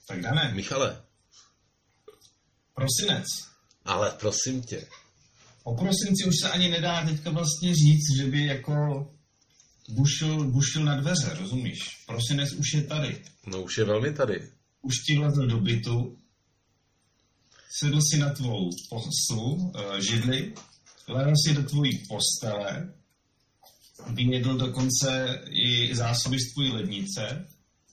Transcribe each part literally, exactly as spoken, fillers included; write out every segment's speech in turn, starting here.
Tak Dané. Michale. Prosinec. Ale prosím tě. O prosinci už se ani nedá teďka vlastně říct, že by jako bušil, bušil na dveře, rozumíš? Prosinec už je tady. No už je velmi tady. Už ti vlezl do bytu, sedl si na tvou poslu, židli, lehal si do tvojí postele, vyjedl dokonce i zásoby z tvojí lednice.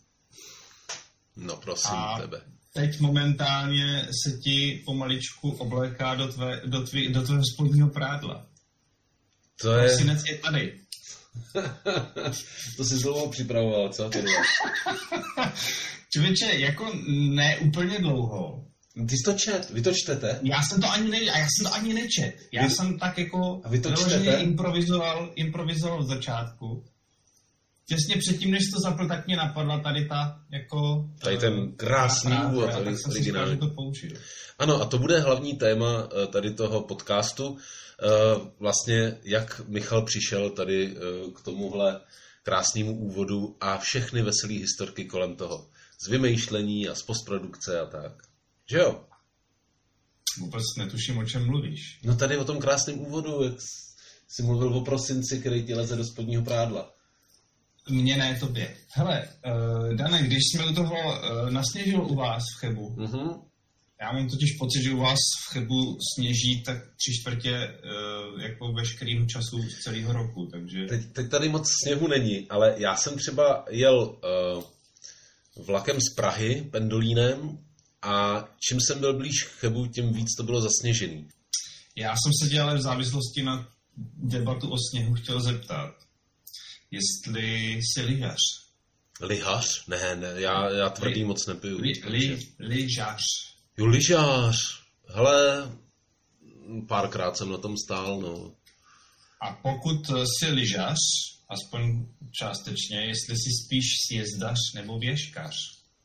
No prosím a tebe. Teď momentálně se ti pomaličku obléká do, tvé, do, tvý, do tvého spodního prádla. To je... Prosinec je tady. To jsi dlouho připravoval, co? Člověče, jako ne úplně dlouho. Ty jsi to čet, vy to čtete? Já jsem to ani, ne, já jsem to ani nečet. Já vy... jsem tak jako a vy to čtete? improvizoval, improvizoval od začátku. Těsně předtím, než to zapl, tak mě napadla tady ta, jako... Tady ten krásný úvod, tak jsem si říkal, že to poučil. Ano, a to bude hlavní téma tady toho podcastu. Vlastně, jak Michal přišel tady k tomuhle krásnému úvodu a všechny veselé historky kolem toho. Z vymýšlení a z postprodukce a tak. Že jo? Vůbec netuším, o čem mluvíš. No tady o tom krásném úvodu, jak jsi mluvil o prosinci, který ti leze do spodního prádla. Mně ne, tobě. Hele, uh, Dane, když jsme u toho uh, nasněžilo u vás v Chebu, uh-huh. já mám totiž pocit, že u vás v Chebu sněží tak tři čtvrtě uh, jako veškerýho času z celého roku, takže... Teď, teď tady moc sněhu není, ale já jsem třeba jel uh, vlakem z Prahy, pendolínem, a čím jsem byl blíž Chebu, tím víc to bylo zasněžený. Já jsem se tě ale v závislosti na debatu o sněhu chtěl zeptat, jestli jsi lyžař. Lyžař? Ne, ne, já, já tvrdý li, moc nepiju. Li, li, lyžař. Jo, lyžař. Hele, párkrát jsem na tom stál, no. A pokud jsi lyžař, aspoň částečně, jestli jsi spíš sjezdař nebo běžkař?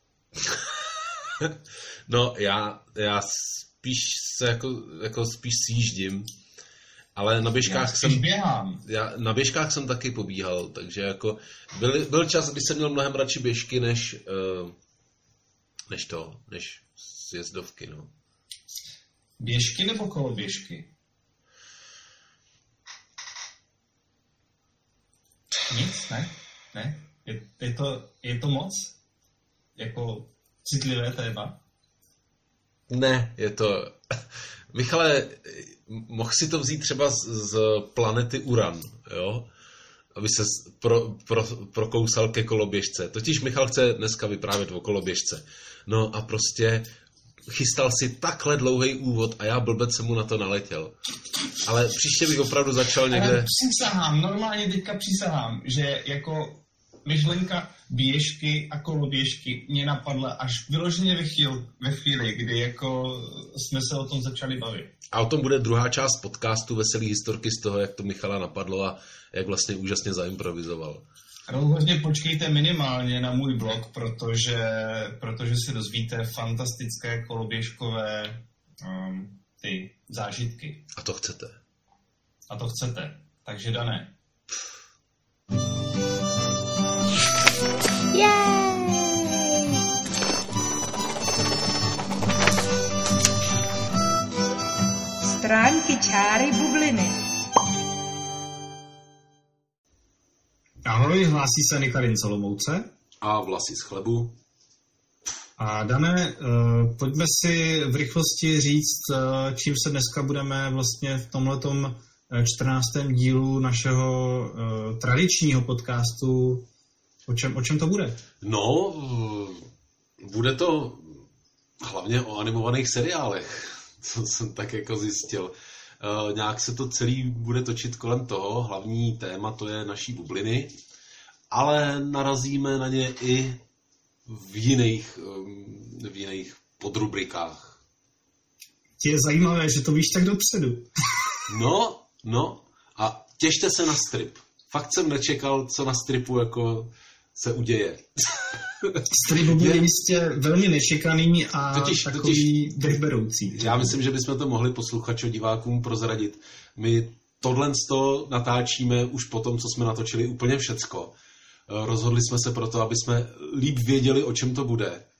No, já, já spíš se jako, jako spíš sjíždím, ale na běžkách já jsem... běhám. Já na běžkách jsem taky pobíhal, takže jako byl, byl čas, kdy jsem měl mnohem radši běžky, než, uh, než to, než sjezdovky, no. Běžky nebo koloběžky? Nic, ne? Ne? Je, je, to, je to moc? Jako citlivé téma? Ne, je to... Michale, mohl si to vzít třeba z, z planety Uran, jo? Aby se pro, pro, prokousal ke koloběžce. Totiž Michal chce dneska vyprávět o koloběžce. No a prostě chystal si takhle dlouhý úvod a já blbec jsem mu na to naletěl. Ale příště bych opravdu začal někde... Ale přísahám, normálně teďka přísahám, že jako myšlenka běžky a koloběžky mě napadla až vyloženě ve chvíli, ve chvíli, kdy jako jsme se o tom začali bavit. A o tom bude druhá část podcastu Veselý historky z toho, jak to Michala napadlo a jak vlastně úžasně zaimprovizoval. Rozhodně počkejte minimálně na můj blog, protože, protože si dozvíte fantastické koloběžkové um, ty zážitky. A to chcete. A to chcete. Takže Dané. Yay! Stránky čáry bubliny. Ahoj, hlásí se Nikarin Solomouce. A Vlasy z chlebu. A Dané, uh, pojďme si v rychlosti říct, uh, čím se dneska budeme vlastně v tomhletom čtrnáctém dílu našeho uh, tradičního podcastu, o čem, o čem to bude? No, bude to hlavně o animovaných seriálech, co jsem tak jako zjistil. Uh, nějak se to celý bude točit kolem toho, hlavní téma to je naší bubliny, ale narazíme na ně i v jiných, um, v jiných podrubrikách. Je zajímavé, že to víš tak dopředu. No, no, a těšte se na strip. Fakt jsem nečekal, co na stripu jako se uděje. Strip bude jistě velmi nečekaný a totiž, takový dechberoucí. Já myslím, že bychom to mohli posluchačům, divákům prozradit. My tohle natáčíme už po tom, co jsme natočili úplně všecko. Rozhodli jsme se proto, aby jsme líp věděli, o čem to bude.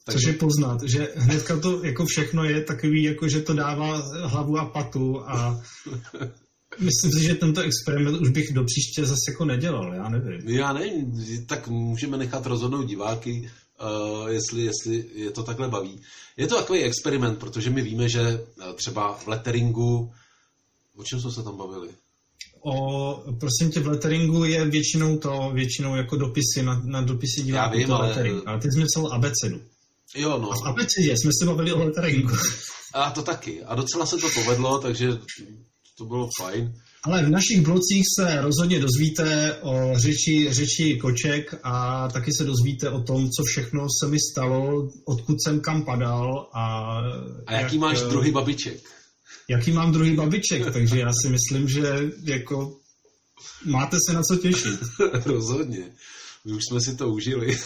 Takže... Což je poznat, že hnedka to jako všechno je takový, jako že to dává hlavu a patu a myslím si, že tento experiment už bych do příště zase jako nedělal, já nevím. Já nevím, tak můžeme nechat rozhodnout diváky, uh, jestli, jestli je to takhle baví. Je to takový experiment, protože my víme, že třeba v letteringu, o čem jsme se tam bavili? O, prosím tě, v letteringu je většinou to, většinou jako dopisy, na, na dopisy diváků to ale... lettering, ale ty jsi myslel abecedu. Jo, no. A v abecedě jsme se bavili o letteringu. A to taky. A docela se to povedlo, takže to bylo fajn. Ale v našich blocích se rozhodně dozvíte o řeči, řeči koček a taky se dozvíte o tom, co všechno se mi stalo, odkud jsem kam padal. A, a jaký jak, máš druhý babiček? Jaký mám druhý babiček, takže já si myslím, že jako máte se na co těšit. Rozhodně. My už jsme si to užili.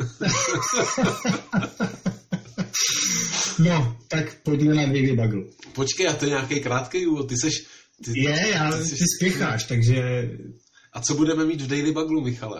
No, tak pojďme na Daily Bugle. Počkej, a to je nějaký krátký úvod, ty seš... Ty, je, já, ty, ty spěcháš, takže... A co budeme mít v Daily Buglu, Michale?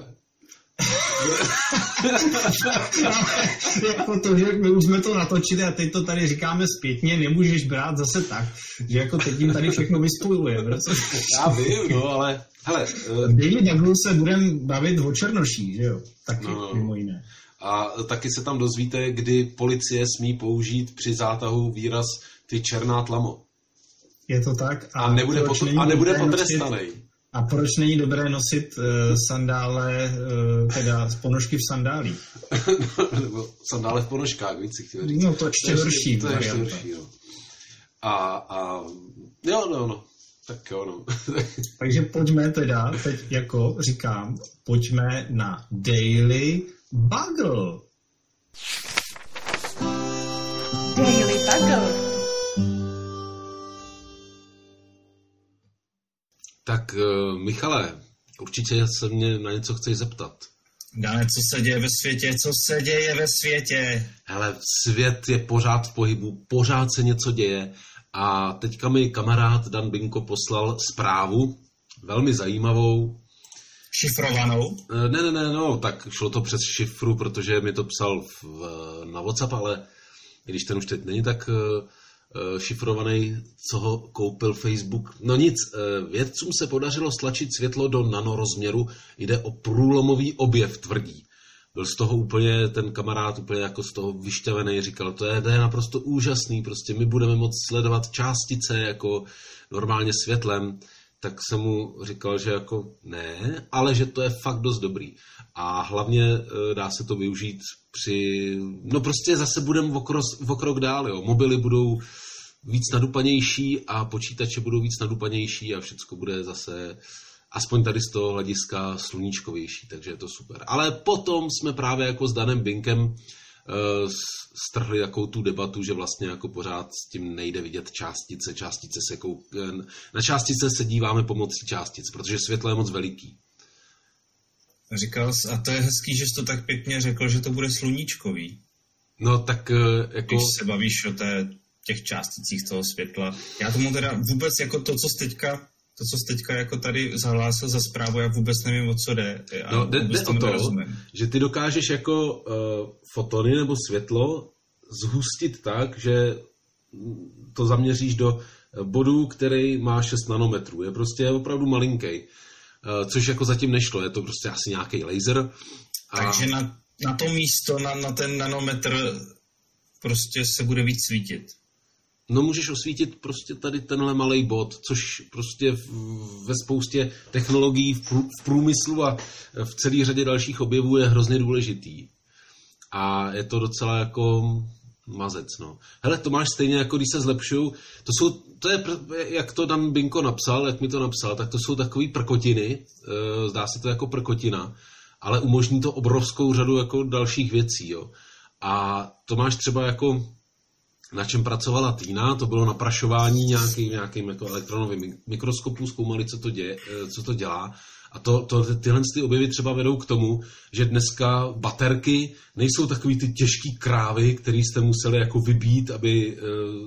Jako to, že my už jsme to natočili a teď to tady říkáme zpětně, nemůžeš brát zase tak, že jako teď jim tady všechno vyspojuje. Já vím, no, ale... Hele, uh... Daily Buglu se budeme bavit o Černoší, že jo? Taky, no, mimo jiné. A taky se tam dozvíte, kdy policie smí použít při zátahu výraz ty černá tlamo. Je to tak. A, a nebude, potom, a nebude potrestaný. A proč není dobré nosit uh, sandále, uh, teda ponožky v sandálích? Nebo sandále v ponožkách, víc si chtěl říct. No to ještě horší. To je ještě horší, jo. A, a jo, no, no. Tak jo, no. Takže pojďme teda, teď jako říkám, pojďme na Daily Bugle. Daily Bugle. Tak, Michale, určitě se mě na něco chceš zeptat. Dane, co se děje ve světě? Co se děje ve světě? Hele, svět je pořád v pohybu, pořád se něco děje a teďka mi kamarád Dan Binko poslal zprávu, velmi zajímavou. Šifrovanou? Ne, ne, ne, no, tak šlo to přes šifru, protože mi to psal v, na WhatsApp, ale když ten už teď není tak uh, šifrovaný, co ho koupil Facebook. No nic, uh, vědcům se podařilo stlačit světlo do nanorozměru, jde o průlomový objev, tvrdí. Byl z toho úplně, ten kamarád úplně jako z toho vyšťavený, říkal, to je, to je naprosto úžasný, prostě my budeme moct sledovat částice jako normálně světlem. Tak jsem mu říkal, že jako ne, ale že to je fakt dost dobrý. A hlavně e, dá se to využít při... No prostě zase budeme o krok dál, jo. Mobily budou víc nadupanější a počítače budou víc nadupanější a všecko bude zase aspoň tady z toho hlediska sluníčkovější, takže je to super. Ale potom jsme právě jako s Danem Binkem strhli takovou tu debatu, že vlastně jako pořád s tím nejde vidět částice, částice se kou... na částice se díváme pomocí částic, protože světlo je moc veliký. Říkal jsi, a to je hezký, že jsi to tak pěkně řekl, že to bude sluníčkový. No tak jako... Když se bavíš o té, těch částicích toho světla. Já tomu teda vůbec jako to, co jsi teďka To, co jsi teďka jako tady zahlásil za zprávu, já vůbec nevím, o co jde. Já no, jde, jde o to, nerozumím. Že ty dokážeš jako uh, fotony nebo světlo zhustit tak, že to zaměříš do bodu, který má šest nanometrů. Je prostě opravdu malinký. Uh, což jako zatím nešlo. Je to prostě asi nějaký laser. A... Takže na, na to místo, na, na ten nanometr prostě se bude víc svítit. No můžeš osvítit prostě tady tenhle malej bod, což prostě v, ve spoustě technologií v, prů, v průmyslu a v celé řadě dalších objevů je hrozně důležitý. A je to docela jako mazec, no. Hele, to máš stejně, jako když se zlepšují, to jsou, to je, jak to Dan Binko napsal, jak mi to napsal, tak to jsou takový prkotiny, zdá se to jako prkotina, ale umožní to obrovskou řadu jako dalších věcí, jo. A to máš třeba jako na čem pracovala Týna, to bylo naprašování nějakým, nějakým jako elektronovým mikroskopu, zkoumali, co to, děje, co to dělá. A to, to, tyhle ty objevy třeba vedou k tomu, že dneska baterky nejsou takový ty těžký krávy, který jste museli jako vybít, aby,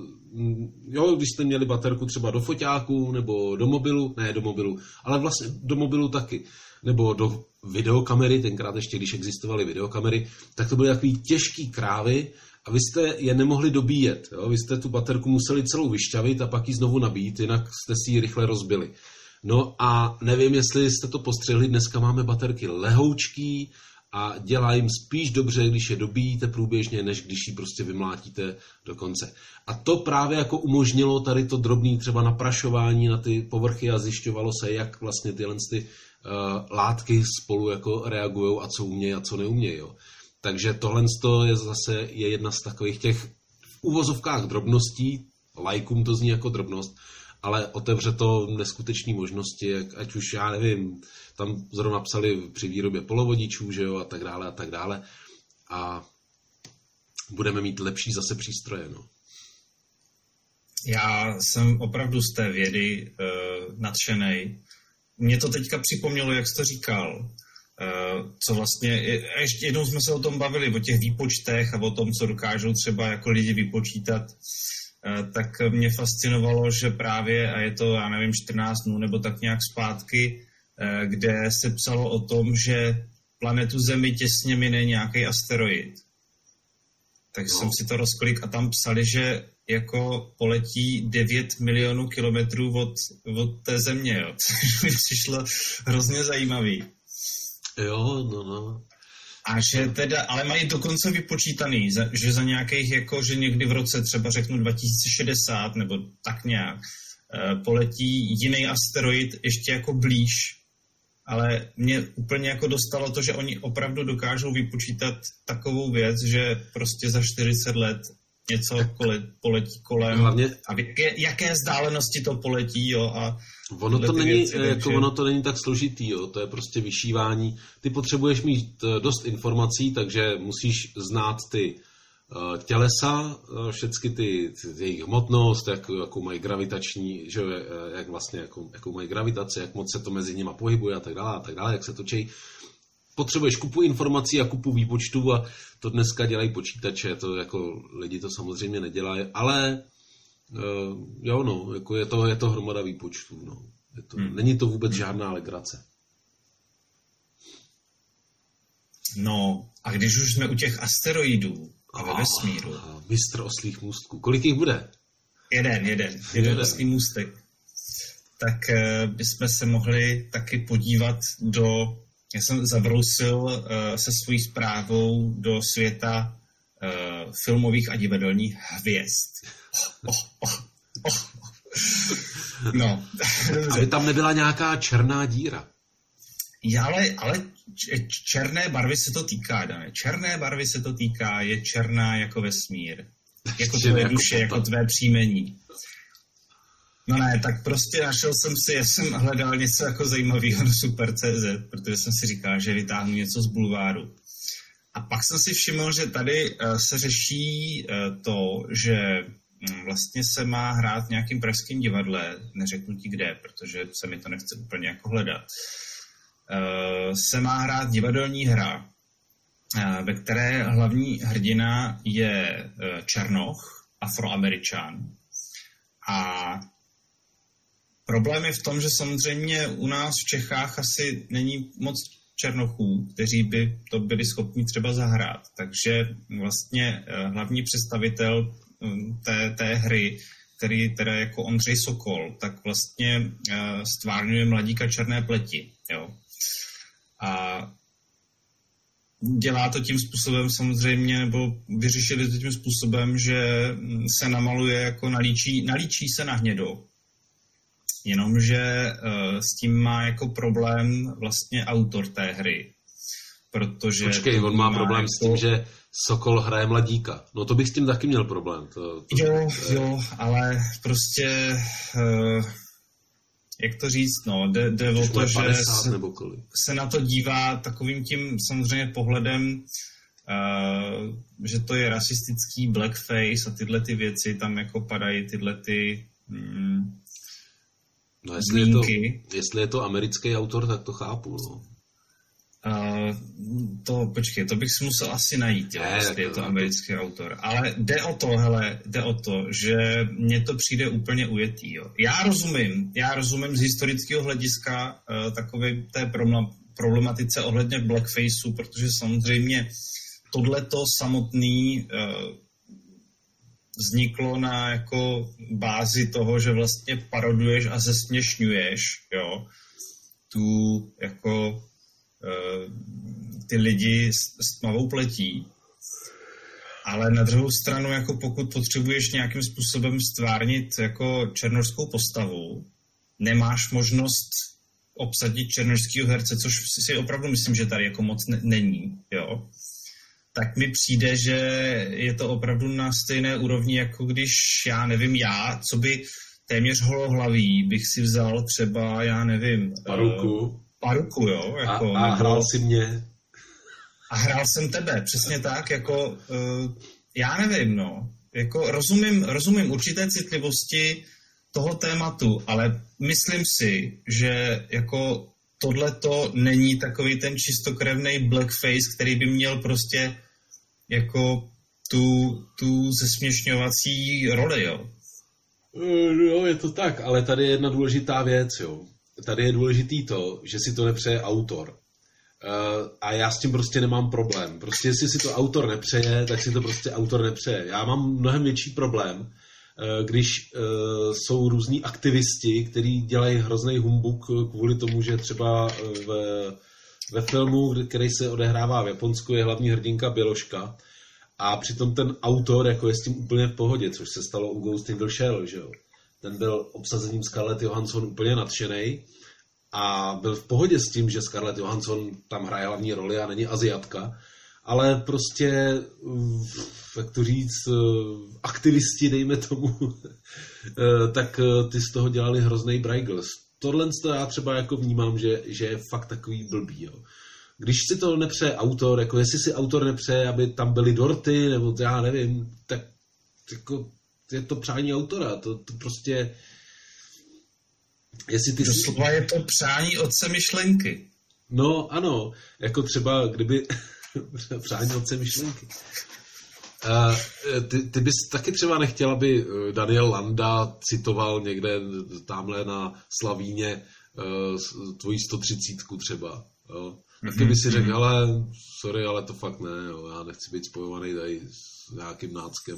jo, když jste měli baterku třeba do foťáku nebo do mobilu, ne do mobilu, ale vlastně do mobilu taky. nebo do videokamery, tenkrát ještě, když existovaly videokamery, tak to byly takový těžký krávy a vy jste je nemohli dobíjet. Jo? Vy jste tu baterku museli celou vyšťavit a pak ji znovu nabít, jinak jste si ji rychle rozbili. No a nevím, jestli jste to postřehli, dneska máme baterky lehoučký a dělá jim spíš dobře, když je dobíjíte průběžně, než když ji prostě vymlátíte do konce. A to právě jako umožnilo tady to drobné třeba naprašování na ty povrchy a zjišťovalo se, jak vlastně tyhle ty, uh, látky spolu jako reagují a co umějí a co neumějí. Jo. Takže tohle je zase je jedna z takových těch v uvozovkách drobností, lajkům to zní jako drobnost, ale otevře to neskutečné možnosti, ať už, já nevím, tam zrovna psali při výrobě polovodičů, že jo, a tak dále, a tak dále. A budeme mít lepší zase přístroje, no. Já jsem opravdu z té vědy uh, nadšenej. Mě to teďka připomnělo, jak jsi to říkal, uh, co vlastně, ještě jednou jsme se o tom bavili, o těch výpočtech a o tom, co dokážou třeba jako lidi vypočítat, tak mě fascinovalo, že právě, a je to, já nevím, čtrnáct dnů nebo tak nějak zpátky, kde se psalo o tom, že planetu Zemi těsně mine nějaký asteroid. Tak no. jsem si to rozklik a tam psali, že jako poletí devět milionů kilometrů od, od té Země, jo. Což mi přišlo hrozně zajímavý. Jo, no, no. A že teda, ale mají dokonce vypočítaný, že za nějakých, jako, že někdy v roce, třeba řeknu dva tisíce šedesát, nebo tak nějak, poletí jiný asteroid ještě jako blíž. Ale mě úplně jako dostalo to, že oni opravdu dokážou vypočítat takovou věc, že prostě za čtyřicet let něco kole, poletí kolem. Hlavně, a jaké, jaké vzdálenosti to poletí, jo, a ono to, není, věci, jako takže... ono to není tak složitý, jo, to je prostě vyšívání. Ty potřebuješ mít dost informací, takže musíš znát ty uh, tělesa, uh, všechny ty, ty jejich hmotnost, jak, jakou mají gravitační, že, jak vlastně, jakou, jakou mají gravitaci, jak moc se to mezi nimi pohybuje a tak dále, a tak dále, jak se točí. Potřebuješ kupu informací a kupu výpočtů a to dneska dělají počítače, to jako lidi to samozřejmě nedělají, ale uh, jo no, jako je to, je to hromada výpočtů, no. Je to, hmm. Není to vůbec žádná legrace. No, a když už jsme u těch asteroidů a ve vesmíru. Ah, mistr oslých můstků. Kolik jich bude? Jeden, jeden. Jeden, jeden. oslý můstek. Tak uh, bychom se mohli taky podívat do... Já jsem zabrousil uh, se svojí zprávou do světa uh, filmových a divadelních hvězd. Oh, oh, oh, oh. No. Aby tam nebyla nějaká černá díra. Já, ale, ale černé barvy se to týká, Dane. Černé barvy se to týká, je černá jako vesmír. Jako tvoje jako duše, jako tvé příjmení. No ne, tak prostě našel jsem si, já jsem hledal něco jako zajímavého na Super tečka cé zet, protože jsem si říkal, že vytáhnu něco z bulváru. A pak jsem si všiml, že tady uh, se řeší uh, to, že um, vlastně se má hrát v nějakým pražským divadle, neřeknu ti kde, protože se mi to nechce úplně jako hledat, uh, se má hrát divadelní hra, uh, ve které hlavní hrdina je uh, Černoch, Afroameričan. A problém je v tom, že samozřejmě u nás v Čechách asi není moc černochů, kteří by to byli schopni třeba zahrát. Takže vlastně hlavní představitel té, té hry, který teda jako Ondřej Sokol, tak vlastně stvárňuje mladíka černé pleti. Jo. A dělá to tím způsobem samozřejmě, nebo vyřešili to tím způsobem, že se namaluje jako nalíčí, nalíčí se na hnědo. Jenomže uh, s tím má jako problém vlastně autor té hry. Protože Počkej, on má problém jako... s tím, že Sokol hraje mladíka. No to bych s tím taky měl problém. To, to, jo, to je... jo, ale prostě... Uh, jak to říct, no, jde, jde o to, že se, se na to dívá takovým tím samozřejmě pohledem, uh, že to je rasistický blackface a tyhle ty věci, tam jako padají tyhle ty mm, no, jestli je, to, jestli je to americký autor, tak to chápu, no. Uh, to, počkej, to bych si musel asi najít, jo, jestli je to americký autor. Ale jde o to, hele, jde o to, že mně to přijde úplně ujetý, jo. Já rozumím, já rozumím z historického hlediska uh, takové té problematice ohledně blackfaceu, protože samozřejmě tohleto samotný uh, vzniklo na jako bázi toho, že vlastně paroduješ a zesměšňuješ, jo, tu jako uh, ty lidi s, s tmavou pletí. Ale na druhou stranu, jako pokud potřebuješ nějakým způsobem stvárnit jako černošskou postavu, nemáš možnost obsadit černošského herce, což si opravdu myslím, že tady jako moc ne- není, jo. Tak mi přijde, že je to opravdu na stejné úrovni, jako když, já nevím, já, co by téměř holohlaví, bych si vzal třeba, já nevím... Paruku. Uh, paruku, jo. Jako, a, a hrál nebo... si mě. A hrál jsem tebe, přesně tak, jako, uh, já nevím, no. Jako rozumím, rozumím určité citlivosti toho tématu, ale myslím si, že jako tohleto není takový ten čistokrevný blackface, který by měl prostě jako tu, tu zesměšňovací roli, jo. No, je to tak, ale tady je jedna důležitá věc, jo. Tady je důležitý to, že si to nepřeje autor. Uh, a já s tím prostě nemám problém. Prostě jestli si to autor nepřeje, tak si to prostě autor nepřeje. Já mám mnohem větší problém, uh, když uh, jsou různí aktivisti, kteří dělají hrozný humbuk kvůli tomu, že třeba v, ve filmu, který se odehrává v Japonsku, je hlavní hrdinka běložka a přitom ten autor jako je s tím úplně v pohodě, což se stalo u Ghost in the Shell, že jo. Ten byl obsazením Scarlett Johansson úplně nadšenej a byl v pohodě s tím, že Scarlett Johansson tam hraje hlavní roli a není Aziatka, ale prostě, jak to říct, aktivisti, dejme tomu, tak ty z toho dělali hroznej brajgl. Tohle já třeba jako vnímám, že, že je fakt takový blbý, jo. Když si to nepřeje autor, jako jestli si autor nepřeje, aby tam byly dorty, nebo to já nevím, tak jako je to přání autora, to, to prostě... Jestli ty Doslova si... je to přání otce myšlenky. No ano, jako třeba kdyby... přání otce myšlenky. Uh, ty, ty bys taky třeba nechtěl, aby Daniel Landa citoval někde tamhle na Slavíně uh, tvojí sto třicítku třeba, jo? Taky by si řekl, ale sorry, ale to fakt ne, jo, já nechci být spojovaný tady s nějakým náckem.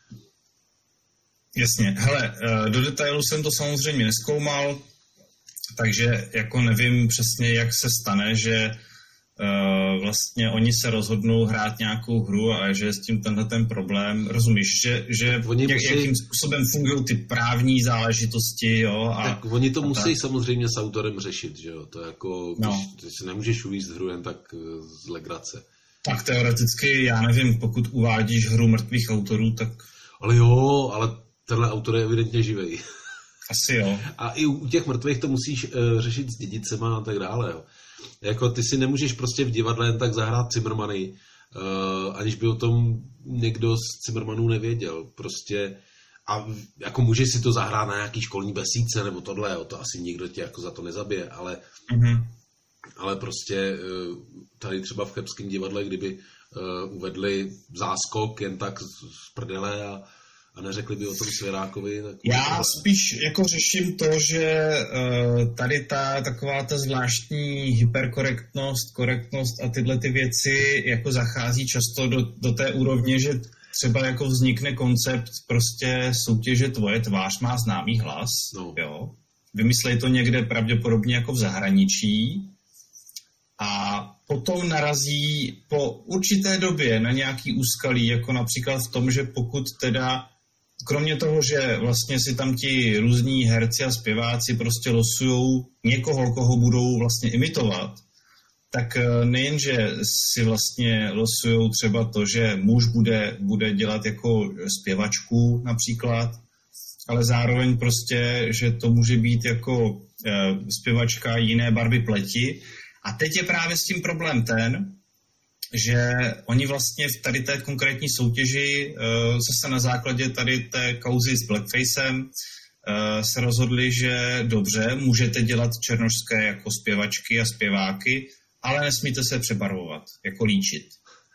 Jasně, hele, do detailu jsem to samozřejmě nezkoumal, takže jako nevím přesně, jak se stane, že uh, vlastně oni se rozhodnou hrát nějakou hru a že je s tím tenhle ten problém, rozumíš, že, že jak, musí... jakým způsobem fungují ty právní záležitosti, jo. A, tak oni to musí tak. Samozřejmě s autorem řešit, že jo, to jako, no. Když, ty si nemůžeš uvízt hru jen tak z legrace. Tak teoreticky, já nevím, pokud uvádíš hru mrtvých autorů, tak... Ale jo, ale tenhle autor je evidentně živej. Asi jo. A i u těch mrtvých to musíš uh, řešit s dědicema a tak dále, jo. Jako ty si nemůžeš prostě v divadle jen tak zahrát Cimrmany, uh, aniž by o tom někdo z Cimrmanů nevěděl. Prostě a jako můžeš si to zahrát na nějaký školní besídce nebo tohle, jo, to asi nikdo tě jako za to nezabije, ale, mm-hmm. ale prostě uh, tady třeba v Chebském divadle, kdyby uh, uvedli záskok jen tak z, z prdele a a neřekli by o tom Svěrákovi. Tak já spíš jako řeším to, že uh, tady ta taková ta zvláštní hyperkorektnost, korektnost a tyhle ty věci jako zachází často do, do té úrovně, že třeba jako vznikne koncept prostě soutěže Tvoje tvář má známý hlas. No. Jo? Vymyslej to někde pravděpodobně jako v zahraničí a potom narazí po určité době na nějaký úskalí, jako například v tom, že pokud teda kromě toho, že vlastně si tam ti různí herci a zpěváci prostě losujou někoho, koho budou vlastně imitovat, tak nejenže si vlastně losujou třeba to, že muž bude, bude dělat jako zpěvačku například, ale zároveň prostě, že to může být jako zpěvačka jiné barvy pleti. A teď je právě s tím problém ten, že oni vlastně v tady té konkrétní soutěži zase na základě tady té kauzy s blackfacem se rozhodli, že dobře, můžete dělat černošské jako zpěvačky a zpěváky, ale nesmíte se přebarvovat, jako líčit.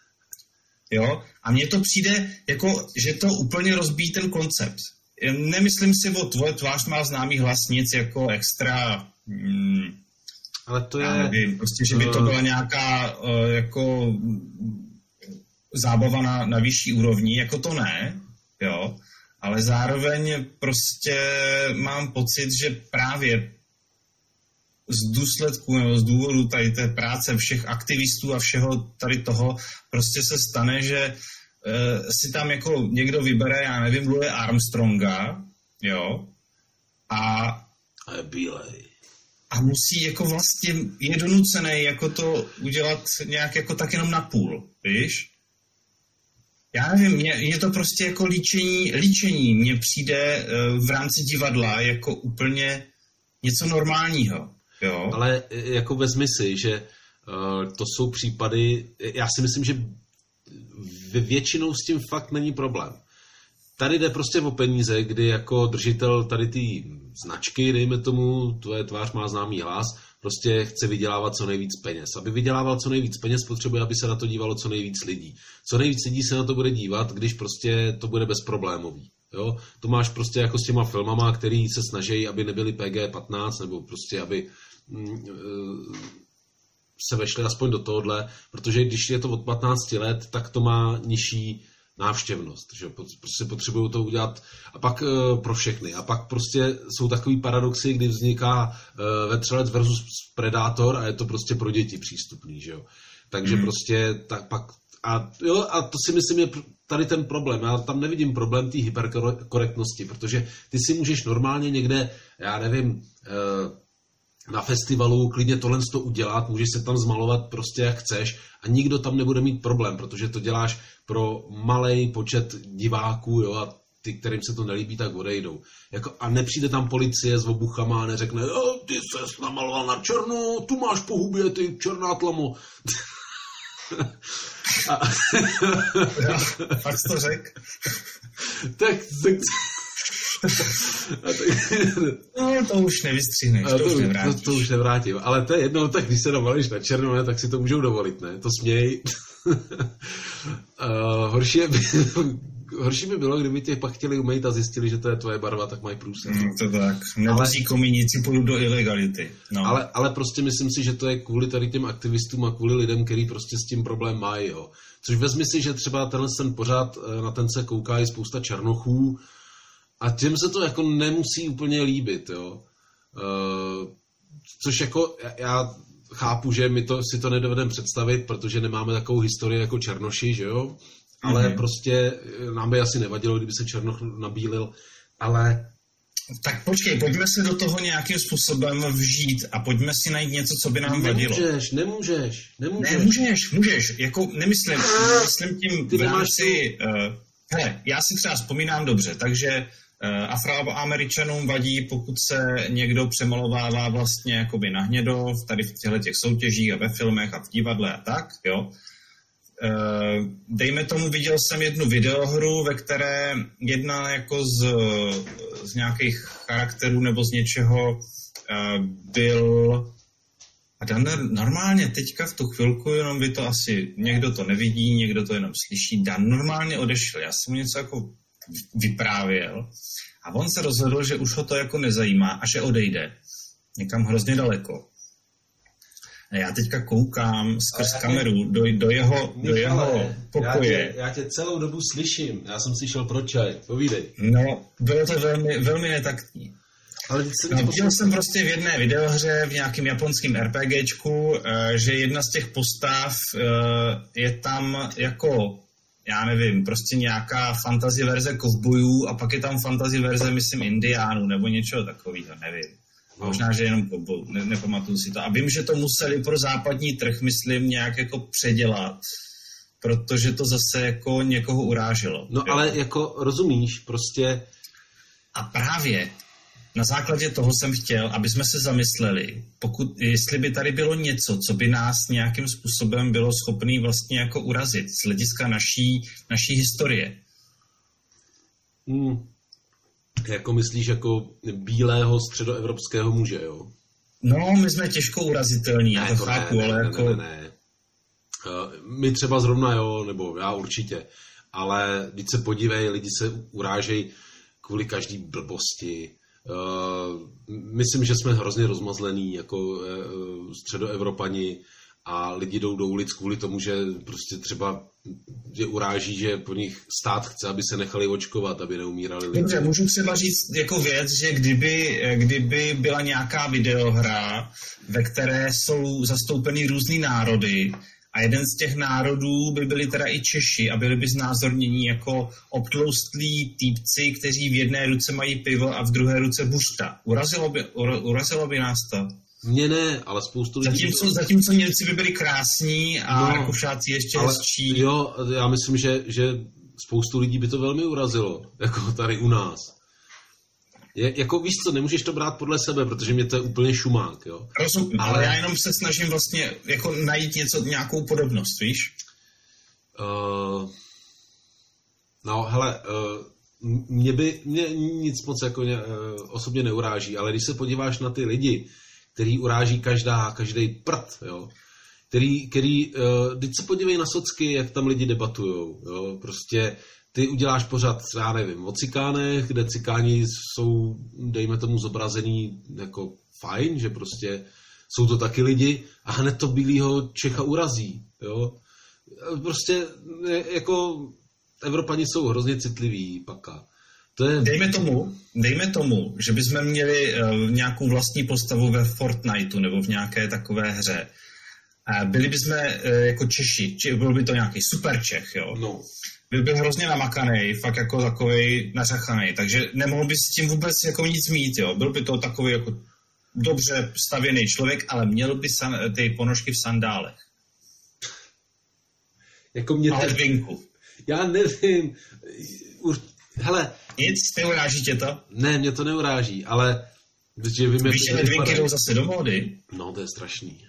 Jo? A mně to přijde, jako, že to úplně rozbíjí ten koncept. Nemyslím si o Tvoje tvář má známý hlas nic jako extra... Hmm, Ale to je... Já nevím, prostě, že by to byla nějaká uh, jako zábava na, na vyšší úrovni, jako to ne, jo, ale zároveň prostě mám pocit, že právě z důsledku nebo z důvodu tady té práce všech aktivistů a všeho tady toho prostě se stane, že uh, si tam jako někdo vybere, já nevím, Louis Armstronga, jo, a... A je bílej. A musí jako vlastně, je donucený jako to udělat nějak jako tak jenom na půl, víš? Já nevím, mě, je to prostě jako líčení, líčení mně přijde uh, v rámci divadla jako úplně něco normálního, jo? Ale jako vezmi si, že uh, to jsou případy, já si myslím, že většinou s tím fakt není problém. Tady jde prostě o peníze, kdy jako držitel tady ty značky, dejme tomu, tvoje tvář má známý hlas, prostě chce vydělávat co nejvíc peněz. Aby vydělával co nejvíc peněz, potřebuje, aby se na to dívalo co nejvíc lidí. Co nejvíc lidí se na to bude dívat, když prostě to bude bezproblémový. Jo? To máš prostě jako s těma filmama, který se snaží, aby nebyly P G patnáct, nebo prostě, aby mm, se vešli aspoň do tohohle, protože když je to od patnácti let, tak to má nižší návštěvnost, že prostě potřebují to udělat a pak e, pro všechny. A pak prostě jsou takový paradoxy, kdy vzniká e, Vetřelec versus Predátor a je to prostě pro děti přístupný, že jo. Takže mm. prostě tak pak a jo, a to si myslím je tady ten problém. Já tam nevidím problém té hyperkorektnosti, protože ty si můžeš normálně někde, já nevím, e, na festivalu klidně tohle to udělat, můžeš se tam zmalovat prostě jak chceš a nikdo tam nebude mít problém, protože to děláš pro malej počet diváků, jo, a ty, kterým se to nelíbí, tak odejdou. Jako, a nepřijde tam policie s obuchama a neřekne, jo, ty ses namaloval na černo, tu máš po hubě, ty černá tlamo. a... Já, fakt to řek. tak, tak... No, to už nevystřihneš, to, to už nevrátíš. To, to už nevrátím, ale to je jedno, tak když se namalíš na černo, ne, tak si to můžou dovolit, ne? To směj. uh, horší, je, horší by bylo, kdyby tě pak chtěli umýt a zjistili, že to je tvoje barva, tak mají průsled. Mm, to tak, nebozí komíníci půjdu do ilegality. No. Ale, ale prostě myslím si, že to je kvůli tady těm aktivistům a kvůli lidem, který prostě s tím problém mají, jo. Což vezmi si, že třeba tenhle ten pořád na ten se kouká i spousta černochů, a těm se to jako nemusí úplně líbit, jo. Uh, což jako já chápu, že my to, si to nedovedeme představit, protože nemáme takovou historii jako Černoši, že jo. Ale mm-hmm. prostě nám by asi nevadilo, kdyby se Černoch nabílil, ale... Tak počkej, pojďme se do toho nějakým způsobem vžít a pojďme si najít něco, co by nám vadilo. Nemůžeš, nemůžeš, nemůžeš. Nemůžeš, můžeš, jako nemyslím, myslím tím v rámci... Uh, hele, já si třeba vzpomínám dobře, takže Afroameričanům vadí, pokud se někdo přemalovává vlastně jakoby na hnědo, tady v těchto těch soutěžích a ve filmech a v divadle a tak, jo. Dejme tomu, viděl jsem jednu videohru, ve které jedna jako z, z nějakých charakterů nebo z něčeho byl... A Dan normálně teďka v tu chvilku, jenom vy to asi, někdo to nevidí, někdo to jenom slyší, Dan normálně odešel. Já jsem mu něco jako vyprávěl a on se rozhodl, že už ho to jako nezajímá a že odejde někam hrozně daleko. A já teďka koukám skrz já kameru do, do jeho, do jeho pokoje. Já tě, já tě celou dobu slyším. Já jsem si šel pro čaj. Povídej. No, bylo to velmi, velmi netaktní. Ale no, viděl jsem prostě v jedné videohře v nějakém japonském RPGčku, že jedna z těch postav je tam jako, já nevím, prostě nějaká fantasy verze kovbojů a pak je tam fantasy verze, myslím, indiánů nebo něčeho takového, nevím. Možná, že jenom kovbojů, ne, nepamatuju si to. A vím, že to museli pro západní trh, myslím, nějak jako předělat, protože to zase jako někoho uráželo. No jo? Ale jako rozumíš, prostě... A právě na základě toho jsem chtěl, aby jsme se zamysleli, pokud, jestli by tady bylo něco, co by nás nějakým způsobem bylo schopný vlastně jako urazit z hlediska naší, naší historie. Hmm. Jako myslíš jako bílého středoevropského muže, jo? No, my jsme těžko urazitelní, já to, to chápu, ne, ale ne, jako... Ne, ne, ne. My třeba zrovna, jo, nebo já určitě, ale když se podívej, lidi se urážejí kvůli každý blbosti. Myslím, že jsme hrozně rozmazlení jako středoevropani a lidi jdou do ulic kvůli tomu, že prostě třeba je uráží, že po nich stát chce, aby se nechali očkovat, aby neumírali lidi. Dobře, můžu třeba říct jako věc, že kdyby, kdyby byla nějaká videohra, ve které jsou zastoupeny různý národy a jeden z těch národů by byli teda i Češi a byli by znázornění jako obtloustlí týpci, kteří v jedné ruce mají pivo a v druhé ruce bušta. Urazilo by, urazilo by nás to? Mně ne, ale spoustu lidí... Zatímco, by... zatímco Němci by byli krásní a no, Rakušáci ještě ale, hezčí. Jo, já myslím, že, že spoustu lidí by to velmi urazilo, jako tady u nás. Je, jako víš co, nemůžeš to brát podle sebe, protože mě to je úplně šumák, jo. Rozumím, ale... ale já jenom se snažím vlastně jako najít něco, nějakou podobnost, víš? Uh, no, hele, uh, mě by, mě nic moc jako mě, uh, osobně neuráží, ale když se podíváš na ty lidi, který uráží každá, každej prd, jo, který, který uh, teď se podívej na socky, jak tam lidi debatujou, jo, prostě ty uděláš pořád, já nevím, o cikánech, kde cikáni jsou, dejme tomu, zobrazený jako fajn, že prostě jsou to taky lidi a hned to bílýho Čecha urazí, jo. Prostě jako Evropani jsou hrozně citliví, paka. To je... Dejme tomu, dejme tomu, že bychom měli uh, nějakou vlastní postavu ve Fortniteu nebo v nějaké takové hře. Uh, byli bychom uh, jako Češi, či byl by to nějaký super Čech, jo. No. Byl by hrozně namakanej, fakt jako takovej nařachanej, takže nemohl by s tím vůbec jako nic mít, jo. Byl by to takový jako dobře stavěný člověk, ale měl by san, ty ponožky v sandálech. Jako mě ale vinku. Já nevím. Ur... Hele. Nic, neuráží tě to? Ne, mě to neuráží, ale... Že vím, Víš, že ledvinky jdou zase do módy? No, to je strašný.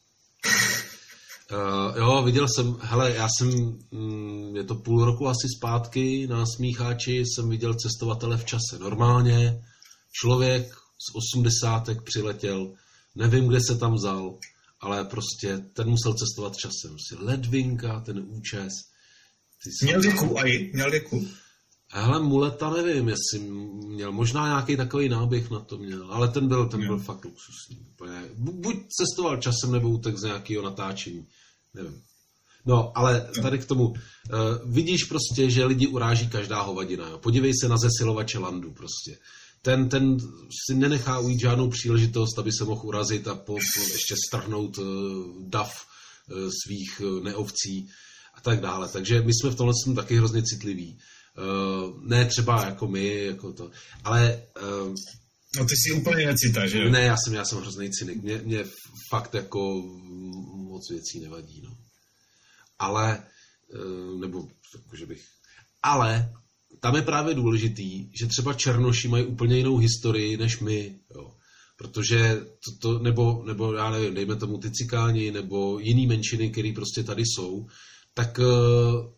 Uh, jo, viděl jsem, hele, já jsem, mm, je to půl roku asi zpátky na Smícháči, jsem viděl Cestovatele v čase. Normálně člověk z osmdesátek přiletěl, nevím, kde se tam vzal, ale prostě ten musel cestovat časem. Ledvinka, ten účes. Měl věku, aj, měl věku. Hele, Muleta nevím, jestli měl, možná nějaký takový náběh na to měl, ale ten byl, ten byl fakt luxusní. Buď cestoval časem, nebo utek z nějakého natáčení, nevím. No, ale tady k tomu, uh, vidíš prostě, že lidi uráží každá hovadina, jo. Podívej se na zesilovače Landu prostě. Ten, ten si nenechá ujít žádnou příležitost, aby se mohl urazit a po, po ještě strhnout uh, dav uh, svých uh, neovcí a tak dále. Takže my jsme v tomhle jsme taky hrozně citliví. Uh, ne třeba jako my, jako to, ale... Uh, no ty jsi úplně necita, že jo? Ne, já jsem, já jsem hrozný cynik. Mě, mě fakt jako moc věcí nevadí, no. Ale, uh, nebo jakože bych... Ale tam je právě důležitý, že třeba Černoši mají úplně jinou historii než my, jo. Protože to, to nebo, nebo já nevím, dejme tomu ty cikáni, nebo jiný menšiny, které prostě tady jsou, tak... Uh,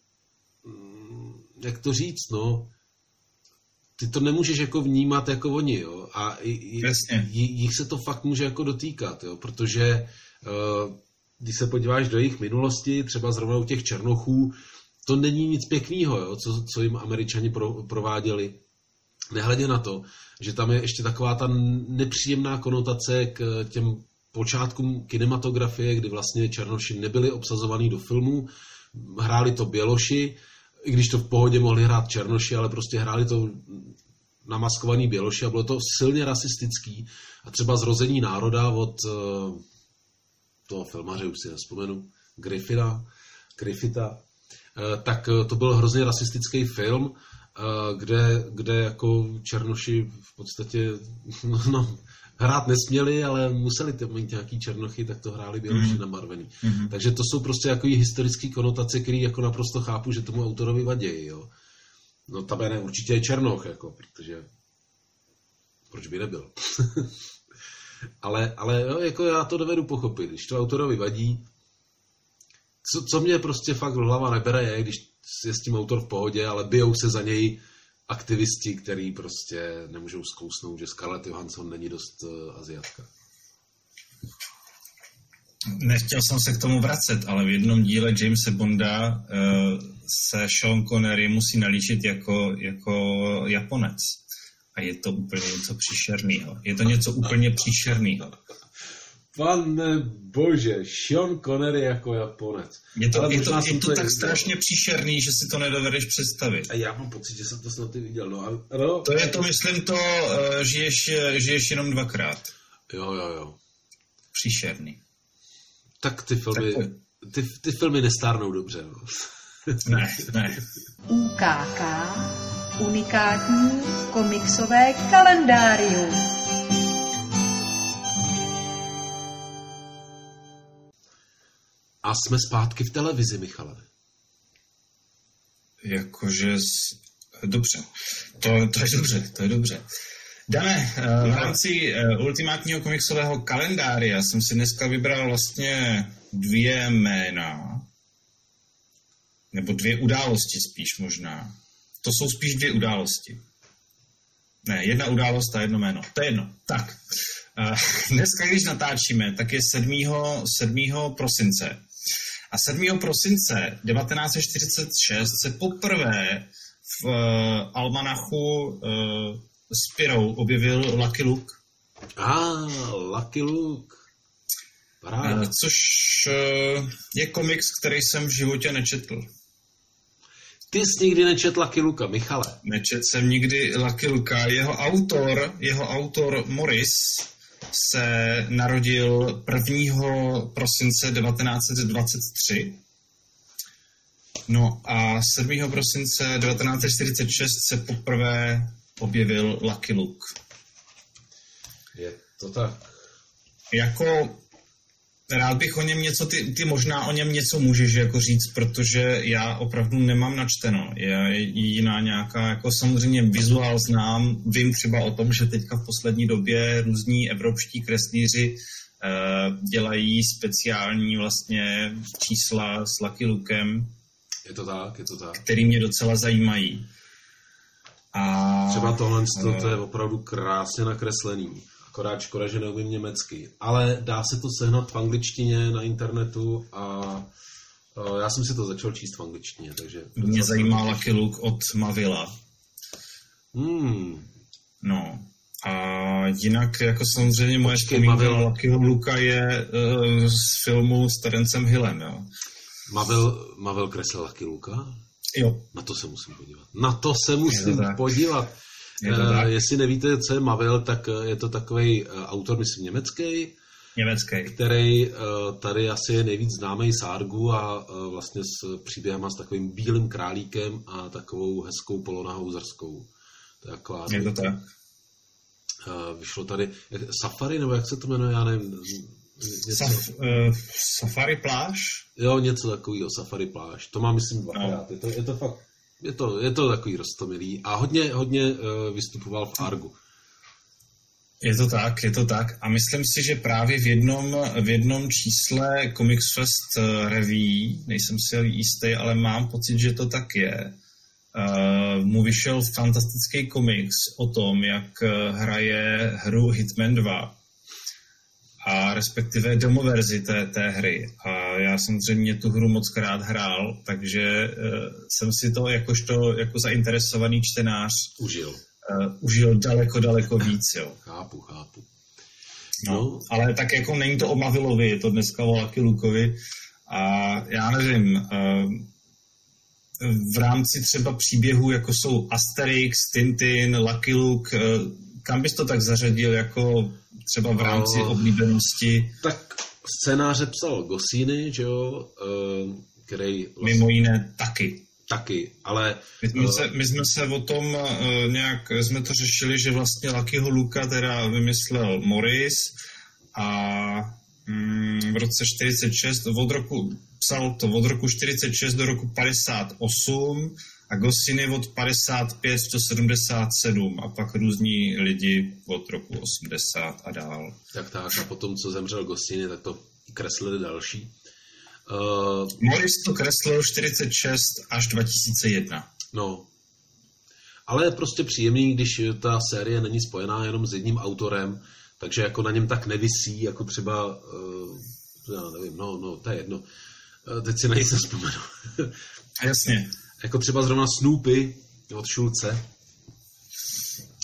jak to říct, no, ty to nemůžeš jako vnímat jako oni, jo, a jich se to fakt může jako dotýkat, jo, protože uh, když se podíváš do jejich minulosti, třeba zrovna u těch Černochů, to není nic pěkného, jo, co, co jim Američani pro, prováděli. Nehledě na to, že tam je ještě taková ta nepříjemná konotace k těm počátkům kinematografie, kdy vlastně Černoši nebyli obsazovaní do filmů, hráli to Běloši, i když to v pohodě mohli hrát Černoši, ale prostě hráli to namaskovaný Běloši a bylo to silně rasistický. A třeba Zrození národa od uh, toho filmaře, už si nevzpomenu, Griffitha, Griffitha uh, tak uh, to byl hrozně rasistický film, uh, kde, kde jako Černoši v podstatě no, no, hrát nesměli, ale museli tam mít nějaký Černochy, tak to hráli Běloši mm. nabarvený. Mm-hmm. Takže to jsou prostě jako historické konotace, které jako naprosto chápu, že tomu autorovi vadějí, jo. No tam ne, určitě je Černoch, jako, protože proč by nebyl? ale, ale jo, jako já to dovedu pochopit, když to autorovi vadí. Co, co mě prostě fakt hlava nebere je, když je s tím autor v pohodě, ale bijou se za něj aktivisti, který prostě nemůžou zkousnout, že Scarlett Johansson není dost uh, Aziatka. Nechtěl jsem se k tomu vracet, ale v jednom díle Jamese Bonda uh, se Sean Connery musí nalíčit jako, jako Japonec. a je to úplně něco příšernýho. Je to něco úplně příšernýho. Pane bože, Sean Connery jako Japonec. Je to, je to, je to tak strašně příšerný, že si to nedovedeš představit. A já mám pocit, že jsem to snad i viděl. No, a, no, to je to, myslím, to, uh, žiješ, žiješ jenom dvakrát. Jo, jo, jo. Příšerný. Tak ty filmy, tak ty, ty filmy nestárnou dobře. No. Ne, ne. U K K unikátní komiksové kalendárium. A jsme zpátky v televizi, Michale. Jakože... Z... Dobře. To, to je dobře, to je dobře. Dane, v rámci ultimátního komiksového kalendária jsem si dneska vybral vlastně dvě jména. Nebo dvě události spíš možná. To jsou spíš dvě události. Ne, jedna událost a jedno jméno. To je jedno. Tak. Dneska, když natáčíme, tak je sedmého prosince. A sedmého prosince devatenáct set čtyřicet šest se poprvé v uh, almanachu uh, Spirou objevil Lucky Luke. A, ah, Lucky Luke. Uh, což uh, je komiks, který jsem v životě nečetl. Ty jsi nikdy nečetl Lucky Luka, Michale. Nečetl jsem nikdy Lucky Luka. Jeho autor, jeho autor Morris se narodil prvního prosince devatenáct set dvacet tři. No a sedmého prosince devatenáct set čtyřicet šest se poprvé objevil Lucky Luke. Je to tak. Jako rád bych o něm něco, ty, ty možná o něm něco můžeš jako říct, protože já opravdu nemám načteno. Je jiná nějaká, jako samozřejmě vizuál znám, vím třeba o tom, že teďka v poslední době různí evropští kreslíři eh, dělají speciální vlastně čísla s Lucky Lukem. Je to tak, je to tak. Který mě docela zajímají. A, třeba tohle to je opravdu krásně nakreslený. Akorát škoda, že neumím německy. Ale dá se to sehnat v angličtině na internetu a já jsem si to začal číst v angličtině. Takže mě zajímá Lucky Luke od Mavila. Hmm. No. A jinak jako samozřejmě moje vzpomínka na Luckyho Luka je uh, z filmu s Terencem Hillem, jo. Mavil, Mavil kreslil Lucky Luka? Jo. Na to se musím podívat. Na to se musím to podívat. Uh, jestli nevíte, co je Mavil, tak je to takovej uh, autor, myslím, německý, německý, který uh, tady asi je nejvíc známý z Argu a uh, vlastně s příběhama s takovým bílým králíkem a takovou hezkou polonahou zrskou. To je, taková, je to tak. Uh, vyšlo tady jak, Safari, nebo jak se to jmenuje, já nevím. Něco... Saf, uh, safari pláž? Jo, něco takového, Safari pláž. To má, myslím, dvakrát. No. Je, to, je to fakt... Je to, je to takový roztomilý a hodně, hodně uh, vystupoval v Argu. Je to tak, je to tak. A myslím si, že právě v jednom, v jednom čísle Comics Fest Revue, nejsem si jistý, ale mám pocit, že to tak je, uh, mu vyšel fantastický komiks o tom, jak hraje hru Hitman dva. A respektive demoverzi té, té hry. A já samozřejmě tu hru moc krát hrál, takže uh, jsem si to jakožto jako zainteresovaný čtenář užil. Uh, užil daleko, daleko víc, jo. Chápu, chápu. No, no. Ale tak jako není to o Mavilovi, je to dneska o Lucky Lukovi. A já nevím, uh, v rámci třeba příběhů, jako jsou Asterix, Tintin, Lucky Luke, uh, kam bys to tak zařadil jako třeba v rámci no, oblíbenosti? Tak scénáře psal Goscinny, že jo, který... Vlastně, mimo jiné taky. Taky, ale... My jsme, uh, se, my jsme se o tom uh, nějak, jsme to řešili, že vlastně Luckyho Luka teda vymyslel Morris a mm, v roce čtyřicet šest, od roku, psal to od roku čtyřicet šest do roku padesát osm a Goscinny od padesát pět do sedmdesát sedm a pak různí lidi od roku osmdesát a dál. Tak tak, a potom, co zemřel Goscinny, tak to kreslili další. Uh, Morris to kreslil čtyřicet šest až dva tisíce jedna. No, ale je prostě příjemný, když ta série není spojená jenom s jedním autorem, takže jako na něm tak nevisí, jako třeba, uh, já nevím, no, no, to je jedno. Uh, teď si na nic nespomenu. Jasně. Jako třeba zrovna Snoopy od Schulze.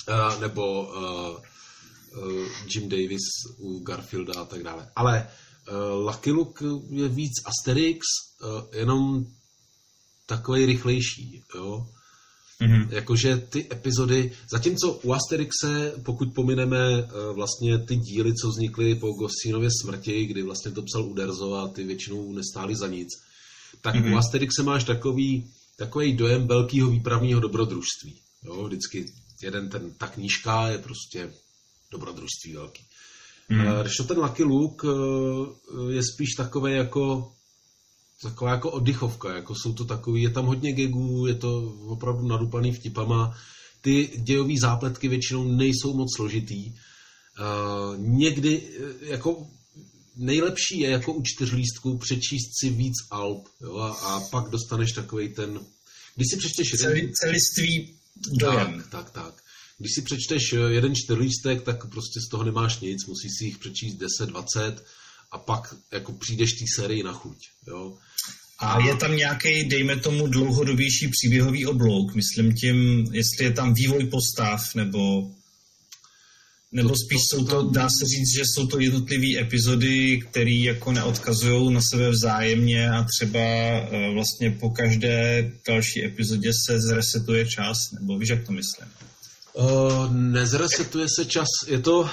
uh, nebo uh, uh, Jim Davis u Garfielda a tak dále. Ale uh, Lucky Luke je víc Asterix, uh, jenom takovej rychlejší, jo. Mm-hmm. Jakože ty epizody, zatímco u Asterixe, pokud pomineme uh, vlastně ty díly, co vznikly po Goscínově smrti, kdy vlastně to psal Uderzo a ty většinou nestály za nic, tak mm-hmm. u Asterixe máš takový, takový dojem velkého výpravního dobrodružství. Jo? Vždycky jeden ten, ta knížka je prostě dobrodružství velký. Mm-hmm. Když to ten Lucky Luke uh, je spíš takový jako taková jako oddychovka, jako jsou to takový, je tam hodně gagů, je to opravdu nadupaný vtipama, ty dějový zápletky většinou nejsou moc složitý. Uh, někdy, jako nejlepší je jako u čtyřlístku přečíst si víc alb, jo, a, a pak dostaneš takovej ten, když si přečteš jeden... Celý, celistvý dojem. Tak, tak, tak. Když si přečteš jeden čtyřlístek, tak prostě z toho nemáš nic, musíš si jich přečíst deset, dvacet a pak jako přijdeš té sérii na chuť, jo. A je tam nějaký, dejme tomu, dlouhodobější příběhový oblouk, myslím tím, jestli je tam vývoj postav, nebo, nebo spíš jsou to, dá se říct, že jsou to jednotlivé epizody, které jako neodkazují na sebe vzájemně a třeba vlastně po každé další epizodě se zresetuje čas, nebo víš, jak to myslím? Uh, nezresetuje se čas, je to...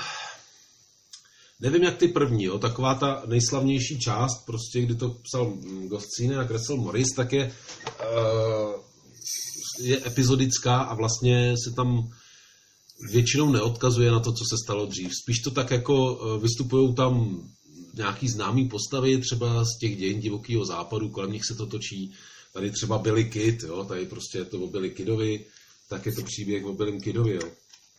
Nevím, jak ty první, jo, taková ta nejslavnější část, prostě kdy to psal Goscín a kreslil Morris, tak je, uh, je epizodická a vlastně se tam většinou neodkazuje na to, co se stalo dřív. Spíš to tak jako uh, vystupujou tam nějaký známý postavy, třeba z těch dějin divokého západu, kolem nich se to točí. Tady třeba Billy Kid, jo, tady prostě je to o Billy Kidovi, tak je to příběh o Billym Kidovi, jo.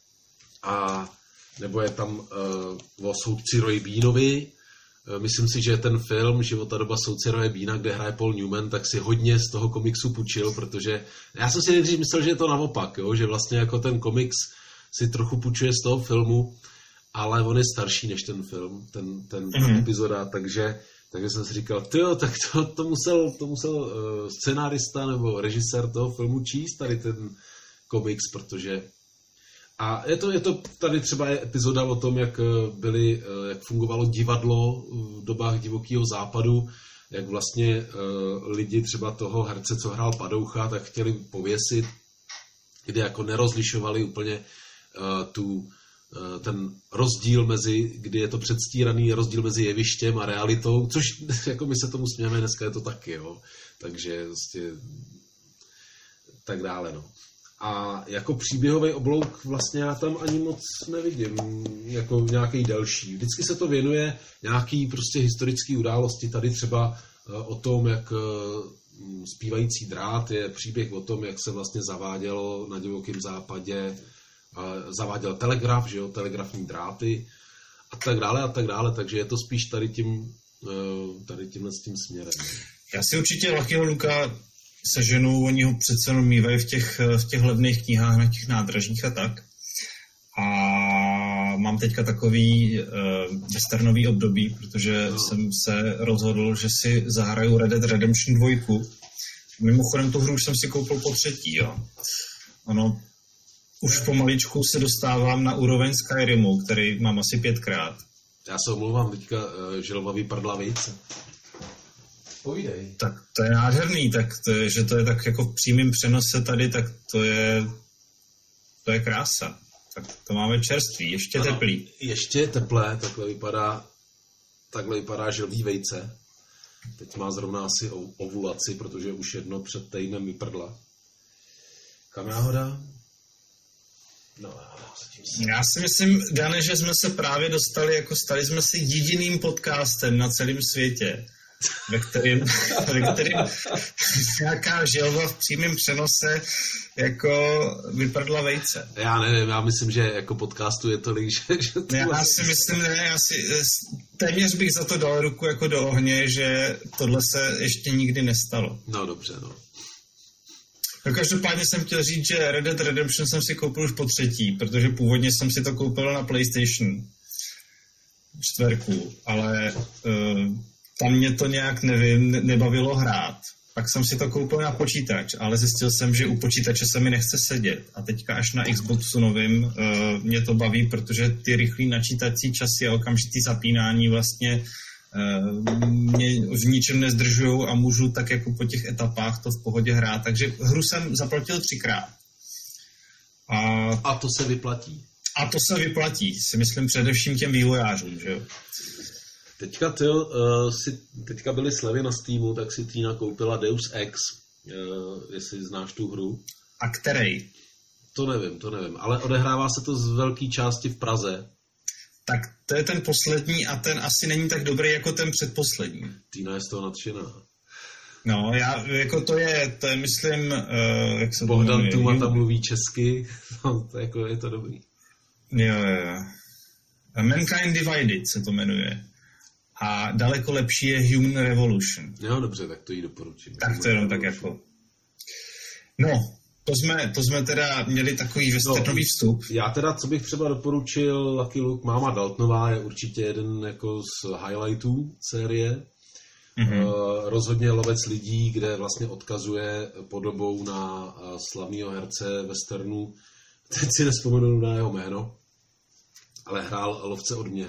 A nebo je tam uh, o soudci Roy Beanovi. Uh, myslím si, že ten film Života doba soudce Roye Beana, kde hraje Paul Newman, tak si hodně z toho komiksu půjčil, protože já jsem si nejdřív myslel, že je to naopak, jo? Že vlastně jako ten komiks si trochu půjčuje z toho filmu, ale on je starší než ten film, ten, ten mm-hmm. epizoda, takže, takže jsem si říkal, tyjo, tak to, to musel, to musel uh, scenárista nebo režisér toho filmu číst, tady ten komiks, protože a je to, je to tady třeba je epizoda o tom, jak, byly, jak fungovalo divadlo v dobách divokého západu, jak vlastně uh, lidi třeba toho herce, co hrál Padoucha, tak chtěli pověsit, kdy jako nerozlišovali úplně uh, tu, uh, ten rozdíl mezi, kdy je to předstíraný rozdíl mezi jevištěm a realitou, což jako my se tomu smějeme, dneska je to taky, jo. Takže vlastně tak dále, no. A jako příběhový oblouk vlastně já tam ani moc nevidím, jako nějaký delší. Vždycky se to věnuje nějaký prostě historický události. Tady třeba o tom, jak Zpívající drát je příběh o tom, jak se vlastně zavádělo na divokém západě, zaváděl telegraf, že jo, telegrafní dráty a tak dále a tak dále. Takže je to spíš tady tím, tady tímhle s tím směrem. Já si určitě Luckyho Luka seženu, oni ho přece jenom mývají v těch, v těch levných knihách na těch nádražních a tak. A mám teďka takový uh, westernový období, protože no. jsem se rozhodl, že si zahraju Red Dead Redemption dva. Mimochodem tu hru už jsem si koupil po třetí, jo. Ono, už pomaličku se dostávám na úroveň Skyrimu, který mám asi pětkrát. Já se omlouvám, teďka uh, želvavý prdla vejce. Povídej. Tak to je nádherný, tak to je, že to je tak jako v přímém přenose tady, tak to je, to je krása. Tak to máme čerství, ještě ano, teplý. Ještě teplé, takhle vypadá, takhle vypadá želví vejce. Teď má zrovna asi ovulaci, protože už jedno před týdnem vyprdla. Kam náhoda? No, já si myslím, Dane, že jsme se právě dostali, jako stali jsme si jediným podcastem na celém světě, ve kterým, ve kterým nějaká želva v přímém přenose jako vyprdla vejce. Já nevím, já myslím, že jako podcastu je tolik, že... že to já vlastně... si myslím, ne, já si téměř bych za to dal ruku jako do ohně, že tohle se ještě nikdy nestalo. No dobře, no. No každopádně jsem chtěl říct, že Red Dead Redemption jsem si koupil už po třetí, protože původně jsem si to koupil na PlayStation čtverku, ale uh, tam mě to nějak, nevím, nebavilo hrát. pak jsem si to koupil na počítač, ale zjistil jsem, že u počítače se mi nechce sedět. A teďka až na Xboxu novým uh, mě to baví, protože ty rychlý načítací časy a okamžitý zapínání vlastně uh, mě v ničem nezdržujou a můžu tak jako po těch etapách to v pohodě hrát. Takže hru jsem zaplatil třikrát. A, a to se vyplatí. A to se vyplatí, si myslím především těm vývojářům, že jo. Teďka, ty, uh, si, teďka byly slevy na Steamu, tak si Týna koupila Deus Ex, uh, jestli znáš tu hru. A který? To nevím, to nevím, ale odehrává se to z velké části v Praze. Tak to je ten poslední a ten asi není tak dobrý jako ten předposlední. Týna je z toho nadšená. No, já, jako to je, to je myslím, uh, jak se Bohdan Tuma tam mluví česky, no, to jako je to dobrý. Jo, jo. Mankind Divided se to jmenuje. A daleko lepší je Human Revolution. Jo, dobře, tak to jí doporučím. Tak to jenom tak jako... No, to jsme, to jsme teda měli takový westernový no, vstup. Já teda, co bych třeba doporučil, Lucky Luke, Máma Daltonová je určitě jeden jako z highlightů série. Mm-hmm. Uh, rozhodně Lovec lidí, kde vlastně odkazuje podobou na uh, slavného herce westernu. Teď si nespomenu na jeho jméno, ale hrál Lovce odměn.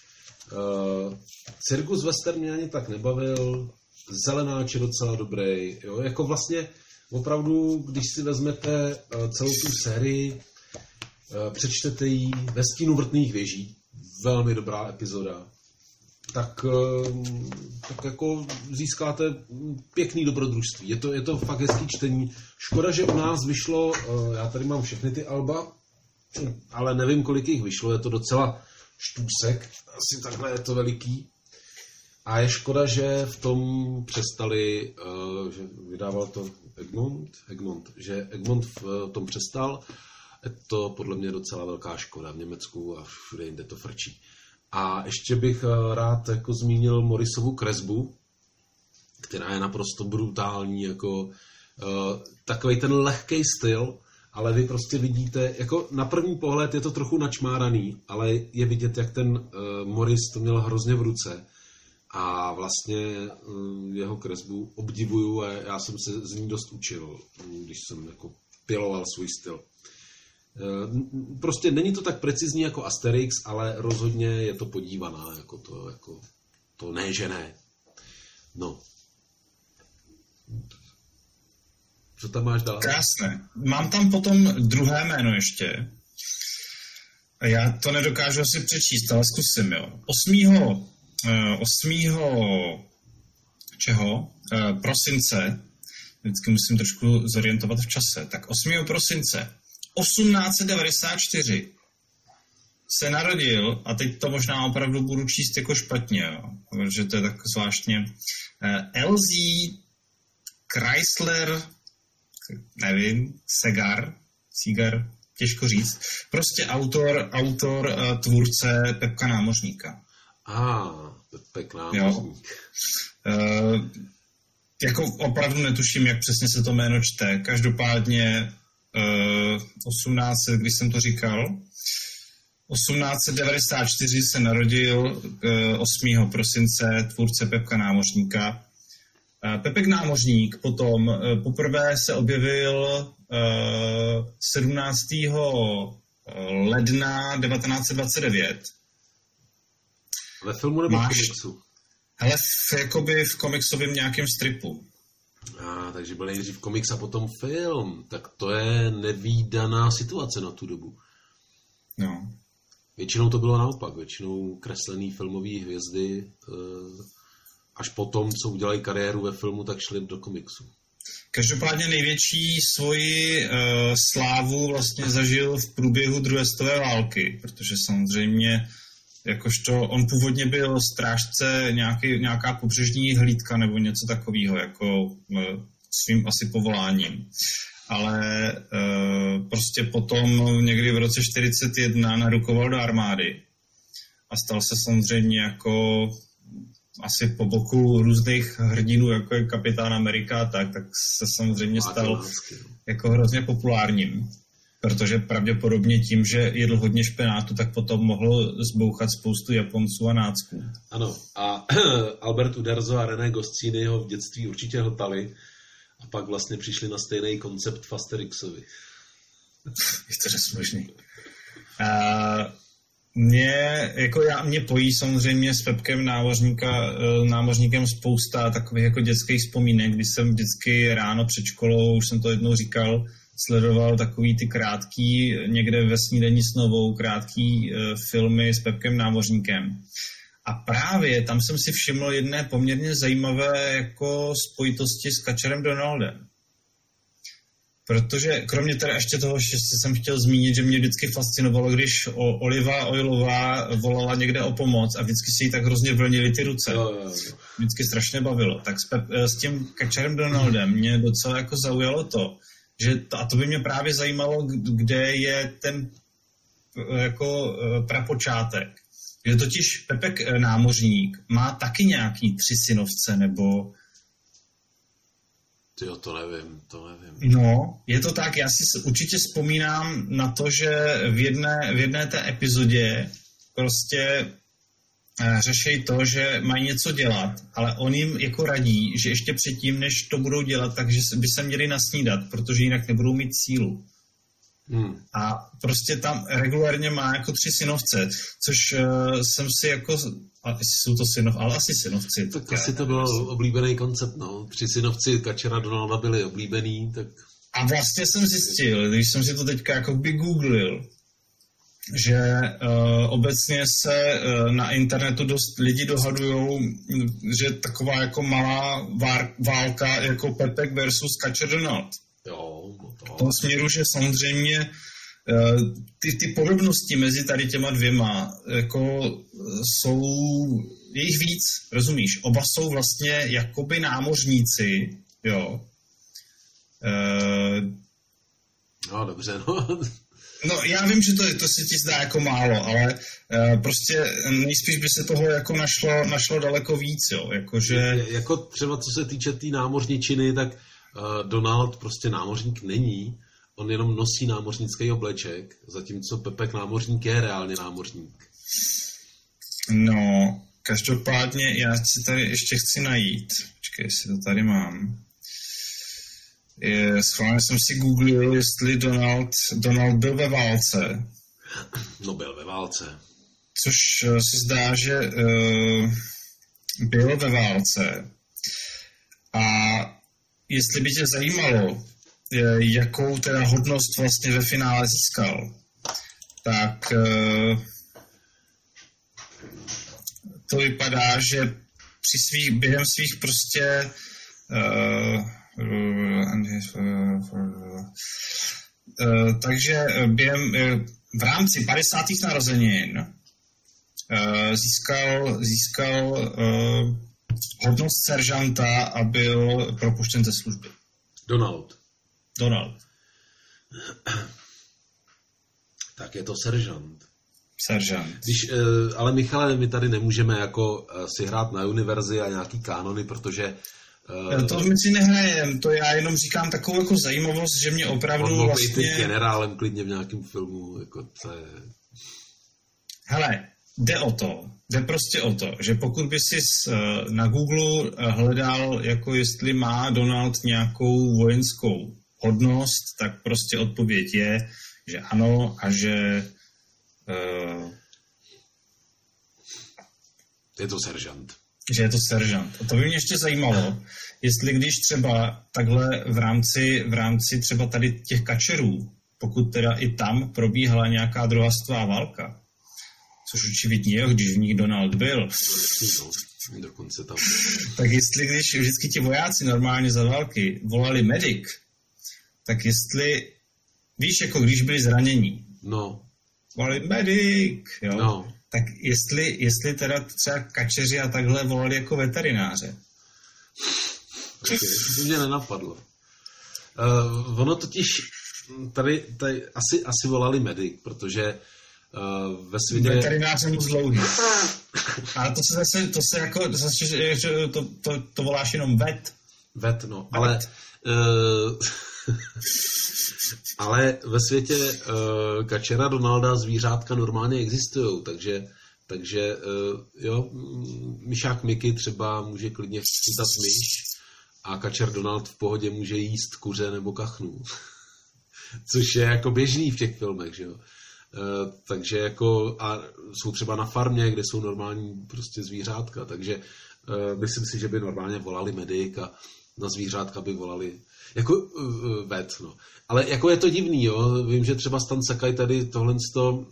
Uh, Cirkus western mě ani tak nebavil, Zelenáč je docela dobrý, jo? Jako vlastně opravdu, když si vezmete uh, celou tu sérii, uh, přečtete ji Ve stínu vrtných věží, velmi dobrá epizoda, tak, uh, tak jako získáte pěkný dobrodružství. Je to, je to fakt hezký čtení. Škoda, že u nás vyšlo, uh, já tady mám všechny ty alba, ale nevím, kolik jich vyšlo, je to docela štůsek, asi takhle je to veliký. A je škoda, že v tom přestali, uh, že vydával to Egmont, Egmont, že Egmont v tom přestal. Je to podle mě docela velká škoda v Německu a všude jinde to frčí. A ještě bych uh, rád jako zmínil Morrisovu kresbu, která je naprosto brutální, jako uh, takovej ten lehkej styl, ale vy prostě vidíte, jako na první pohled je to trochu načmáraný, ale je vidět, jak ten uh, Morris to měl hrozně v ruce a vlastně uh, jeho kresbu obdivuju a já jsem se z ní dost učil, když jsem jako piloval svůj styl. Uh, prostě není to tak precizní jako Asterix, ale rozhodně je to podívaná, jako to, jako to ne, že ne. No. Co tam máš dál? Krásné. Mám tam potom druhé jméno ještě. Já to nedokážu asi přečíst, ale zkusím, jo. Osmého osmého čeho? Prosince. Vždycky musím trošku zorientovat v čase. Tak osmého prosince osmnáct set devadesát čtyři se narodil, a teď to možná opravdu budu číst jako špatně, jo, protože to je tak zvláštně, L Z Chrysler, nevím, Segar, Segar, těžko říct. Prostě autor, autor, tvůrce Pepka Námořníka. A, ah, Pepek Námořník. Uh, jako opravdu netuším, jak přesně se to jméno čte. Každopádně uh, osmnáct set, když jsem to říkal, osmnáct set devadesát čtyři se narodil uh, osmého prosince tvůrce Pepka Námořníka. Pepek Námořník potom poprvé se objevil uh, sedmnáctého ledna devatenáct set dvacet devět. Ve filmu nebo Máš, v komiksu? Hele, v, jakoby v komiksovém nějakém stripu. A, takže byl nejdřív komiks a potom film. Tak to je nevídaná situace na tu dobu. No. Většinou to bylo naopak. Většinou kreslený filmový hvězdy uh, až potom, co udělají kariéru ve filmu, tak šli do komiksu. Každopádně největší svoji uh, slávu vlastně zažil v průběhu druhé světové války, protože samozřejmě jakožto on původně byl strážce nějaký, nějaká pobřežní hlídka nebo něco takového, jako uh, svým asi povoláním. Ale uh, prostě potom někdy v roce čtyřicet jedna narukoval do armády a stal se samozřejmě jako asi po boku různých hrdinů, jako je Kapitán Amerika, tak, tak se samozřejmě stal jako hrozně populárním. Protože pravděpodobně tím, že jedl hodně špenátu, tak potom mohl zbouchat spoustu Japonců a nácků. Ano, a Albert Uderzo a René Goscini ho v dětství určitě hltali, A pak vlastně přišli na stejný koncept v Asterixovi. Je to řez možný. Uh, mě, jako já, mě pojí samozřejmě s Pepkem námořníka, námořníkem spousta takových jako dětských vzpomínek, když jsem vždycky ráno před školou, už jsem to jednou říkal, sledoval takový ty krátký, někde ve Snídani s Novou, krátký uh, filmy s Pepkem námořníkem. A právě tam jsem si všiml jedné poměrně zajímavé jako spojitosti s Kačerem Donaldem. Protože kromě teda ještě toho, že jsem chtěl zmínit, že mě vždycky fascinovalo, když Oliva Oilová volala někde o pomoc a vždycky si jí tak hrozně vlnily ty ruce. Jo, jo, jo. Vždycky strašně bavilo. Tak s, Pep- s tím Kačerem Donaldem mě docela jako zaujalo to, že to, a to by mě právě zajímalo, kde je ten jako prapočátek. Že totiž Pepek námořník má taky nějaký tři synovce, nebo... Tyjo, to nevím, to nevím. No, je to tak, já si určitě vzpomínám na to, že v jedné, v jedné té epizodě prostě řeší to, že mají něco dělat, ale on jim jako radí, že ještě předtím, než to budou dělat, takže by se měli nasnídat, protože jinak nebudou mít sílu. Hmm. A prostě tam regulárně má jako tři synovce, což uh, jsem si jako, a jsou to synov, ale asi synovci. Tak, tak asi to byl oblíbený koncept, no. Tři synovci Kačera Donalda byli oblíbený, tak... A vlastně jsem zjistil, když jsem si to teďka jako by googlil, že uh, obecně se uh, na internetu dost lidi dohadujou, že taková jako malá vár, válka jako Pepek versus Kačer Donald. Jo, no to... V tom směru, že samozřejmě ty, ty podobnosti mezi tady těma dvěma jako jsou, je jich víc, rozumíš? Oba jsou vlastně jakoby námořníci, jo. Uh, no, dobře, no. No, já vím, že to, to se ti zdá jako málo, ale uh, prostě nejspíš by se toho jako našlo, našlo daleko víc, jo. Jako, že... jako třeba co se týče té tý námořničiny, tak uh, Donald prostě námořník není, on jenom nosí námořnický obleček, zatímco Pepek námořník je reálně námořník. No, každopádně já si tady ještě chci najít. Počkej, jestli to tady mám. Schválně jsem si googlil, jestli Donald, Donald byl ve válce. No, byl ve válce. Což se zdá, že uh, byl ve válce. A jestli by tě zajímalo, jakou teda hodnost vlastně ve finále získal, tak uh, to vypadá, že při svých, během svých prostě uh, uh, uh, takže během, uh, v rámci padesátých narozenin uh, získal, získal uh, hodnost seržanta a byl propuštěn ze služby. Donald. Donald. Tak je to seržant. Seržant. Když, ale Michale, my tady nemůžeme jako si hrát na univerzi a nějaký kánony, protože... To my si nehrajeme, to já jenom říkám takovou jako zajímavost, že mě opravdu on mohl vlastně... být generálem klidně v nějakém filmu, jako to je... Hele, jde o to, jde prostě o to, že pokud by si na Google hledal, jako jestli má Donald nějakou vojenskou hodnost, tak prostě odpověď je, že ano a že... Uh, je to seržant. Že je to seržant. A to by mě ještě zajímalo, jestli když třeba takhle v rámci, v rámci třeba tady těch kačerů, pokud teda i tam probíhala nějaká druhá světová válka, což očividně je, když v nich Donald byl, no, dokonce tam. Tak jestli když vždycky ti vojáci normálně za války volali medic, tak jestli, víš, jako když byli zranění, no. volali medic, jo, no. Tak jestli, jestli teda třeba kačeři a takhle volali jako veterináře. Okay, to mě nenapadlo. Uh, ono totiž tady, tady asi, asi volali medic, protože uh, ve světě... Veterinář je moc dlouhý. Ale to se zase, to se jako, zase, že to, to, to voláš jenom vet. Vet, no, vet. ale... Uh, ale ve světě uh, Kačera Donalda zvířátka normálně existují, takže, takže uh, jo, myšák Mickey třeba může klidně chytat myš a Kačer Donald v pohodě může jíst kuře nebo kachnu. Což je jako běžný v těch filmech, že jo. Uh, takže jako, a jsou třeba na farmě, kde jsou normální prostě zvířátka, takže uh, myslím si, že by normálně volali medik a na zvířátka by volali jako uh, vet, no. Ale jako je to divný, jo, vím, že třeba Stan Sakai tady tohle uh,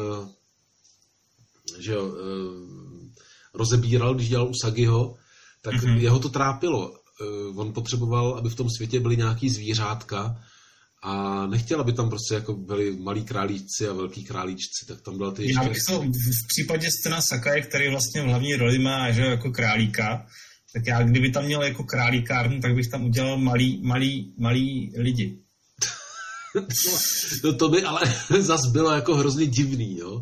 že jo, uh, rozebíral, když dělal Usagiho, tak mm-hmm. jeho to trápilo. Uh, on potřeboval, aby v tom světě byly nějaký zvířátka, a nechtěl, aby tam prostě jako byli malí králíčci a velký králíčci, tak tam byla ty ještě... Já bych to v případě Stana Sakaje, který vlastně v hlavní roli má, že jako králíka, tak já kdyby tam měl jako králíkárnu, tak bych tam udělal malý, malý, malý lidi. No to by ale zas bylo jako hrozně divný, jo.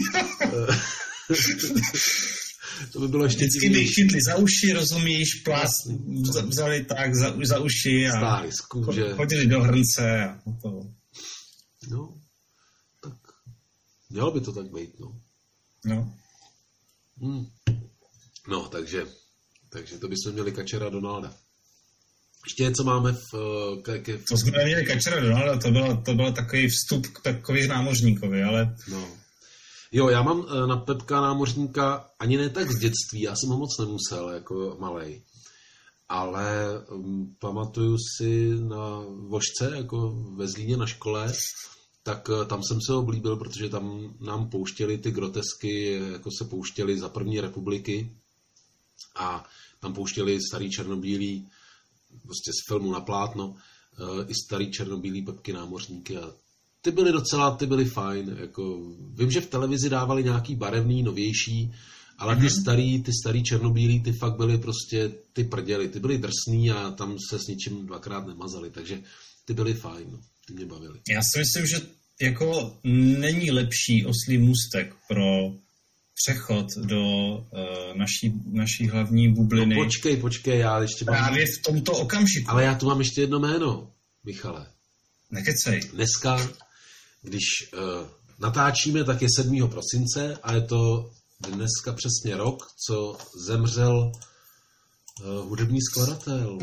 To by bylo ještě vždycky by chytli za uši, rozumíš, plás, vzali tak za, za uši a stáli z kůže. Chodili do hrnce a to. No, tak mělo by to tak být, no. No. Hmm. No, takže, takže to bychom měli Kačera Donalda. Ještě co máme v... K, k, to jsme měli Kačera Donalda, to byl to byl takový vstup k takový námořníkovi, ale... No. Jo, já mám na Pepka námořníka ani ne tak z dětství, já jsem ho moc nemusel jako malej. Ale um, pamatuju si na Vožce, jako ve Zlíně na škole, tak tam jsem se oblíbil, protože tam nám pouštěli ty grotesky, jako se pouštěli za první republiky a tam pouštěli starý černobílý, prostě z filmu na plátno, i starý černobílý Pepky námořníky a ty byly docela, ty byly fajn, jako vím, že v televizi dávali nějaký barevný, novější, ale ty mm-hmm. starý, ty starý černobílý, ty fakt byly prostě, ty prděly, ty byly drsný a tam se s ničím dvakrát nemazali, takže ty byly fajn, ty mě bavily. Já si myslím, že jako není lepší oslí můstek pro přechod do uh, naší, naší hlavní bubliny. No počkej, počkej, já ještě mám... Právě v tomto okamžiku. Ale já tu mám ještě jedno jméno, Michale. Nekecej. Dneska, když uh, natáčíme, tak je sedmého prosince a je to dneska přesně rok, co zemřel uh, hudební skladatel.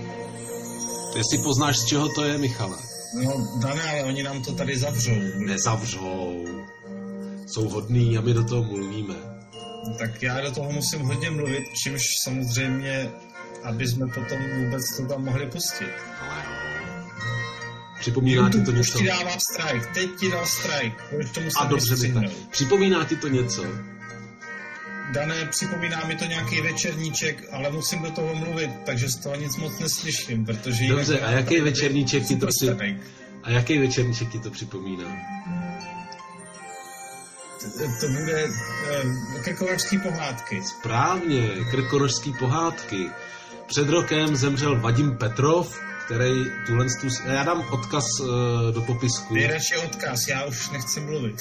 Jestli poznáš, z čeho to je, Michale? No, Dané, ale oni nám to tady zavřou. Nezavřou. Jsou hodný a my do toho mluvíme. Tak já do toho musím hodně mluvit, čímž samozřejmě, aby jsme potom vůbec to tam mohli pustit. Ale připomíná ti to něco? Už ti dává strike, teď ti dal strike. A dobře mi tak. Připomíná ti to něco? Dané, připomíná mi to nějaký večerníček, ale musím do toho mluvit, takže z toho nic moc neslyším, protože... Dobře, a jaký večerníček ti to při... A jaký večerníček ti to připomíná? To bude uh, Krkonošský pohádky. Správně, Krkonošský pohádky. Před rokem zemřel Vadim Petrov, který tuhle... Já dám odkaz uh, do popisku. Nejradši odkaz, já už nechci mluvit.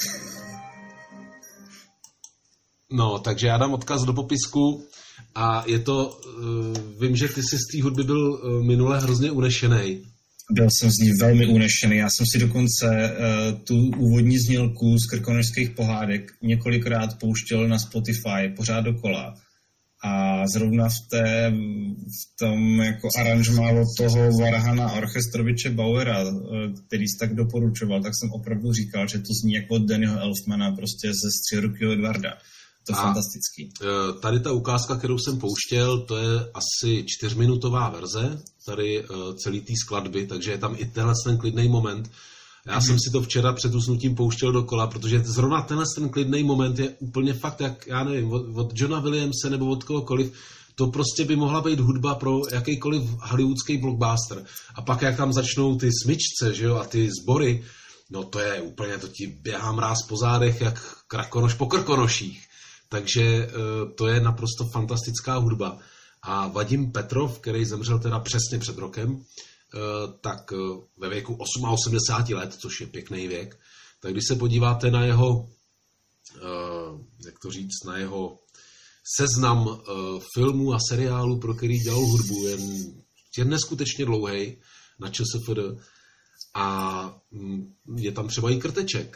No, takže já dám odkaz do popisku a je to... Uh, vím, že ty jsi z té hudby byl uh, minule hrozně unešenej. Byl jsem z ní velmi unešený. Já jsem si dokonce uh, tu úvodní znělku z Krkonošských pohádek několikrát pouštěl na Spotify, pořád dokola. A zrovna v, té, v tom jako aranžmá od toho Varhana Orchestroviče Bauera, který jsi tak doporučoval, tak jsem opravdu říkal, že to zní jako od Dannyho Elfmana, prostě ze Stříbrokého Edvarda. To je a fantastický. Tady ta ukázka, kterou jsem pouštěl, to je asi čtyřminutová verze, tady celý té skladby, takže je tam i tenhle ten klidný moment. Já mm-hmm. jsem si to včera před usnutím pouštěl dokola, protože zrovna tenhle ten klidný moment je úplně fakt, jak, já nevím, od, od Johna Williamse nebo od kohokoliv, to prostě by mohla být hudba pro jakýkoliv hollywoodský blockbuster. A pak jak tam začnou ty smyčce, že jo, a ty sbory, no to je úplně, to ti běhá mráz po zádech, jak krakonoš po krkonoších. Takže to je naprosto fantastická hudba. A Vadim Petrov, který zemřel teda přesně před rokem, tak ve věku osmdesát osm let, což je pěkný věk, tak když se podíváte na jeho, jak to říct, na jeho seznam filmů a seriálů, pro který dělal hudbu, je, je neskutečně dlouhý na ČSFD a je tam třeba i Krteček.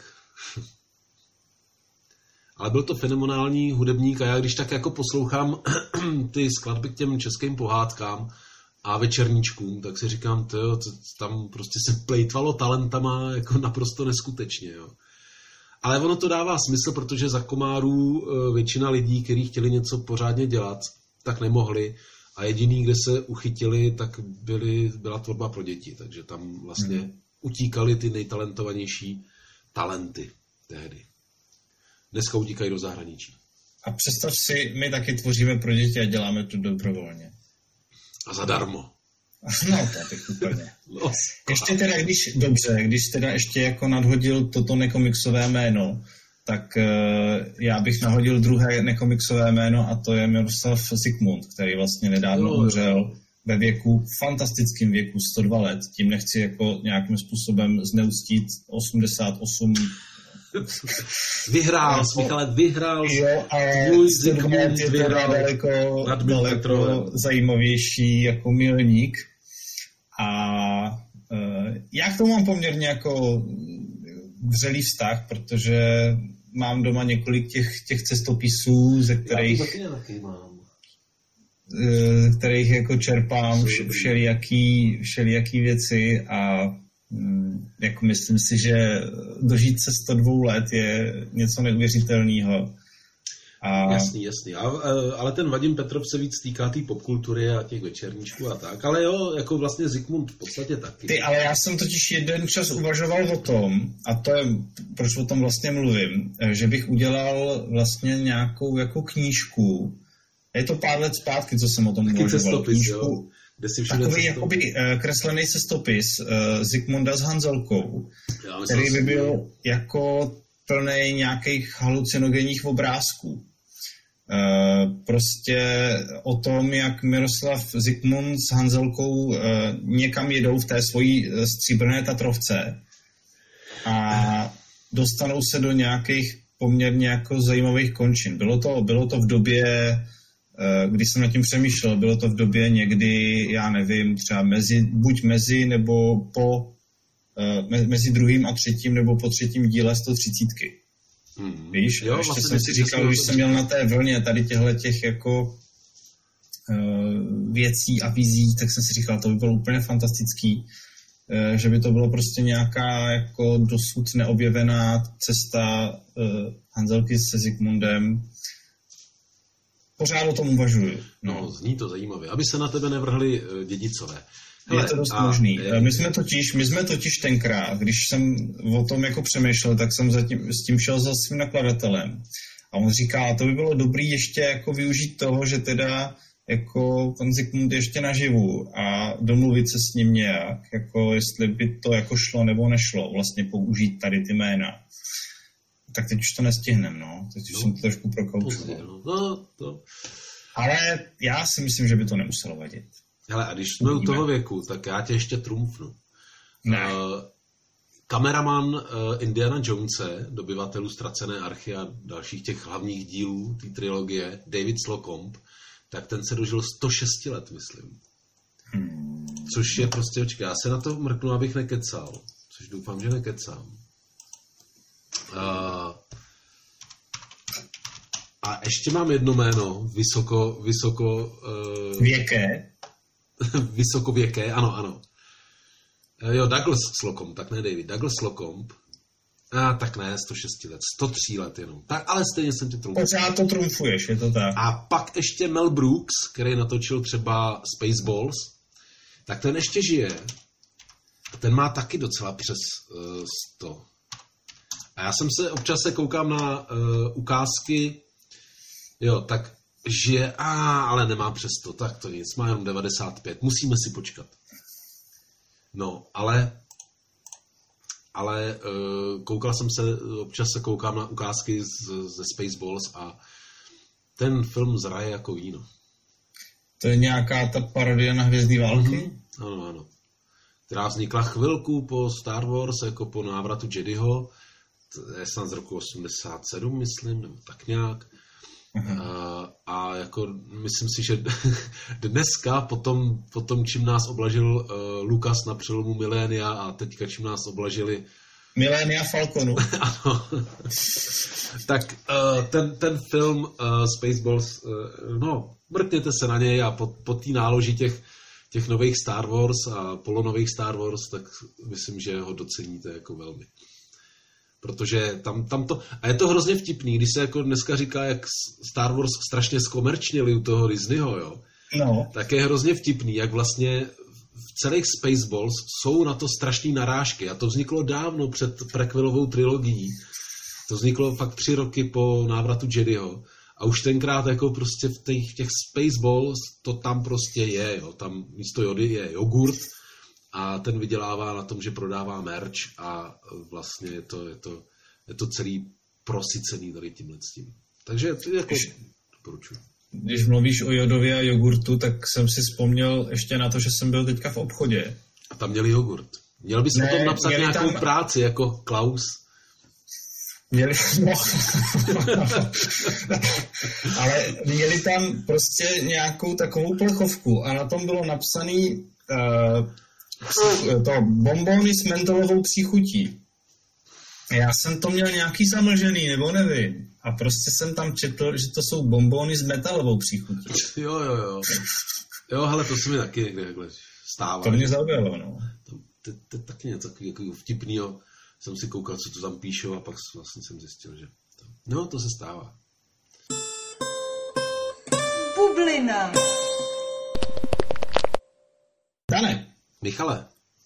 Ale byl to fenomenální hudebník a já když tak jako poslouchám ty skladby k těm českým pohádkám, a večerníčkům, tak si říkám, to tam prostě se plejtvalo talentama jako naprosto neskutečně, jo. Ale ono to dává smysl, protože za komárů většina lidí, kteří chtěli něco pořádně dělat, tak nemohli a jediný, kde se uchytili, tak byly, byla tvorba pro děti, takže tam vlastně hmm. utíkali ty nejtalentovanější talenty tehdy. Dneska utíkají do zahraničí. A představ si, my taky tvoříme pro děti a děláme to dobrovolně. A zadarmo. No, to je úplně. No, ještě teda, když, dobře, když teda ještě jako nadhodil toto nekomiksové jméno, tak uh, já bych nahodil druhé nekomiksové jméno a to je Miroslav Zikmund, který vlastně nedávno umřel ve věku, fantastickém věku, sto dva let. Tím nechci jako nějakým způsobem zneustít osmdesát osm. Vyhrál, jako, Michale, vyhrál. Jo, ale Zikmund je teda daleko, daleko zajímavější jako milník. A uh, já k tomu mám poměrně jako vřelý vztah, protože mám doma několik těch, těch cestopisů, ze kterých, ze kterých jako čerpám vš, všelijaký, všelijaký věci a um, jako myslím si, že dožít se sto dva let je něco neuvěřitelného. A... Jasný, jasný. A, ale ten Vadim Petrov se víc týká té popkultury a těch večerníčků a tak. Ale jo, jako vlastně Zikmund v podstatě taky. Ty, ale já jsem totiž jeden čas uvažoval o tom, a to je, proč o tom vlastně mluvím, že bych udělal vlastně nějakou jako knížku. Je to pár let zpátky, co jsem o tom taky uvažoval. Cestopis, knížku, kde si takový jakoby kreslený cestopis uh, Zikmunda s Hanzelkou, který by byl jako plnej nějakých halucinogenních obrázků. E, prostě o tom, jak Miroslav Zikmund s Hanzelkou e, někam jedou v té svojí stříbrné Tatrovce a dostanou se do nějakých poměrně jako zajímavých končin. Bylo to, bylo to v době, e, když jsem nad tím přemýšlel, bylo to v době někdy, já nevím, třeba mezi, buď mezi nebo po mezi druhým a třetím nebo po třetím díle sto třicítky. Hmm. Víš? Jo, ještě vlastně jsem si říkal, když jsem měl na té vlně tady těchto těch jako uh, věcí a vizí, tak jsem si říkal, to by bylo úplně fantastický, uh, že by to bylo prostě nějaká jako dosud neobjevená cesta uh, Hanzelky se Zikmundem. Pořád o tom uvažuji. No. no, zní to zajímavě. Aby se na tebe nevrhli uh, dědicové. Hele, je to dost a, možný. Je, my jsme totiž, my jsme totiž tenkrát, když jsem o tom jako přemýšlel, tak jsem zatím, s tím šel za svým nakladatelem. A on říká, to by bylo dobrý ještě jako využít toho, že teda jako pan Zikmund ještě naživu a domluvit se s ním nějak, jako jestli by to jako šlo nebo nešlo, vlastně použít tady ty jména. Tak teď už to nestihnem, no. Teď už no, jsem to trošku prokoučoval. No, to... Ale já si myslím, že by to nemuselo vadit. Hele, a když jsme u toho věku, tak já tě ještě trumfnu. Ne. Uh, kameraman uh, Indiana Jonese, dobyvatelů Ztracené archy a dalších těch hlavních dílů té trilogie, David Slocumb, tak ten se dožil sto šest let, myslím. Hmm. Což je prostě, očkej, já se na to mrknu, abych nekecal. Což doufám, že nekecám. Uh, a ještě mám jedno jméno, vysoko, vysoko... Uh, Věké. Vysokověké, ano, ano. Jo, Douglas Slocumb, tak ne David, Douglas Slocumb. A tak ne, sto šest let, sto tři let jenom. Tak, ale stejně jsem tě trumfuje. Pořád to trumfuješ, je to tak. A pak ještě Mel Brooks, který natočil třeba Spaceballs, tak ten ještě žije. A ten má taky docela přes uh, sto. A já jsem se, občas se koukám na uh, ukázky, jo, tak žije, a, ale nemá přes to, tak to nic, má jenom devadesát pět, musíme si počkat. No, ale, ale uh, koukal jsem se, občas se koukám na ukázky z, ze Spaceballs a ten film zraje jako víno. To je nějaká ta parodie na Hvězdné války? Mm-hmm. Ano, ano. Která vznikla chvilku po Star Wars, jako po návratu Jediho, to je snad z roku osmdesát sedm, myslím, nebo tak nějak. A, a jako myslím si, že dneska potom, potom čím nás oblažil uh, Lucas na přelomu milénia a teďka čím nás oblažili milénia Falconu. Ano. Tak uh, ten, ten film uh, Spaceballs, uh, no, mrkněte se na něj a po, po té náloži těch, těch nových Star Wars a polonových Star Wars, tak myslím, že ho doceníte jako velmi. Protože tam, tam to... A je to hrozně vtipný, když se jako dneska říká, jak Star Wars strašně zkomerčnili u toho Disneyho, jo? No. Tak je hrozně vtipný, jak vlastně v celých Spaceballs jsou na to strašný narážky. A to vzniklo dávno před prequelovou trilogií. To vzniklo fakt tři roky po návratu Jediho. A už tenkrát jako prostě v těch, v těch Spaceballs to tam prostě je, jo. Tam místo Jody je jogurt a ten vydělává na tom, že prodává merch a vlastně je to, je to, je to celý prosycený tady tímhle s tím. Takže jako doporučuji. Když mluvíš o Jodově a jogurtu, tak jsem si vzpomněl ještě na to, že jsem byl teďka v obchodě. A tam měli jogurt. Měl bys ne, o tom napsat nějakou tam... práci, jako Klaus. Měli, no. Ale měli tam prostě nějakou takovou plechovku a na tom bylo napsaný uh, to bonbony s mentolovou příchutí. Já jsem to měl nějaký zamlžený, nebo nevím. A prostě jsem tam četl, že to jsou bonbony s metalovou příchutí. Jo, jo, jo. Jo, hele, to se mi taky někde takhle stává. To mě zaujalo, no. To, to, to je taky něco takového vtipného. Jsem si koukal, co tu tam píšou a pak vlastně jsem zjistil, že... To, no, to se stává. Bublina. Dane. Michale.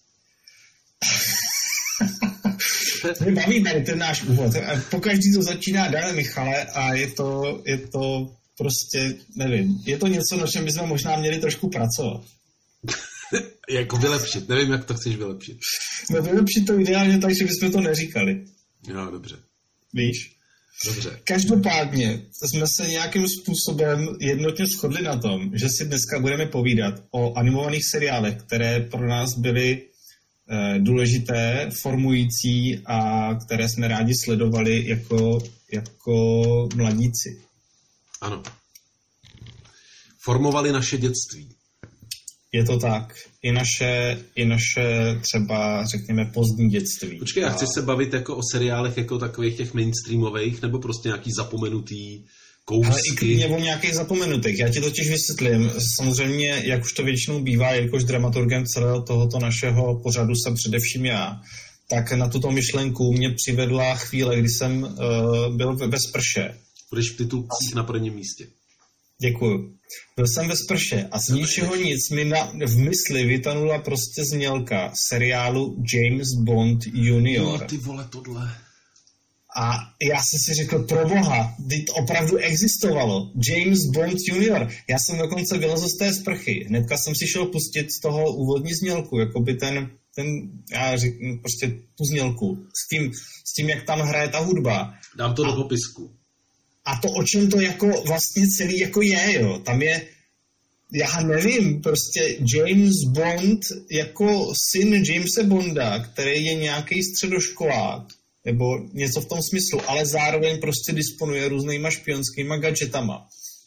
My bavíme ten náš úvod. Pokaždý to začíná Dane Michale a je to, je to prostě, nevím, je to něco, na čem bychom možná měli trošku pracovat. Jako vylepšit, nevím, jak to chceš vylepšit. No vylepšit to ideálně tak, že bychom to neříkali. Jo, dobře. Víš? Dobře. Každopádně jsme se nějakým způsobem jednotně shodli na tom, že si dneska budeme povídat o animovaných seriálech, které pro nás byly eh, důležité, formující a které jsme rádi sledovali jako, jako mladíci. Ano. Formovali naše dětství. Je to tak. I naše, i naše třeba, řekněme, pozdní dětství. Počkej, já chci se bavit jako o seriálech jako takových těch mainstreamových, nebo prostě nějaký zapomenutý kousky? Ale i klidně o nějakých zapomenutých. Já ti totiž vysvětlím. Samozřejmě, jak už to většinou bývá, jakož dramaturgem celého tohoto našeho pořadu jsem především já, tak na tuto myšlenku mě přivedla chvíle, kdy jsem uh, byl ve sprše. Budeš v titulcích na prvním místě. Děkuju. Byl jsem ve sprše a z ničeho nic mi na, v mysli vytanula prostě znělka seriálu James Bond junior. Jo, ty vole, tohle. A já jsem si řekl, proboha, to opravdu existovalo. James Bond junior. Já jsem dokonce vylezl z té sprchy. Hnedka jsem si šel pustit z toho úvodní znělku, jakoby ten, ten já řeknu, prostě tu znělku. S tím, s tím, jak tam hraje ta hudba. Dám to a, do popisku. A to, o čem to jako vlastně celý jako je, jo. Tam je, já nevím, prostě James Bond jako syn Jamese Bonda, který je nějaký středoškolák, nebo něco v tom smyslu, ale zároveň prostě disponuje různýma špionskýma gadgetama.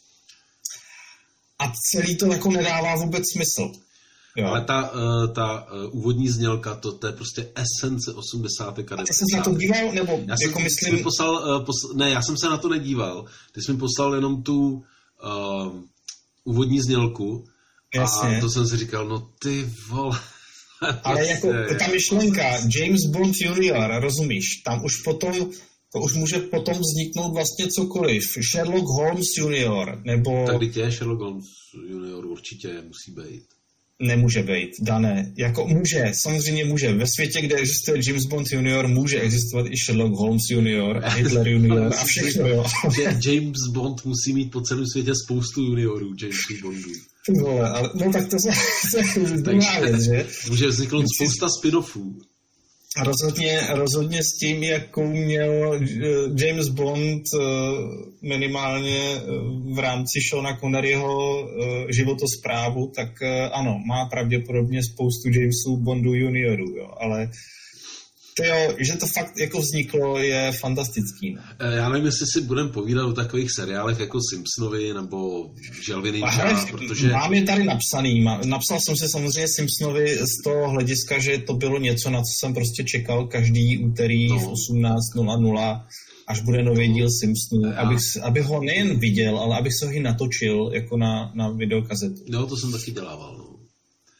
A celý to jako nedává vůbec smysl. Jo. Ale ta, uh, ta uh, úvodní znělka, to, to je prostě esence osmdesátých a devadesátých. A ty jsi se na to díval? Nebo já jako jsem, myslím... poslal, uh, posl... Ne, já jsem se na to nedíval. Ty jsi mi poslal jenom tu uh, úvodní znělku. Jasně. A to jsem si říkal, no ty vole. Ale jako ta myšlenka James Bond junior, rozumíš, tam už potom, to už může potom vzniknout vlastně cokoliv. Sherlock Holmes junior, nebo... Tak kdy je Sherlock Holmes junior určitě musí být. Nemůže být, Dané. Jako může, samozřejmě může. Ve světě, kde existuje James Bond junior, může existovat i Sherlock Holmes junior a Hitler junior a všechno, jo. James Bond musí mít po celém světě spoustu juniorů, James Bondů. Vole, ale, no tak to je druhá věc, že? Může vzniknout spousta spin-offů. A rozhodně, rozhodně s tím, jakou měl James Bond minimálně v rámci Seana Conneryho životosprávu, tak ano, má pravděpodobně spoustu Jamesů Bondů juniorů, jo, ale tyjo, že to fakt jako vzniklo, je fantastický. No. Já nevím, jestli si budeme povídat o takových seriálech jako Simpsonovi nebo Želviny Ninja, protože... Mám je tady napsaný. Napsal jsem si samozřejmě Simpsonovi z toho hlediska, že to bylo něco, na co jsem prostě čekal každý úterý no. v osmnáct nula nula, až bude nový díl Simpsonů, abych, abych ho nejen viděl, ale abych se ho i natočil jako na, na videokazetu. No, to jsem taky dělával, no.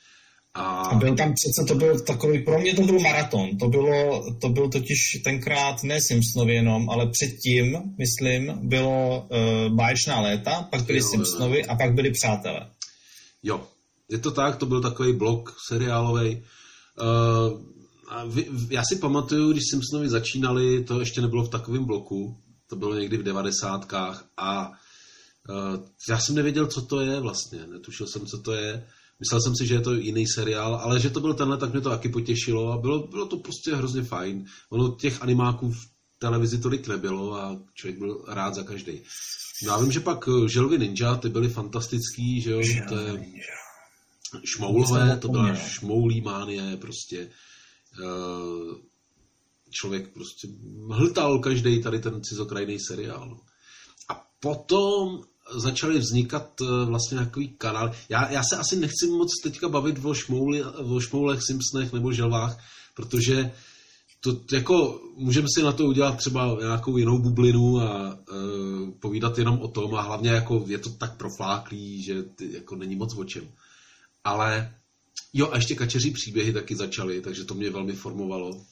A byl tam přece, to byl takový, pro mě to byl maraton, to bylo, to byl totiž tenkrát ne Simpsonovi jenom, ale předtím, myslím, bylo uh, Báječná léta, pak byli jo, Simpsonovi a pak byli Přátelé. Jo, je to tak, to byl takový blok seriálovej. Uh, a vy, já si pamatuju, když Simpsonovi začínali, to ještě nebylo v takovém bloku, to bylo někdy v devadesátkách a uh, já jsem nevěděl, co to je vlastně, netušil jsem, co to je. Myslel jsem si, že je to jiný seriál, ale že to byl tenhle, tak mě to taky potěšilo a bylo, bylo to prostě hrozně fajn. Ono těch animáků v televizi tolik nebylo a člověk byl rád za každý. No já vím, že pak Želvy ninja, ty byly fantastický, že jo, to je šmoulové, to byla šmoulí mánie, prostě člověk prostě hltal každý tady ten cizokrajný seriál. A potom začaly vznikat vlastně takový kanál. Já, já se asi nechci moc teďka bavit o, šmouli, o šmoulech, Simpsonech nebo želvách, protože to jako můžeme si na to udělat třeba nějakou jinou bublinu a uh, povídat jenom o tom a hlavně jako je to tak profláklý, že ty, jako není moc o čem. Ale jo, a ještě Kačeří příběhy taky začaly, takže to mě velmi formovalo. Uh,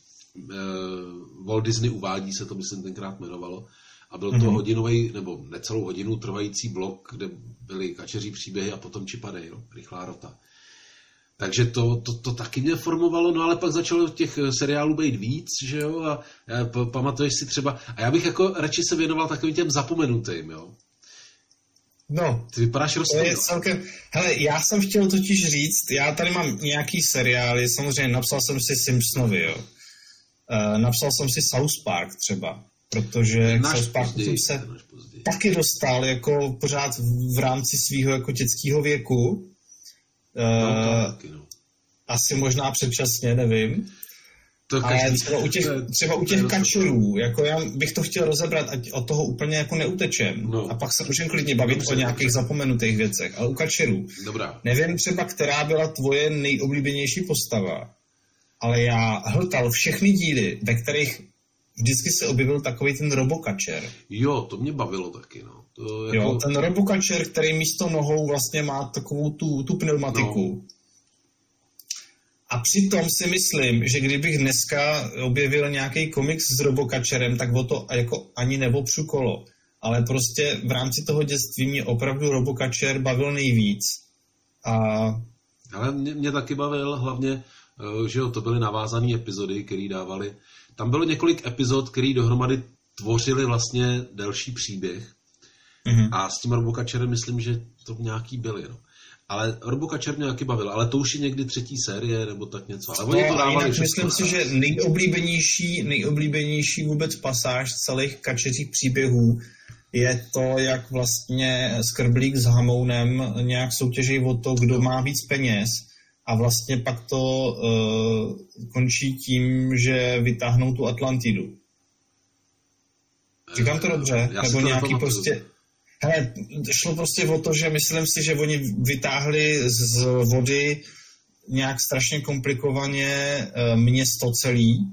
Walt Disney uvádí se to, myslím, tenkrát jmenovalo. A byl to mm-hmm. hodinový, nebo necelou hodinu trvající blok, kde byly Kačeří příběhy a potom Chip a Dale, Rychlá rota. Takže to, to, to taky mě formovalo, no ale pak začalo těch seriálů být víc, že jo, a p- pamatuješ si třeba, a já bych jako radši se věnoval takovým těm zapomenutým, jo. No, ty vypadáš rozhodně. Celkem... Hele, já jsem chtěl totiž říct, já tady mám nějaký seriály, samozřejmě napsal jsem si Simpsonovi, jo. Uh, napsal jsem si South Park třeba. Protože South Park jsem se taky dostal jako pořád v rámci svého jako dětského věku. No, uh, taky, no. Asi možná předčasně, nevím. To ale každý... třeba u těch, třeba u těch kačerů, jako já bych to chtěl rozebrat, ať od toho úplně jako neutečem. No. A pak se můžeme klidně bavit dobře, o nějakých dobře. zapomenutých věcech. Ale u kačerů. Dobrá. Nevím třeba, která byla tvoje nejoblíbenější postava, ale já hltal všechny díly, ve kterých vždycky se objevil takový ten robokačer. Jo, to mě bavilo taky, no. To jako... Jo, ten robokačer, který místo nohou vlastně má takovou tu, tu pneumatiku. No. A přitom si myslím, že kdybych dneska objevil nějaký komiks s robokačerem, tak o to jako ani neopřu kolo. Ale prostě v rámci toho dětství mě opravdu robokačer bavil nejvíc. A... Ale mě, mě taky bavil hlavně, že jo, to byly navázané epizody, které dávali. Tam bylo několik epizod, které dohromady tvořily vlastně delší příběh. Mm-hmm. A s tím robokačerem myslím, že to nějaký byly. No. Ale robokačer mě taky bavil, ale to už je někdy třetí série, nebo tak něco. Ale oni no, to dávali myslím si, že nejoblíbenější, nejoblíbenější vůbec pasáž celých kačeřích příběhů je to, jak vlastně Skrblík s Hamounem nějak soutěží o to, kdo má víc peněz. A vlastně pak to uh, končí tím, že vytáhnou tu Atlantidu. Říkám to dobře? Já Nebo nějaký prostě... Hele, šlo prostě o to, že myslím si, že oni vytáhli z vody nějak strašně komplikovaně uh, město celý.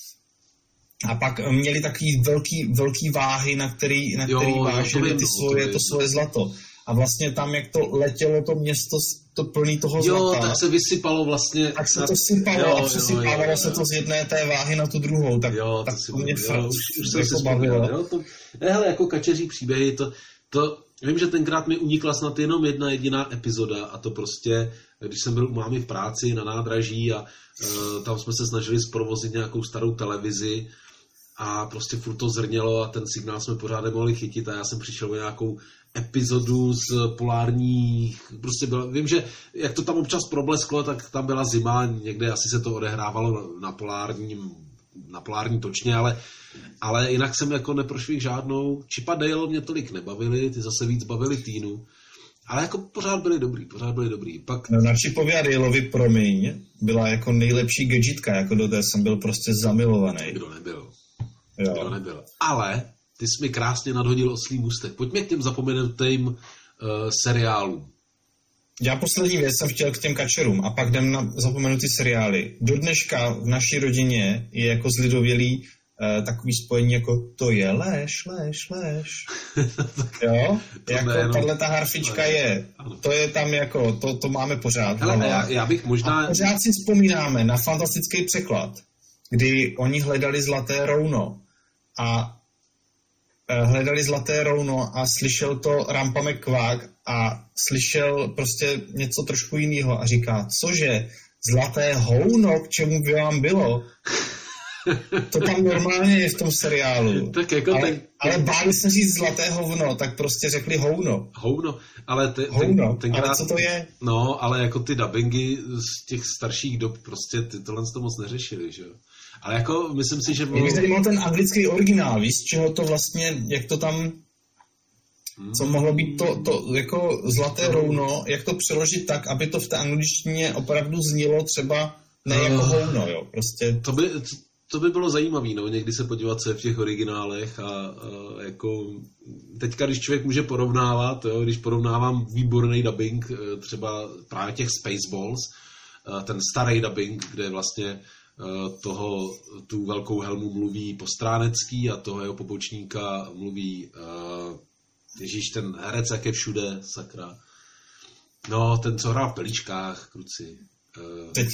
A pak měli takový velký, velký váhy, na který, na který jo, vážili ty svoje, to svoje zlato. A vlastně tam, jak to letělo to město, to plný toho zlata. Jo, tak se vysypalo vlastně. Tak se to sypalo jo, a přesypávalo se to z jedné té váhy na tu druhou. Tak, jo, tak to, to mě jo, už, už se jako bavilo. Jo, to, ne, hele, jako Kačeří příběhy, to, to, vím, že tenkrát mi unikla snad jenom jedna jediná epizoda a to prostě, když jsem byl u mámy v práci na nádraží a uh, tam jsme se snažili zprovozit nějakou starou televizi a prostě furt to zrnělo a ten signál jsme pořád nemohli chytit a já jsem přišel o nějakou epizodu z polárních, prostě byla, vím, že jak to tam občas problesklo, tak tam byla zima, někde asi se to odehrávalo na polárním, na polární točně, ale, ale jinak jsem jako neprošvih žádnou. Chip a Dale mě tolik nebavili, ty zase víc bavili Týnu, ale jako pořád byli dobrý, pořád byli dobrý. Pak... No, na Chipovi a Daleovi, promiň, byla jako nejlepší gadgetka, jako do té jsem byl prostě zamilovaný. Kdo nebyl. Jo. Kdo nebyl. Ale ty jsi mi krásně nadhodil oslý můstek. Pojďme k těm zapomenutým uh, seriálům. Já poslední věc jsem chtěl k těm kačerům a pak jdem na zapomenutý seriály. Do dneška v naší rodině je jako zlidovělý uh, takový spojení jako to je lež, lež, lež. Jo? Jako tahle ta harfička je. To je tam jako, to, to máme pořád. Hele, já, já bych možná... A pořád si vzpomínáme na fantastický překlad, kdy oni hledali zlaté rouno a hledali zlaté rouno a slyšel to Rampa McQuack a slyšel prostě něco trošku jiného a říká, cože, zlaté houno, k čemu by vám bylo? To tam normálně je v tom seriálu. Tak jako ale, ten, ale báli se říct zlaté hovno, tak prostě řekli houno. Houno, ale te, houno, ten, tenkrát, ale co to je? No, ale jako ty dubbingy z těch starších dob prostě ty tohle to moc neřešili, že jo. Ale jako myslím si, že... Bylo... Mě zajímal ten anglický originál, víš, čeho to vlastně, jak to tam... Co mohlo být to, to jako zlaté rouno, jak to přeložit tak, aby to v té angličtině opravdu znělo třeba ne jako uh, houno, jo, prostě... To by, to by bylo zajímavé, no, někdy se podívat, co je v těch originálech a, a jako... Teďka, když člověk může porovnávat, jo, když porovnávám výborný dubbing, třeba právě těch Spaceballs, ten starý dubbing, kde vlastně toho, tu velkou helmu mluví Postránecký a toho jeho pobočníka mluví uh, Ježíš, ten herec, jak je všude, sakra. No, ten, co hrál v Pelíčkách, kruci. Uh, Teď,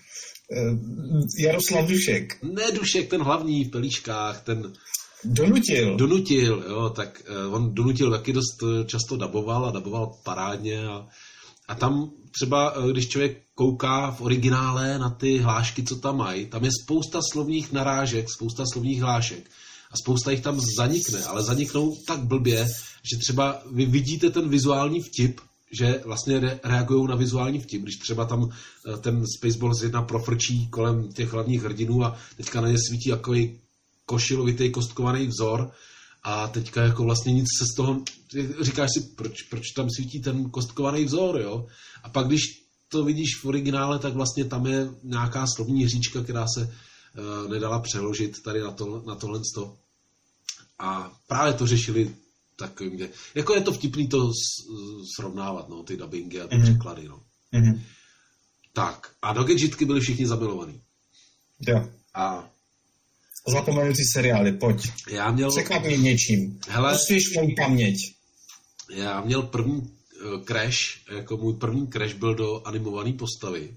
Jaroslav Dušek. Ne Dušek, ten hlavní v Pelíčkách, ten... Donutil. Donutil, jo, tak uh, on Donutil taky dost často daboval a daboval parádně a, a tam třeba, když člověk kouká v originále na ty hlášky, co tam mají, tam je spousta slovních narážek, spousta slovních hlášek a spousta jich tam zanikne, ale zaniknou tak blbě, že třeba vy vidíte ten vizuální vtip, že vlastně re- reagují na vizuální vtip, když třeba tam ten Spaceballs jedna profrčí kolem těch hlavních hrdinů a teďka na ně svítí takový košilovitý kostkovaný vzor a teďka jako vlastně nic se z toho, říkáš si, proč, proč tam svítí ten kostkovaný vzor, jo? A pak když to vidíš v originále, tak vlastně tam je nějaká slovní hříčka, která se uh, nedala přeložit tady na, to, na tohle sto. A právě to řešili takovým, kde, jako je to vtipný to s, srovnávat, no, ty dubbingy a ty mm-hmm. překlady, no. Mm-hmm. Tak, a do Gadgetky byli všichni zamilovaní. Jo. A zapomenutý seriály, pojď. Já měl... Překvap mě něčím. Hele, osvěž mou paměť. Já měl první uh, crash, jako můj první crash byl do animované postavy.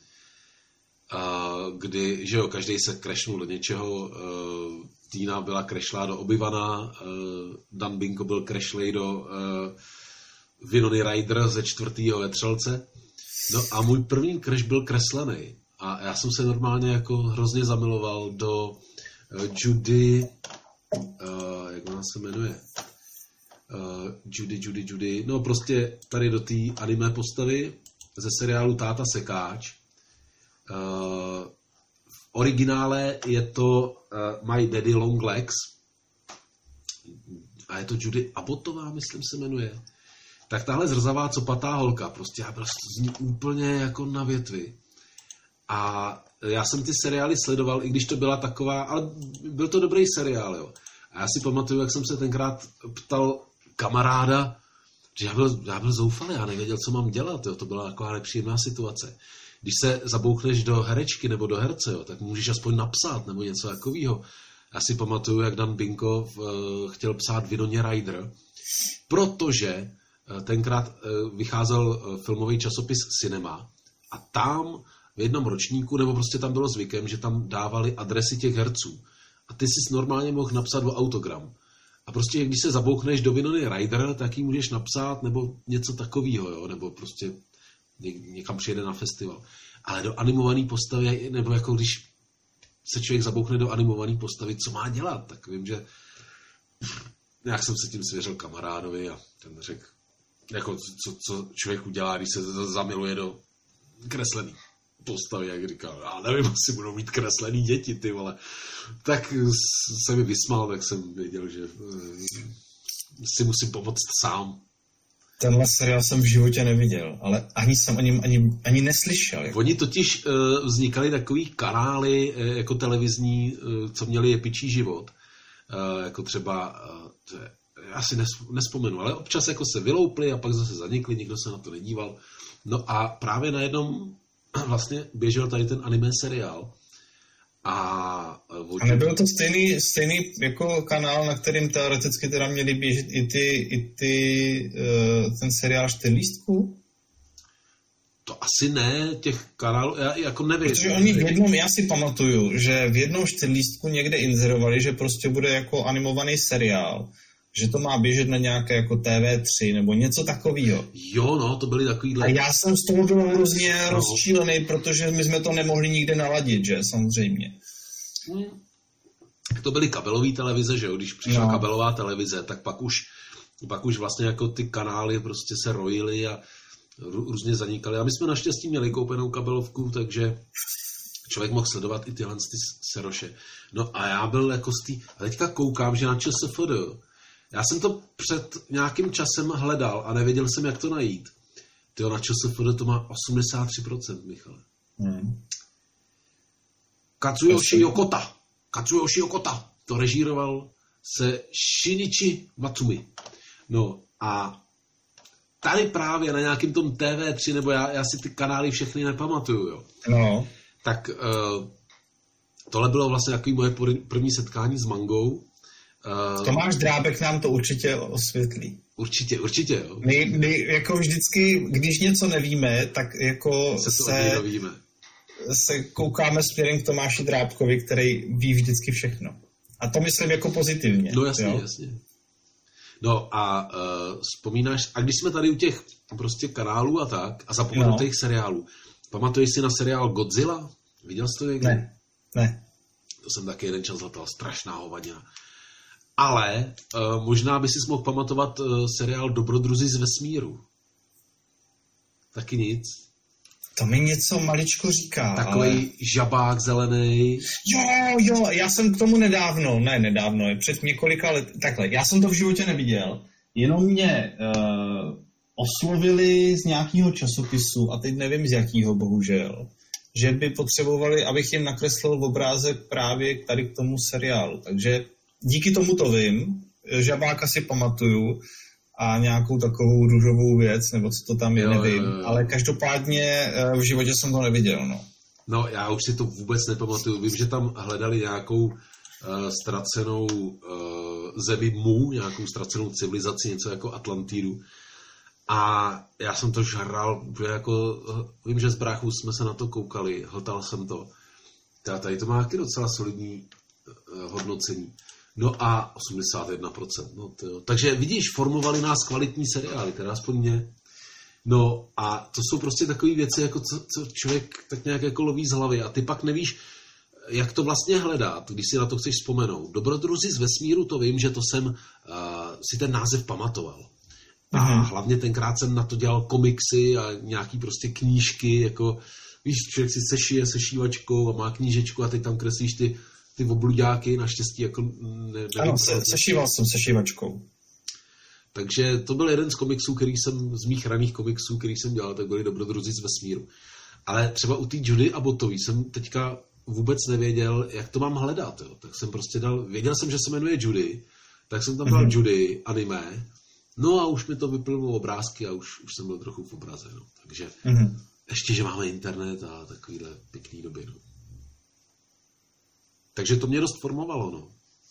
Uh, kdy, že jo, každý se crashnul do něčeho. Uh, Týna byla crashlá do Obi-Wana, uh, Dan Binko byl crashlej do uh, Winony Ryder ze čtvrtýho Vetřelce. No a můj první crash byl kreslený. A já jsem se normálně jako hrozně zamiloval do uh, Judy, uh, jak ona se jmenuje? Uh, Judy, Judy, Judy, no prostě tady do té anime postavy ze seriálu Táta Sekáč. Uh, v originále je to uh, My Daddy Long Legs a je to Judy Abbotová, myslím se jmenuje. Tak tahle zrzavá copatá holka, prostě já prostě z ní úplně jako na větvi. A já jsem ty seriály sledoval, i když to byla taková, ale byl to dobrý seriál, jo. A já si pamatuju, jak jsem se tenkrát ptal kamaráda, že já byl, já byl zoufalý, já nevěděl, co mám dělat, jo. To byla taková nepříjemná situace. Když se zabouchneš do herečky nebo do herce, jo, tak můžeš aspoň napsat nebo něco takového. Já si pamatuju, jak Dan Binko uh, chtěl psát Winoně Ryder, protože uh, tenkrát uh, vycházel uh, filmový časopis Cinema a tam v jednom ročníku, nebo prostě tam bylo zvykem, že tam dávali adresy těch herců. A ty jsi normálně mohl napsat o autogram. A prostě, když se zabouchneš do Winony Ryder, tak ji můžeš napsat, nebo něco takového, jo, nebo prostě někam přijede na festival. Ale do animované postavy, nebo jako když se člověk zabouchne do animované postavy, co má dělat? Tak vím, že nějak jsem se tím svěřil kamarádovi a ten řekl, jako co, co člověk udělá, když se zamiluje do kreslený postavy, jak říkal, já nevím, asi budou mít kreslený děti, ty vole. Tak se mi vysmál, tak jsem věděl, že si musím pomoct sám. Tenhle seriál jsem v životě neviděl, ale ani jsem ani, ani, ani neslyšel. Jako. Oni totiž uh, vznikaly takový kanály uh, jako televizní, uh, co měli Jepičí život. Uh, jako třeba, uh, já si nes, nespomenu, ale občas jako se vyloupli a pak zase zanikli, nikdo se na to nedíval. No a právě na jednom vlastně běžel tady ten anime seriál A, a nebyl to stejný, stejný jako kanál, na kterým teoreticky teda měli běžet i ty, i ty uh, ten seriál Čtyřlístků? To asi ne, těch kanálů, já jako nevím. Protože oni v jednom, já si pamatuju, že v jednom Čtyřlístku někde inzerovali, že prostě bude jako animovaný seriál, že to má běžet na nějaké jako T V tři nebo něco takového. Jo, no, to byly takovýhle... A já jsem z toho byl hrozně no. rozčílený, protože my jsme to nemohli nikde naladit, že, samozřejmě. Hmm. To byly kabelové televize, že jo, když přišla no. kabelová televize, tak pak už, pak už vlastně jako ty kanály prostě se rojily a různě zanikaly. A my jsme naštěstí měli koupenou kabelovku, takže člověk mohl sledovat i tyhle ty seroše. No a já byl jako z tý... A teďka koukám, že na ČSFD, já jsem to před nějakým časem hledal a nevěděl jsem, jak to najít. Tyjo, na ČSFD to má osmdesát tři procent, Michale. Hmm. Katsuyoshi Yokota. Katsuyoshi Yokota. To režíroval se Shinichi Matsumi. No a tady právě na nějakým tom T V tři, nebo já, já si ty kanály všechny nepamatuju, jo. No. Tak uh, tohle bylo vlastně takový moje první setkání s mangou. Uh, Tomáš Drábek nám to určitě osvětlí. Určitě, určitě, jo. My, my jako vždycky, když něco nevíme, tak jako se, se, se koukáme směrem k Tomáši Drábkovi, který ví vždycky všechno. A to myslím jako pozitivně. No jasně, jo? jasně. No a uh, vzpomínáš, a když jsme tady u těch prostě kanálů a tak, a zapomenutých no. seriálů, pamatuješ si na seriál Godzilla? Viděl jsi to někdy? Ne, ne. To jsem taky jeden čas hledal, strašná hovadina. Ale uh, možná by si mohl pamatovat uh, seriál Dobrodruzi z vesmíru. Taky nic. To mi něco maličko říká. Takový ale... žabák zelený. Jo, jo, já jsem k tomu nedávno, ne nedávno, před několika let, takhle, já jsem to v životě neviděl, jenom mě uh, oslovili z nějakého časopisu, a teď nevím z jakého, bohužel, že by potřebovali, abych jim nakreslil obrázek právě tady k tomu seriálu, takže díky tomu to vím, žabáka si pamatuju, a nějakou takovou růžovou věc, nebo co to tam je, jo, nevím. Jo, jo. Ale každopádně v životě jsem to neviděl, no. No, já už si to vůbec nepamatuju. Vím, že tam hledali nějakou uh, ztracenou uh, zemi Mu, nějakou ztracenou civilizaci, něco jako Atlantidu. A já jsem to žral, že jako, uh, vím, že s bráchou jsme se na to koukali, hltal jsem to. Teda tady to má taky docela solidní uh, hodnocení. No a osmdesát jedna procent. No to, takže vidíš, formovali nás kvalitní seriály, teda aspoň mě. No a to jsou prostě takové věci, jako co, co člověk tak nějak jako loví z hlavy a ty pak nevíš, jak to vlastně hledat, když si na to chceš vzpomenout. Dobrodruzi z vesmíru, to vím, že to jsem uh, si ten název pamatoval. A Aha. hlavně tenkrát jsem na to dělal komiksy a nějaký prostě knížky, jako víš, člověk si sešije se šívačkou a má knížečku a teď tam kreslíš ty ty obluďáky, naštěstí jako... Ne, ano, se, sešíval jsem se šívačkou. Takže to byl jeden z komiksů, který jsem, z mých raných komiksů, který jsem dělal, tak byli Dobrodruzi z vesmíru. Ale třeba u té Judy Abbotový jsem teďka vůbec nevěděl, jak to mám hledat. Jo. Tak jsem prostě dal, věděl jsem, že se jmenuje Judy, tak jsem tam dal mm-hmm. Judy, anime, no a už mi to vyplynulo obrázky a už, už jsem byl trochu v obraze. No. Takže mm-hmm. ještě, že máme internet a takovýhle pěkný doby. No. Takže to mě dost formovalo, no.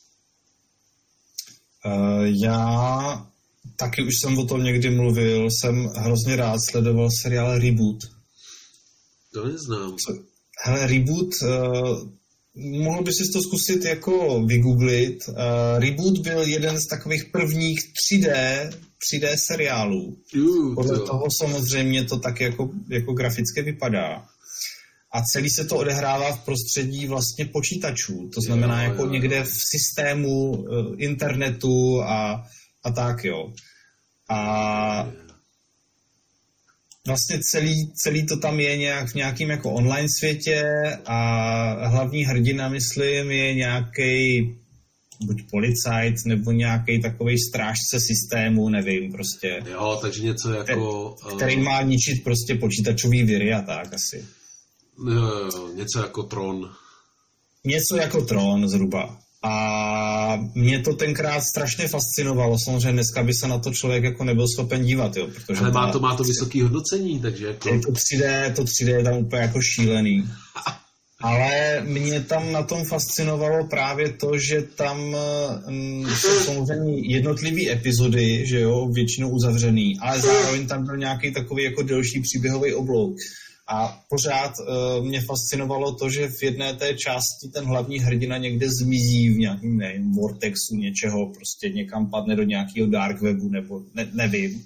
Uh, já taky už jsem o tom někdy mluvil, jsem hrozně rád sledoval seriál Reboot. To neznám. Hele, Reboot, uh, mohl bys si to zkusit jako vygooglit. Uh, Reboot byl jeden z takových prvních tři dé, tři dé seriálů. Uh, Podle to. toho samozřejmě to tak jako, jako graficky vypadá. A celý se to odehrává v prostředí vlastně počítačů. To znamená jo, jako jo. někde v systému uh, internetu a, a tak, jo. A vlastně celý, celý to tam je nějak v nějakým jako online světě a hlavní hrdina, myslím, je nějaký buď policajt, nebo nějaký takovej strážce systému, nevím, prostě. Jo, takže něco jako... Který má ničit prostě počítačový viry a tak asi. Jo, jo, něco jako Tron. Něco jako Tron zhruba. A mě to tenkrát strašně fascinovalo. Samozřejmě dneska by se na to člověk jako nebyl schopen dívat, jo. Protože ale má to, má to vysoké hodnocení, takže jako... To tři dé, to tři dé je tam úplně jako šílený. Ale mě tam na tom fascinovalo právě to, že tam mm, jsou samozřejmě jednotlivý epizody, že jo, většinou uzavřený, ale zároveň tam byl nějaký takový jako delší příběhový oblouk. A pořád uh, mě fascinovalo to, že v jedné té části ten hlavní hrdina někde zmizí v nějakém, nevím, vortexu něčeho, prostě někam padne do nějakého dark webu, nebo ne, nevím.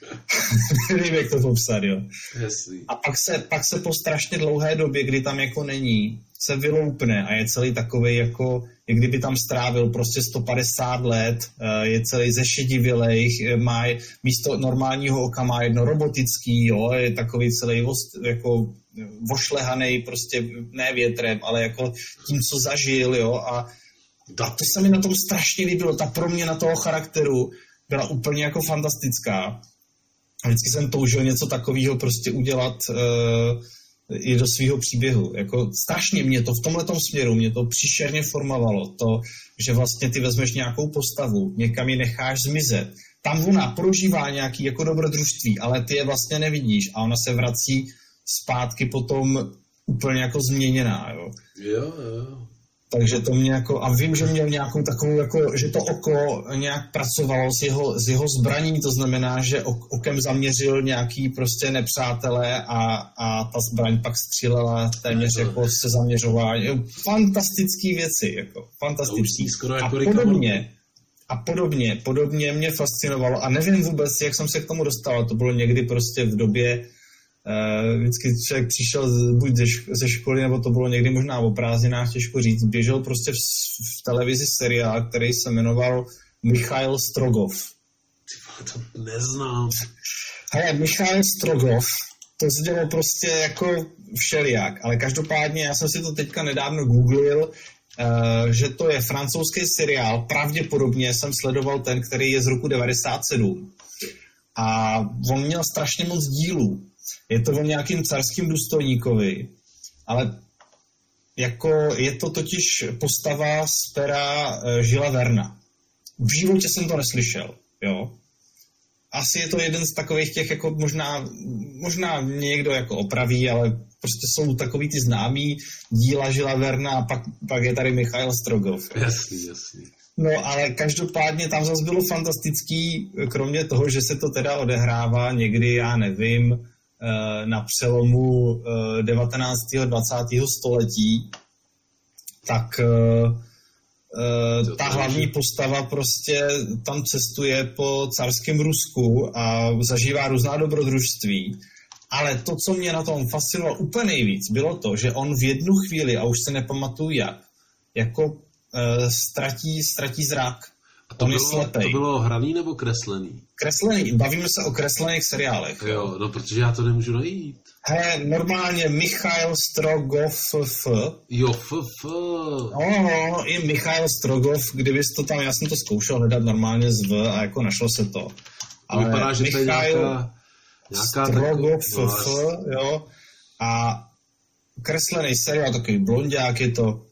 Nevím, jak to popsat, jo. Jasný. A pak se, pak se po strašně dlouhé době, kdy tam jako není, se vyloupne a je celý takovej jako, jak kdyby tam strávil prostě sto padesát let, je celý zešedivělej, má místo normálního oka má jedno robotický, jo, je takový celý jako vošlehanej prostě ne větrem, ale jako tím, co zažil, jo, a, a to se mi na tom strašně líbilo, ta proměna toho charakteru byla úplně jako fantastická. Vždycky jsem toužil něco takového prostě udělat uh, i do svého příběhu. Jako strašně mě to v tomhletom směru, mě to příšerně formovalo. To, že vlastně ty vezmeš nějakou postavu, někam ji necháš zmizet. Tam ona prožívá nějaký jako dobrodružství, ale ty je vlastně nevidíš a ona se vrací zpátky potom úplně jako změněná. Jo, jo. jo. Takže to mě jako, a vím, že měl nějakou takovou, jako, že to oko nějak pracovalo s jeho, s jeho zbraní, to znamená, že okem zaměřil nějaký prostě nepřátelé a, a ta zbraň pak střílela téměř jako se zaměřování. Fantastický věci, jako, fantastický. A podobně, a podobně, podobně mě fascinovalo a nevím vůbec, jak jsem se k tomu dostal, to bylo někdy prostě v době, Uh, vždycky člověk přišel z, buď ze, ze školy, nebo to bylo někdy možná o prázdninách, těžko říct. Běžel prostě v, v televizi seriál, který se jmenoval Michail Strogov. Ty to neznám. Hele, Michail Strogov, to se dělo prostě jako všelijak, ale každopádně já jsem si to teďka nedávno googlil, uh, že to je francouzský seriál, pravděpodobně jsem sledoval ten, který je z roku devadesát sedm. A on měl strašně moc dílů. Je to o nějakým carským důstojníkovi, ale jako je to totiž postava z pera Žila Verna. V životě jsem to neslyšel, jo. Asi je to jeden z takových těch, jako možná, možná někdo jako opraví, ale prostě jsou takový ty známý díla Žila Verna a pak, pak je tady Michail Strogov. Jasný, jasný. No, ale každopádně tam zase bylo fantastický, kromě toho, že se to teda odehrává někdy, já nevím, na přelomu devatenáctého dvacátého století, tak ta hlavní postava prostě tam cestuje po carském Rusku a zažívá různá dobrodružství. Ale to, co mě na tom fascinovalo úplně nejvíc, bylo to, že on v jednu chvíli, a už se nepamatuju jak, jako uh, ztratí, ztratí zrak. A to, on bylo, je slepej. To bylo hraný nebo kreslený? Kreslený. Bavíme se o kreslených seriálech. Jo, jo, no protože já to nemůžu najít. Hele, normálně Michail Strogov F. Jo, F, F. No, i Michail Strogov, kdybys to tam, já jsem to zkoušel hledat normálně z V a jako našlo se to. Ale vypadá, že to je nějaká, nějaká Strogov F, jo. A kreslený seriál, takový blonďák je to.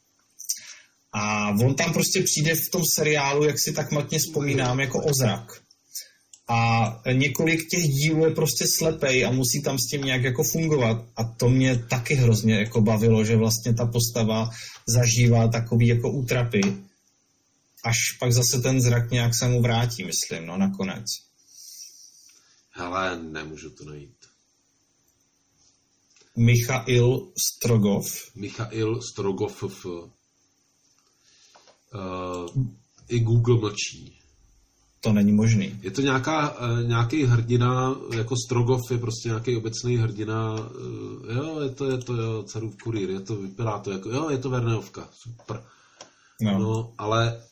A on tam prostě přijde v tom seriálu, jak si tak matně vzpomínám, jako ozrak. A několik těch dílů je prostě slepej a musí tam s tím nějak jako fungovat. A to mě taky hrozně jako bavilo, že vlastně ta postava zažívá takový jako útrapy. Až pak zase ten zrak nějak se mu vrátí, myslím, no nakonec. Hele, nemůžu to najít. Michail Strogov. Michail Strogov F. Uh, I Google mlčí. To není možný. Je to nějaká, uh, nějaký hrdina, jako Strogov je prostě nějaký obecný hrdina, uh, jo, je to, je to, jo, Carův kurýr, je to, vypadá to jako, jo, je to Verneovka, super. No. no, ale...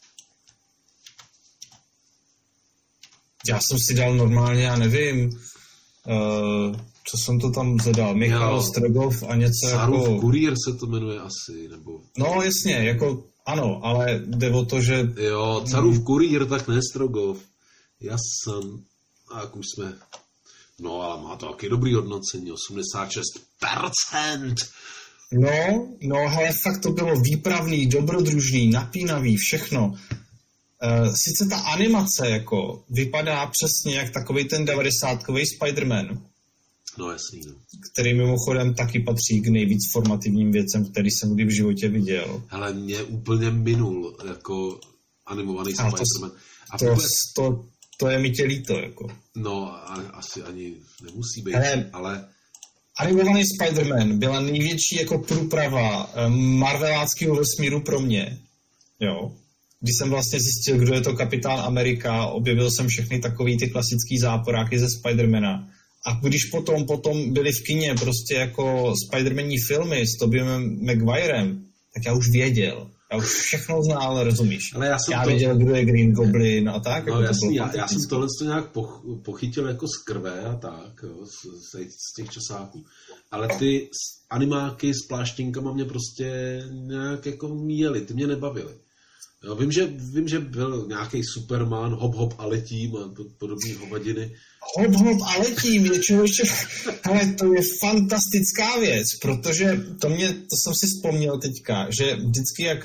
Já jsem si dal normálně, já nevím, uh, co jsem to tam zadal, Michal Strogov a něco Carův jako... kurýr se to jmenuje asi, nebo... No jasně, jako... Ano, ale jde o to, že... Jo, Carův kurýr, tak ne Strogov. Jasan. A jak už jsme... No, ale má to taky dobrý hodnocení, osmdesát šest procent. No, no, ale fakt to bylo výpravný, dobrodružný, napínavý, všechno. E, sice ta animace, jako, vypadá přesně jak takovej ten devadesátkový Spider-Man. No jasný, no. Který mimochodem taky patří k nejvíc formativním věcem, který jsem kdy v životě viděl. Hele, mě úplně minul jako animovaný A Spider-Man. A to, vůbec... to, to je mi tě líto, jako. No, a, asi ani nemusí být, Hele, ale... Animovaný Spider-Man byla největší jako průprava marveláckého vesmíru pro mě. Jo. Když jsem vlastně zjistil, kdo je to Kapitán Amerika, objevil jsem všechny takový ty klasický záporáky ze Spider-Mana. A když potom, potom byly v kině prostě jako Spider-Manní filmy s Tobeyem Maguirem, tak já už věděl. Já už všechno znal, rozumíš? Ale já jsem já to... věděl, kdo je Green Goblin a tak. No jako jasný, to já, já jsem tohle to nějak poch, pochytil jako z krve a tak, jo, z, z těch časáků. Ale ty animáky s pláštěnkama mě prostě nějak jako míjely, ty mě nebavily. Jo, vím, že, vím, že byl nějaký Superman, hop hop a letím a podobné hovadiny. Hop hop a letím, je člověče, ale to je fantastická věc, protože to mě, to jsem si vzpomněl teďka, že vždycky jak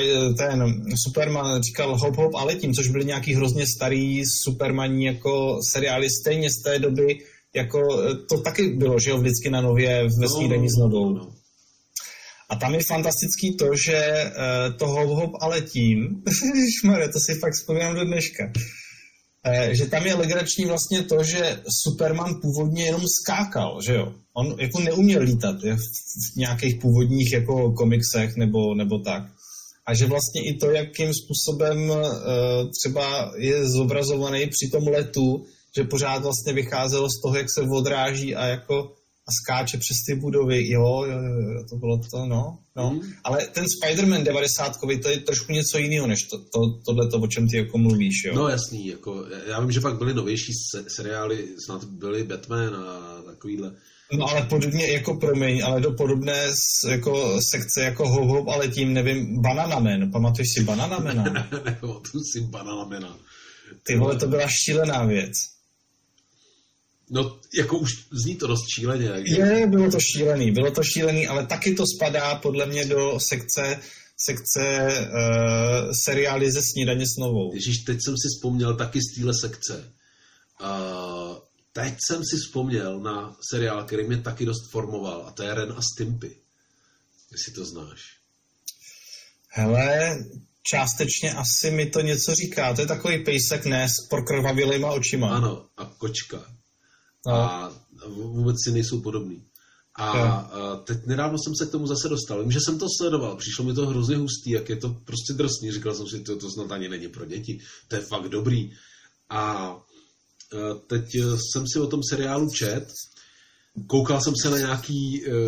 ten Superman říkal hop hop a letím, což byly nějaký hrozně starý Supermaní jako seriály stejně z té doby, jako to taky bylo, že jo, vždycky na Nově ve snídani s Novou. No. A tam je fantastický to, že to hop hop a letím, šmare, to si fakt vzpomínám do dneška, že tam je legrační vlastně to, že Superman původně jenom skákal, že jo. On jako neuměl lítat v nějakých původních jako komiksech nebo, nebo tak. A že vlastně i to, jakým způsobem třeba je zobrazovaný při tom letu, že pořád vlastně vycházelo z toho, jak se odráží a jako a skáče přes ty budovy, jo, jo, jo, to bylo to, no, no. Mm. Ale ten Spider-Man devadesátkový, to je trošku něco jiného, než to, to, tohleto, o čem ty jako mluvíš, jo. No jasný, jako, já vím, že pak byly novější se, seriály, snad byly Batman a takovýhle. No ale podobně, jako promiň, ale do podobné jako sekce jako Hop Hop a letím, nevím, Banana Man, pamatuješ si Banana Mana? Nepamatuju si Banana Mana. Ty vole, to byla šílená věc. No, jako už zní to dost šíleně. Jak... Je, bylo to šílený, bylo to šílený, ale taky to spadá podle mě do sekce, sekce uh, seriály ze Snídaně s Novou. Ježíš, teď jsem si vzpomněl taky z téhle sekce. Uh, teď jsem si vzpomněl na seriál, který mě taky dost formoval, a to je Ren a Stimpy. Jestli to znáš. Hele, částečně asi mi to něco říká. To je takový pejsek, ne, s prokrvavělejma očima. Ano, a kočka. No. A vůbec si nejsou podobný. A no. teď nedávno jsem se k tomu zase dostal. Vím, že jsem to sledoval, přišlo mi to hrozně hustý, jak je to prostě drsný. Říkal jsem si, to, to snad ani není pro děti. To je fakt dobrý. A teď jsem si o tom seriálu čet, koukal jsem se na nějaký uh,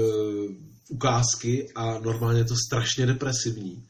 ukázky a normálně je to strašně depresivní.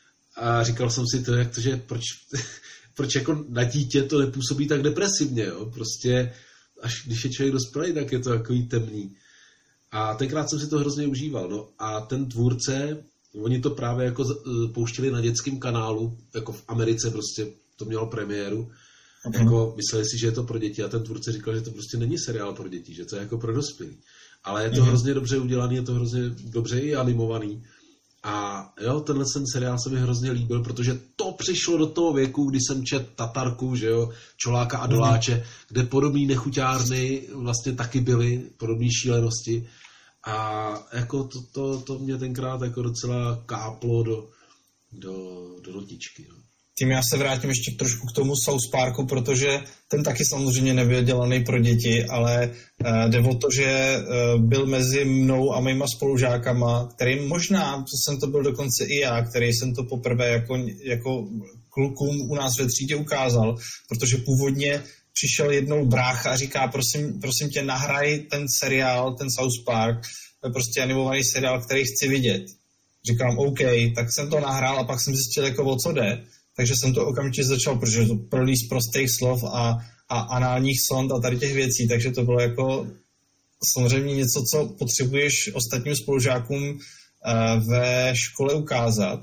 A říkal jsem si to, jak to, že proč, proč jako na dítě to nepůsobí tak depresivně, jo? Prostě až když je člověk dospělý, tak je to takový temný. A tenkrát jsem si to hrozně užíval. No. A ten tvůrce, oni to právě jako pouštěli na dětském kanálu, jako v Americe prostě to mělo premiéru. Uh-huh. Jako mysleli si, že je to pro děti a ten tvůrce říkal, že to prostě není seriál pro děti, že to je jako pro dospělí. Ale je to uh-huh. hrozně dobře udělaný, je to hrozně dobře i animovaný. A jo, tenhle ten seriál se mi hrozně líbil, protože to přišlo do toho věku, kdy jsem čet Tatarku, že jo, Čoláka a Doláče, mm. kde podobné nechuťárny vlastně taky byly, podobné šílenosti. A jako to, to, to mě tenkrát jako docela káplo do, do, do notičky. No. Tím já se vrátím ještě trošku k tomu South Parku, protože ten taky samozřejmě nebyl dělaný pro děti, ale uh, jde o to, že uh, byl mezi mnou a mýma spolužákama, kterým možná, co jsem to byl dokonce i já, který jsem to poprvé jako, jako klukům u nás ve třídě ukázal, protože původně přišel jednou brácha a říká, prosím, prosím tě, nahraj ten seriál, ten South Park, to je prostě animovaný seriál, který chci vidět. Říkám, OK, tak jsem to nahrál a pak jsem zjistil, jako o co jde. Takže jsem to okamžitě začal, protože to prolíz prostých slov a, a análních sond a tady těch věcí, takže to bylo jako samozřejmě něco, co potřebuješ ostatním spolužákům uh, ve škole ukázat.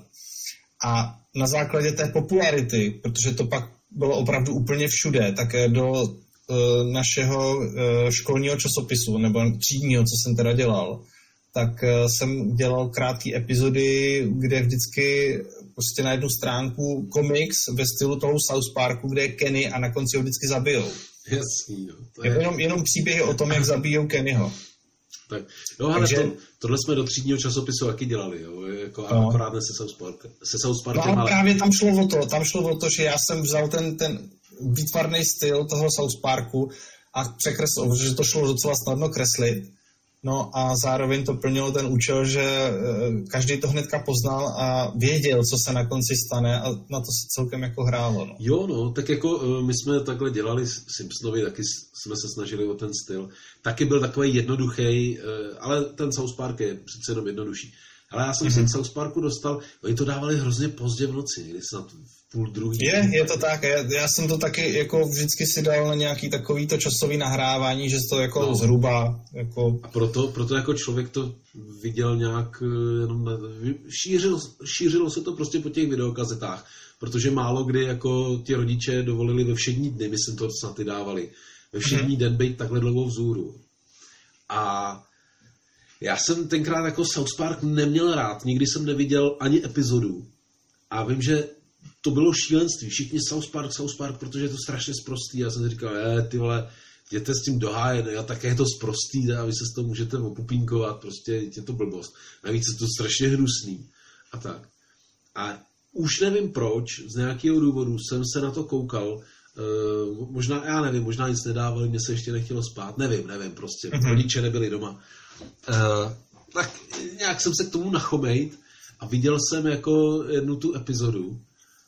A na základě té popularity, protože to pak bylo opravdu úplně všude, tak do uh, našeho uh, školního časopisu, nebo třídního, co jsem teda dělal, tak uh, jsem dělal krátké epizody, kde vždycky prostě na jednu stránku komiks ve stylu toho South Parku, kde je Kenny a na konci ho vždycky zabijou. Jasný, jo. To je... je... jenom, jenom příběhy o tom, jak zabijou Kennyho. Tak, jo, ale Takže... to, tohle jsme do třídního časopisu taky dělali, jo, jako no. akorát ne se South Parkem. Se South Parkem, no, ale právě tam šlo o to, tam šlo o to, že já jsem vzal ten, ten výtvarný styl toho South Parku a překreslil, že to šlo docela snadno kreslit. No a zároveň to plnilo ten účel, že každý to hnedka poznal a věděl, co se na konci stane a na to se celkem jako hrálo. No. Jo, no, tak jako my jsme takhle dělali Simpsonovi, taky jsme se snažili o ten styl. Taky byl takový jednoduchý, ale ten South Park je přece jenom jednodušší. Ale já jsem mm-hmm. se South Parku dostal, oni to dávali hrozně pozdě v noci, někdy snad v půl druhý. Je, je to tak, já, já jsem to taky jako vždycky si dal na nějaký takovýto časový nahrávání, že to jako no. zhruba jako... A proto, proto jako člověk to viděl nějak, jenom na, šířil, šířilo se to prostě po těch videokazetách, protože málo kdy jako ti rodiče dovolili ve všední dny, myslím to snad ty dávali, ve všední mm-hmm. den být takhle dlouho vzhůru. A já jsem tenkrát jako South Park neměl rád, nikdy jsem neviděl ani epizodu. A vím, že to bylo šílenství. Všichni South Park, South Park, protože je to strašně sprostý. Já jsem si říkal, je, ty vole, jděte s tím do háje, a také je to sprostý, a vy se s toho můžete opupínkovat, prostě je to blbost. Navíc je to strašně hnusný. A tak. A už nevím proč, z nějakého důvodu jsem se na to koukal, Uh, možná, já nevím, možná nic nedávali, mě se ještě nechtělo spát, nevím, nevím, prostě, mm-hmm. rodiče nebyli doma. Uh, tak nějak jsem se k tomu nachomejt a viděl jsem jako jednu tu epizodu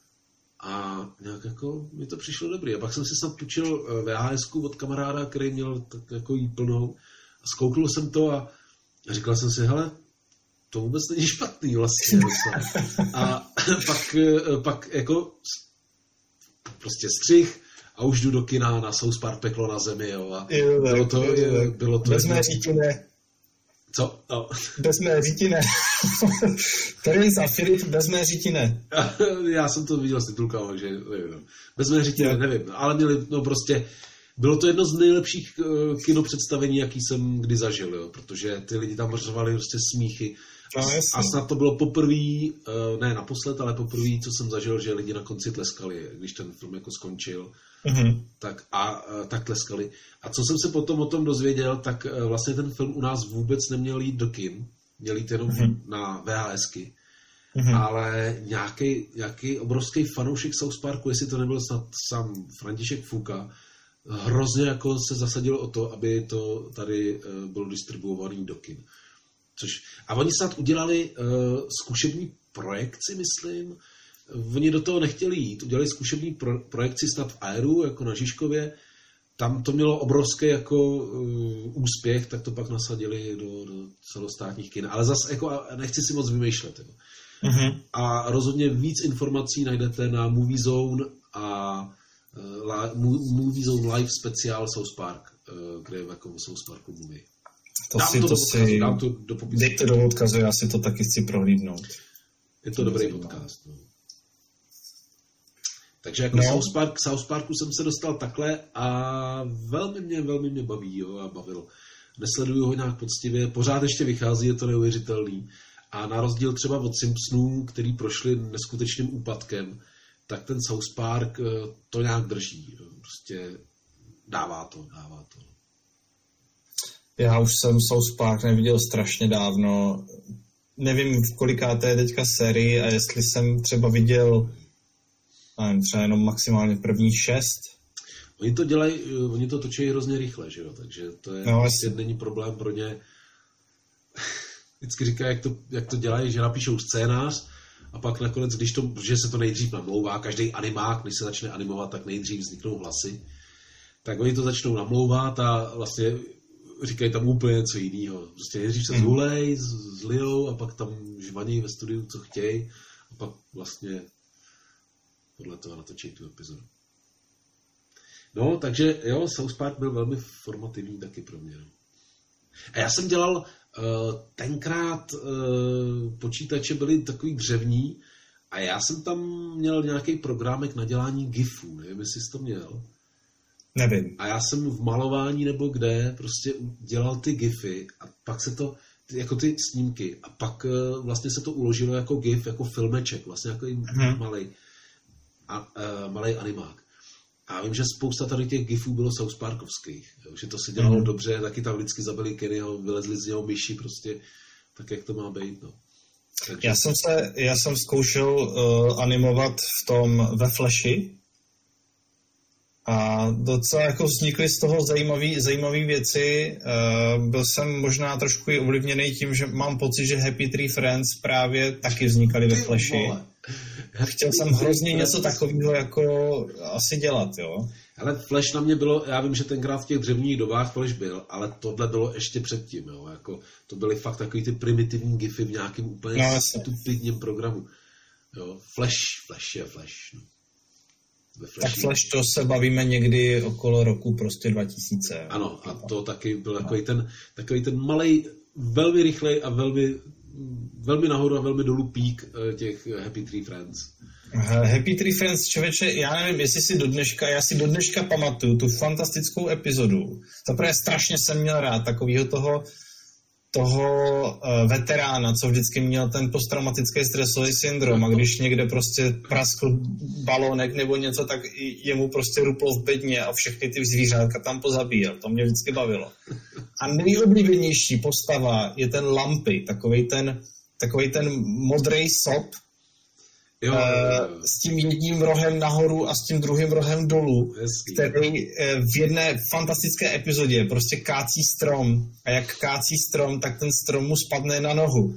a nějak jako mi to přišlo dobrý. A pak jsem si snad půjčil V H S ku od kamaráda, který měl tak jako jí plnou a zkouknul jsem to a říkal jsem si, hele, to vůbec není špatný vlastně. A pak, pak jako prostě střih a už jdu do kina na South Park Peklo na zemi, jo. A jo, bylo to, jo, bylo to... Bez mé říti ne. Co? No. Bez mé říti ne. Terence a Filip, bez mé říti ne. Já jsem to viděl s titulkama, že nevím. Bez mé říti ne, nevím. Ale měli, no prostě, bylo to jedno z nejlepších uh, kinopředstavení, jaký jsem kdy zažil, jo. Protože ty lidi tam řvali prostě smíchy. No, a snad to bylo poprvé, ne naposled, ale poprvé, co jsem zažil, že lidi na konci tleskali, když ten film jako skončil, mm-hmm. tak, a, tak tleskali. A co jsem se potom o tom dozvěděl, tak vlastně ten film u nás vůbec neměl jít do kin, měl jít jenom mm-hmm. na VHSky, mm-hmm. ale nějaký, nějaký obrovský fanoušek South Parku, jestli to nebyl snad sám František Fouka, hrozně jako se zasadil o to, aby to tady bylo distribuovaný do kin. Což, a oni snad udělali uh, zkušební projekci, myslím. Oni do toho nechtěli jít. Udělali zkušební pro, projekci snad v Aeru, jako na Žižkově. Tam to mělo obrovský jako uh, úspěch, tak to pak nasadili do, do celostátních kin. Ale zase jako nechci si moc vymýšlet. Jako. Mm-hmm. A rozhodně víc informací najdete na Movie Zone a uh, la, Movie Zone Live speciál South Park, uh, kde je jako South Parku mluví. To dám si, to, to odkazu, si, dám to do popisu. Dejte do odkazu, já si to taky chci prohlídnout. Je to dobrý podcast. No. Takže jako no. South, Park, South Parku jsem se dostal takhle a velmi mě, velmi mě baví, jo, a bavil. Nesleduju ho nějak poctivě, pořád ještě vychází, je to neuvěřitelný. A na rozdíl třeba od Simpsonů, který prošli neskutečným úpadkem, tak ten South Park to nějak drží. Jo. Prostě dává to, dává to. Já už jsem South Park neviděl strašně dávno. Nevím, v kolikáté je teďka sérii a jestli jsem třeba viděl nevím, třeba jenom maximálně první šest. Oni to dělají, oni to točí hrozně rychle, že jo? Takže to je, no, asi není problém pro ně. Vždycky říká, jak to, jak to dělají, že napíšou scénář a pak nakonec, když to, že se to nejdřív namlouvá, každý animák, když se začne animovat, tak nejdřív vzniknou hlasy, tak oni to začnou namlouvat a vlastně říkají tam úplně něco jiného. Prostě nejdřív se zhulej, zlijou a pak tam žvaní ve studiu, co chtějí a pak vlastně podle toho natočí tu epizodu. No, takže jo, South Park byl velmi formativní taky pro mě. A já jsem dělal, uh, tenkrát uh, počítače byly takový dřevní a já jsem tam měl nějaký programek na dělání gifů, nevím, jestli jsi to měl. Nevím. A já jsem v malování nebo kde prostě dělal ty gify a pak se to, ty, jako ty snímky a pak uh, vlastně se to uložilo jako gif, jako filmeček, vlastně jako hmm. malej, a, uh, malej animák. A vím, že spousta tady těch gifů bylo South Parkovských, jo, že to se dělalo hmm. dobře, taky tam vždycky zabili Kennyho, vylezli z něho myši, prostě tak, jak to má být, no. Takže... Já jsem se, já jsem zkoušel uh, animovat v tom ve Flashi a docela jako vznikly z toho zajímavé zajímavé věci. Uh, byl jsem možná trošku i ovlivněný tím, že mám pocit, že Happy Tree Friends právě taky vznikaly ve Flashi. Chtěl jsem hrozně něco takového jako asi dělat, jo. Ale Flash na mě bylo, já vím, že tenkrát v těch dřevních dobách Flash byl, ale tohle bylo ještě předtím, jo. Jako, to byly fakt takový ty primitivní gify v nějakém úplně no, stupidním programu. Jo. Flash, Flash je Flash, no. Tak Flash to se bavíme někdy okolo roku prostě dva tisíce. Ano, a to taky byl takový ten, takový ten malej, velmi rychlej a velmi, velmi nahoru a velmi dolů pík těch Happy Tree Friends. Happy Tree Friends, člověče, já nevím, jestli si do dneška, já si do dneška pamatuju tu fantastickou epizodu. Zaprvé strašně jsem měl rád takovýho toho, toho uh, veterána, co vždycky měl ten posttraumatický stresový syndrom a když někde prostě praskl balónek nebo něco, tak jemu prostě ruplo v bedně a všechny ty zvířátka tam pozabíjel. To mě vždycky bavilo. A nejoblíbenější postava je ten Lumpy, takovej ten, takovej ten modrej sop, Jo, uh, s tím jedním rohem nahoru a s tím druhým rohem dolů, hezký, který uh, v jedné fantastické epizodě prostě kácí strom a jak kácí strom, tak ten strom mu spadne na nohu.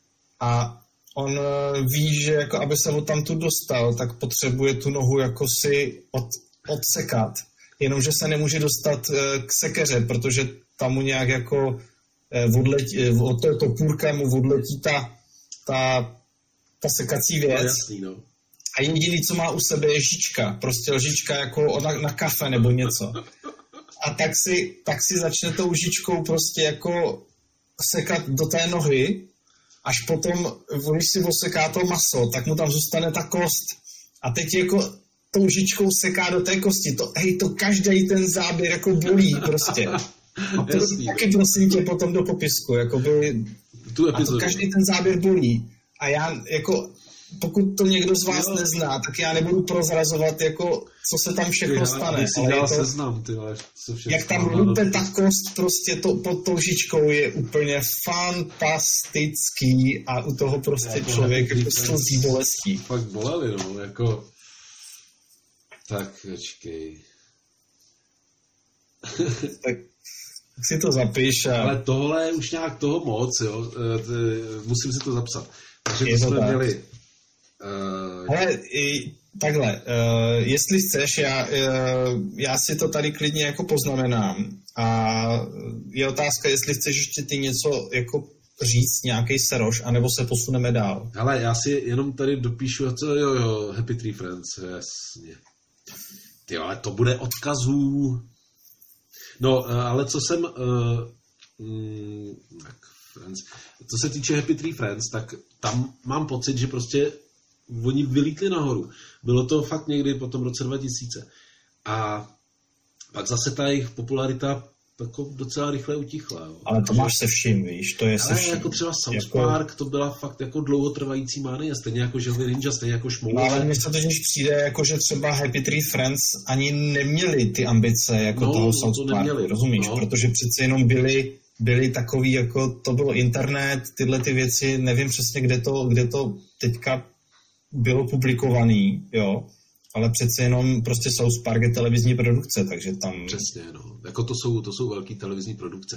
A on uh, ví, že jako aby se ho tam tu dostal, tak potřebuje tu nohu jako si od, odsekat. Jenomže se nemůže dostat uh, k sekeře, protože tam mu nějak jako uh, odletí, uh, od toho topůrka mu odletí ta, ta ta sekací věc. No, jasný, no. A jediný, co má u sebe, je lžička. Prostě lžička jako na, na kafe nebo něco. A tak si, tak si začne tou lžičkou prostě jako sekat do té nohy, až potom, když si oseká to maso, tak mu tam zůstane ta kost. A teď jako tou lžičkou seká do té kosti. To, hej, to každý ten záběr jako bolí prostě. A to jasný, taky prosím tě potom do popisku. Jakoby, tu a to každý ten záběr bolí. A já, jako, pokud to někdo z vás jo. nezná, tak já nebudu prozrazovat, jako, co se tam všechno já, stane. Ale to, seznam, ty, ale jak tam lupe ta kost prostě to, pod tou lžičkou je úplně fantastický a u toho prostě já, člověk jako slzí bolestí. Fakt boleli, no, jako... Tak, počkej. Tak si to zapiš a... Ale tohle je už nějak toho moc, jo. Musím si to zapsat. Takže to jsme měli... Uh... Ale i, takhle, uh, jestli chceš, já, uh, já si to tady klidně jako poznamenám. A je otázka, jestli chceš ještě ty něco jako říct, nějaký seroš, anebo se posuneme dál. Ale já si jenom tady dopíšu, co jo, jo, Happy Tree Friends, jasně. Ty, ale to bude odkazů... No, ale co jsem... Uh, mm, tak, Friends. Co se týče Happy Tree Friends, tak tam mám pocit, že prostě oni vylítli nahoru. Bylo to fakt někdy po tom roce dva tisíce. A pak zase ta jejich popularita jako docela rychle utichla. Jo. Ale to máš se vším, víš, to je se vším. Ale jako třeba South jako... Park, to byla fakt jako dlouhotrvající mánie, stejně jako Želvy Ninja, stejně jako Šmoula. No, ale mně se totiž přijde, jako že třeba Happy Tree Friends ani neměli ty ambice jako no, toho South to Parku, neměli, rozumíš? No. Protože přece jenom byli, byli takový, jako to bylo internet, tyhle ty věci, nevím přesně, kde to, kde to teďka bylo publikovaný, jo. Ale přece jenom prostě South Park je televizní produkce, takže tam... Přesně, no. Jako to jsou, to jsou velký televizní produkce.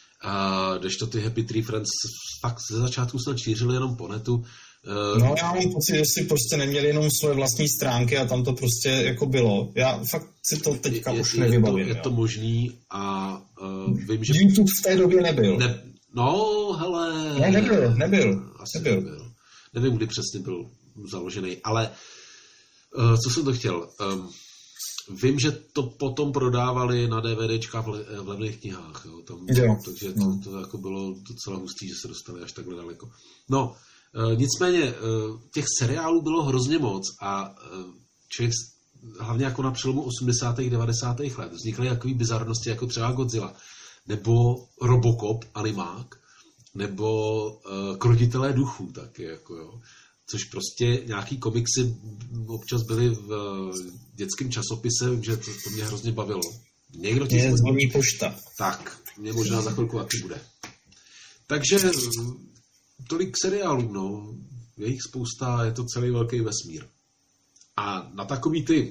A když to ty Happy Tree Friends fakt ze začátku snad šířili jenom po netu. No já mám pocit, že si prostě neměli jenom svoje vlastní stránky a tam to prostě jako bylo. Já fakt si to teďka je, už je nevybavím. Je to, je to možný a uh, vím, že... YouTube v té době nebyl. Ne, no, hele... Ne, nebyl, nebyl. Asi nebyl. nebyl. Nevím, kdy přesně byl založený, ale uh, co jsem to chtěl? Um, vím, že to potom prodávali na DVDčka v, le, v levných knihách, jo, tam, jo. takže to, to jako bylo docela hustý, že se dostali až takhle daleko. No, uh, nicméně uh, těch seriálů bylo hrozně moc a uh, člověk hlavně jako na přelomu osmdesátých devadesátých let vznikly takové bizarnosti jako třeba Godzilla nebo Robocop, animák, nebo uh, Krotitelé duchů taky, jako jo. Což prostě nějaký komiksy občas byly v uh, dětském časopise, že to, to mě hrozně bavilo. Někdo ti je zvoní pošta. Tak, mě možná za chvilku taky bude. Takže tolik seriálů, no. Je jich spousta, je to celý velký vesmír. A na takový ty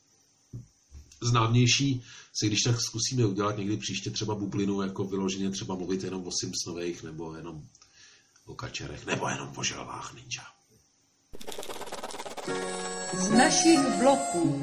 známější si když tak zkusíme udělat někdy příště třeba bublinu, jako vyloženě třeba mluvit jenom o Simpsonových, nebo jenom o kačerech, nebo jenom o želvách ninja. Z našich bloků.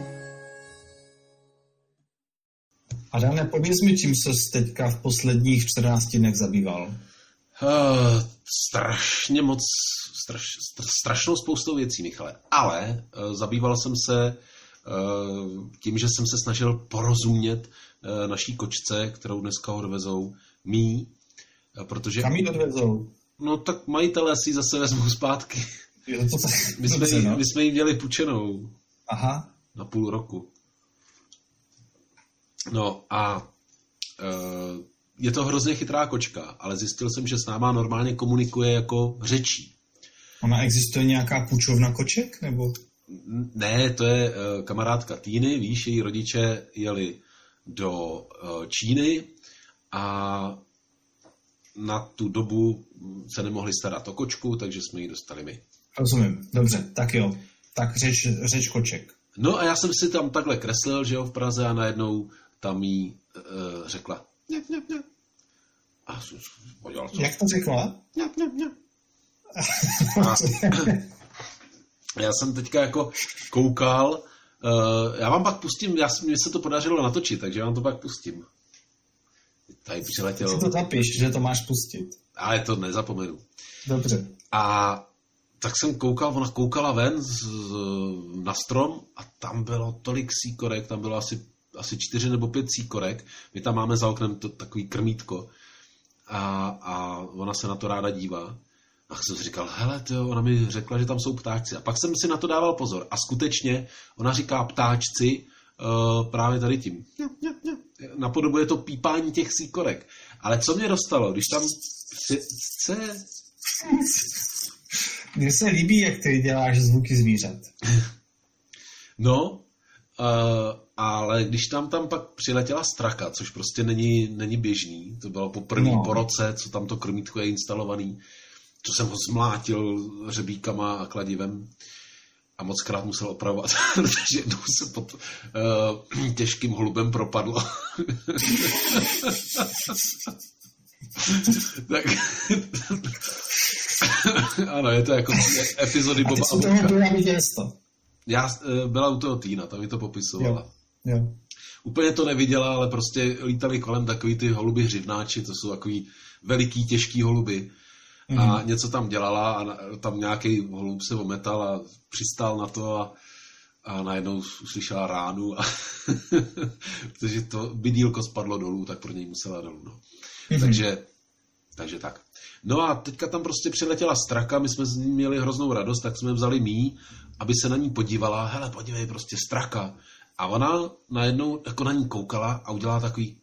Adame, pověz mi, čím ses teďka v posledních čtrnácti dnech zabýval? Uh, strašně moc, straš, strašnou spoustou věcí, Michale. Ale uh, zabýval jsem se uh, tím, že jsem se snažil porozumět uh, naší kočce, kterou dneska odvezou mí, uh, protože... Kam ji odvezou? No tak majitelé si zase vezmou zpátky. Jo, to tak... My jsme, jí, my jsme jí měli půjčenou. Aha. Na půl roku. No a uh, je to hrozně chytrá kočka, ale zjistil jsem, že s náma normálně komunikuje jako řečí. Ona existuje nějaká půjčovna koček, nebo? Ne, to je uh, kamarádka Týny, víš, její rodiče jeli do uh, Číny a na tu dobu se nemohli starat o kočku, takže jsme ji dostali my. Rozumím, dobře, tak jo. Tak řeč, řeč koček. No a já jsem si tam takhle kreslil, že jo, v Praze a najednou tam jí uh, řekla ně, ně, ně. A podělal co? Jak to řekla? Ně, ně, ně. A já jsem teďka jako koukal, uh, já vám pak pustím, já, mně se to podařilo natočit, takže vám to pak pustím. Tady přiletělo. Si to zapiš, že to máš pustit. Ale to nezapomenu. Dobře. A tak jsem koukal, ona koukala ven z, z, na strom a tam bylo tolik síkorek, tam bylo asi, asi čtyři nebo pět síkorek. My tam máme za oknem to, takový krmítko a, a ona se na to ráda dívá. A jsem si říkal, hele, tyjo, ona mi řekla, že tam jsou ptáčci. A pak jsem si na to dával pozor. A skutečně ona říká ptáčci uh, právě tady tím. Napodobuje to pípání těch síkorek. Ale co mě dostalo, když tam chce... Mně se líbí, jak ty děláš zvuky zvířat. No, uh, ale když tam tam pak přiletěla straka, což prostě není, není běžný, to bylo poprvé no. po roce, co tam to krmítko je instalovaný, co jsem ho zmlátil řebíkama a kladivem a mockrát musel opravovat, protože jednou se pod uh, těžkým holubem propadlo. Tak... Ano, je to jako epizody Boba a Bobka. Já byla u toho Týna, tam mi to popisovala. Jo, jo. Úplně to neviděla, ale prostě lítali kolem takový ty holuby hřivnáči, to jsou takový veliký, těžký holuby. Mm. A něco tam dělala a tam nějaký holub se ometal a přistál na to a, a najednou uslyšela ránu. A protože to bydýlko spadlo dolů, tak pro něj musela dolů. No. Mm. Takže, takže tak. No a teďka tam prostě přiletěla straka, my jsme z ní měli hroznou radost, tak jsme vzali mí, aby se na ní podívala, hele, podívej, prostě straka. A ona najednou jako na ní koukala a udělala takový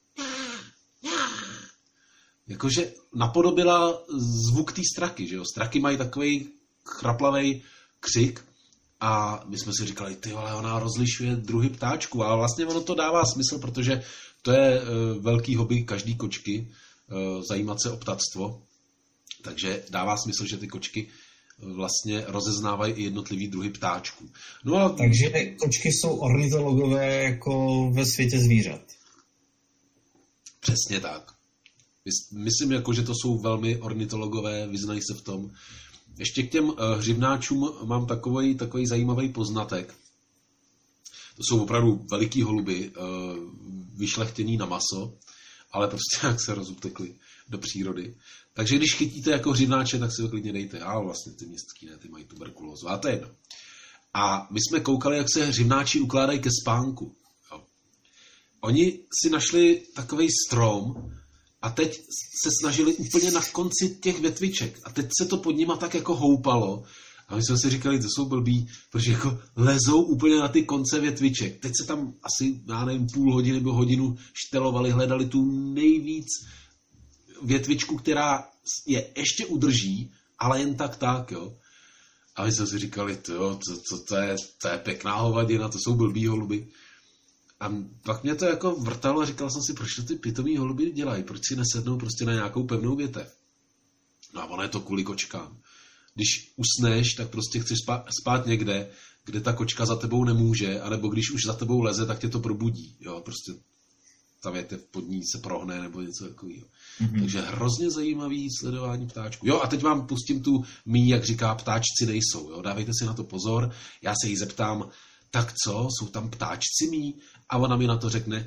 jakože napodobila zvuk té straky, že jo. Straky mají takový chraplavej křik a my jsme si říkali, ty vole, ona rozlišuje druhy ptáčků a vlastně ono to dává smysl, protože to je uh, velký hobby každý kočky, uh, zajímat se o ptactvo. Takže dává smysl, že ty kočky vlastně rozeznávají i jednotlivý druhy ptáčků. No a... Takže kočky jsou ornitologové jako ve světě zvířat. Přesně tak. Myslím, jako, že to jsou velmi ornitologové, vyznají se v tom. Ještě k těm hřivnáčům mám takový, takový zajímavý poznatek. To jsou opravdu veliký holuby, vyšlechtěný na maso, ale prostě jak se rozutekli do přírody. Takže když chytíte jako hřivnáče, tak si to klidně dejte. Ale vlastně ty městský, ne, ty mají tuberkulózu. A to je jedno. A my jsme koukali, jak se hřivnáči ukládají ke spánku. Jo. Oni si našli takovej strom a teď se snažili úplně na konci těch větviček. A teď se to pod nima tak jako houpalo. A my jsme si říkali, to jsou blbí, protože jako lezou úplně na ty konce větviček. Teď se tam asi, já nevím, půl hodiny nebo hodinu štelovali, hledali tu nejvíc větvičku, která je ještě udrží, ale jen tak tak, jo. A my jsme si říkali, to, jo, to, to, to, je, to je pěkná hovadina, to jsou blbý holuby. A pak mě to jako vrtalo a říkal jsem si, proč to ty pitomý holuby dělají, proč si nesednou prostě na nějakou pevnou větev. No a ono je to kvůli kočkám. Když usneš, tak prostě chceš spát, spát někde, kde ta kočka za tebou nemůže, anebo když už za tebou leze, tak tě to probudí. Jo, prostě ta větev pod ní se prohne nebo něco takového. Mm-hmm. Takže hrozně zajímavý sledování ptáčků. Jo, a teď vám pustím tu mí, jak říká, ptáčci nejsou. Jo? Dávejte si na to pozor. Já se jí zeptám, tak co, jsou tam ptáčci mí? A ona mi na to řekne,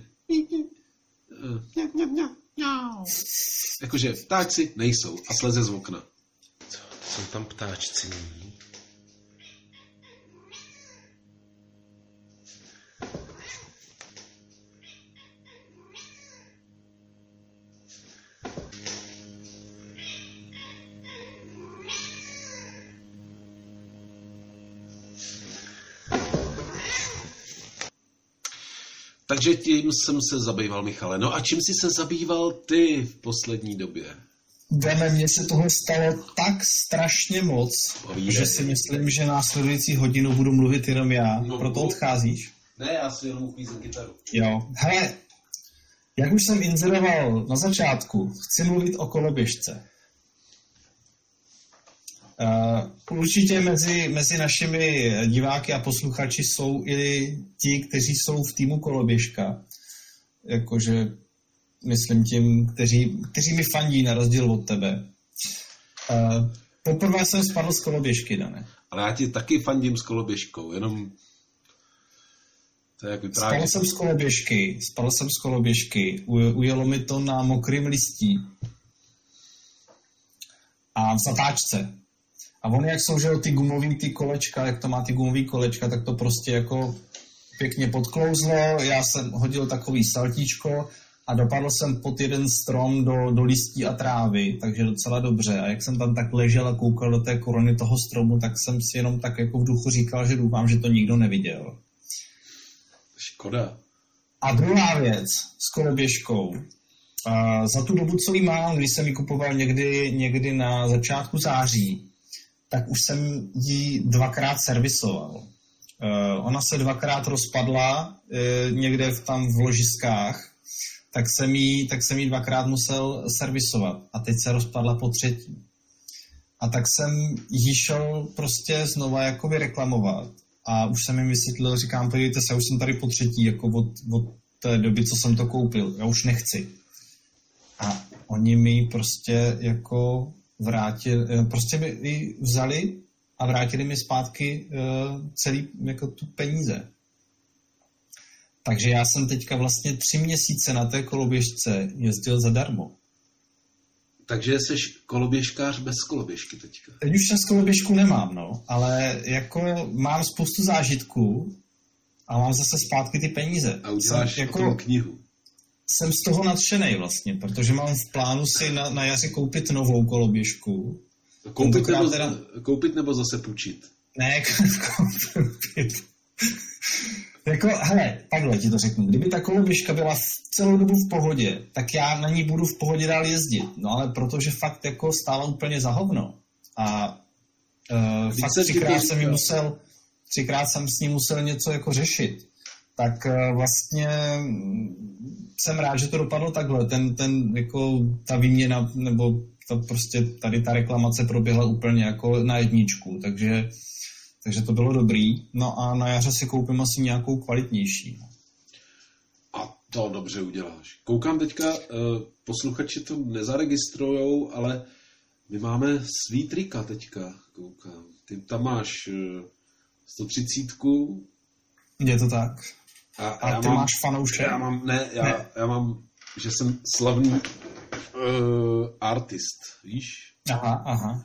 jakože ptáčci nejsou a sleze z okna. Co, jsou tam ptáčci mí? Takže tím jsem se zabýval, Michale. No a čím jsi se zabýval ty v poslední době? Dane, mně se toho stalo tak strašně moc, Povídej. Že si myslím, že následující hodinu budu mluvit jenom já. No, proto odcházíš. Ne, já si jenom uklízím kytaru. Jo. Hele, jak už jsem inzeroval na začátku, chci mluvit o koloběžce. Uh, určitě mezi, mezi našimi diváky a posluchači jsou i ti, kteří jsou v týmu koloběžka. Jakože myslím tím, kteří, kteří mi fandí na rozdíl od tebe. Uh, poprvé jsem spadl z koloběžky, Dane. Ale já ti taky fandím s koloběžkou, jenom to je jak vyprávět. Spadl jsem z koloběžky, spadl jsem z koloběžky, ujelo mi to na mokrým listí a v zatáčce. A on, jak jsou, že ty gumový ty kolečka, jak to má ty gumový kolečka, tak to prostě jako pěkně podklouzlo. Já jsem hodil takový saltíčko a dopadl jsem pod jeden strom do, do listí a trávy, takže docela dobře. A jak jsem tam tak ležel a koukal do té korony toho stromu, tak jsem si jenom tak jako v duchu říkal, že doufám, že to nikdo neviděl. Škoda. A druhá věc s koloběžkou. A za tu dobu, co ji mám, když jsem ji kupoval někdy, někdy na začátku září, tak už jsem ji dvakrát servisoval. Uh, ona se dvakrát rozpadla uh, někde v, tam v ložiskách, tak jsem, ji, tak jsem ji dvakrát musel servisovat. A teď se rozpadla po třetí. A tak jsem ji šel prostě znova jakoby reklamovat. A už jsem jim vysvětlil, říkám, podívejte se, už jsem tady po třetí, jako od, od té doby, co jsem to koupil. Já už nechci. A oni mi prostě jako vrátili, prostě mi vzali a vrátili mi zpátky uh, celý jako tu peníze. Takže já jsem teďka vlastně tři měsíce na té koloběžce jezdil zadarmo. Takže jsi koloběžkář bez koloběžky teďka. Teď už čas koloběžku nemám, no, ale jako mám spoustu zážitků a mám zase zpátky ty peníze. A uděláš jsem, jako, o tom knihu. Jsem z toho nadšenej vlastně, protože mám v plánu si na, na jaře koupit novou koloběžku. Koupit nebo, teda... koupit nebo zase půjčit? Ne, koupit. Jako, hele, takhle ti to řeknu. Kdyby ta koloběžka byla v celou dobu v pohodě, tak já na ní budu v pohodě dál jezdit. No ale protože fakt jako stála úplně za hovno. A uh, fakt třikrát jsem, musel, třikrát jsem s ní musel něco jako řešit. Tak uh, vlastně jsem rád, že to dopadlo takhle. Ten, ten, jako, ta výměna, nebo to prostě tady ta reklamace proběhla úplně jako na jedničku, takže Takže to bylo dobrý. No a na jaře si koupím asi nějakou kvalitnější. A to dobře uděláš. Koukám teďka, posluchači to nezaregistrujou, ale my máme svý trika teďka. Koukám. Ty tam máš sto třicet. Je to tak. A, a, a ty mám, máš fanouše? Já mám, ne, já, ne. já mám, že jsem slavný uh, artist, víš? Aha, aha.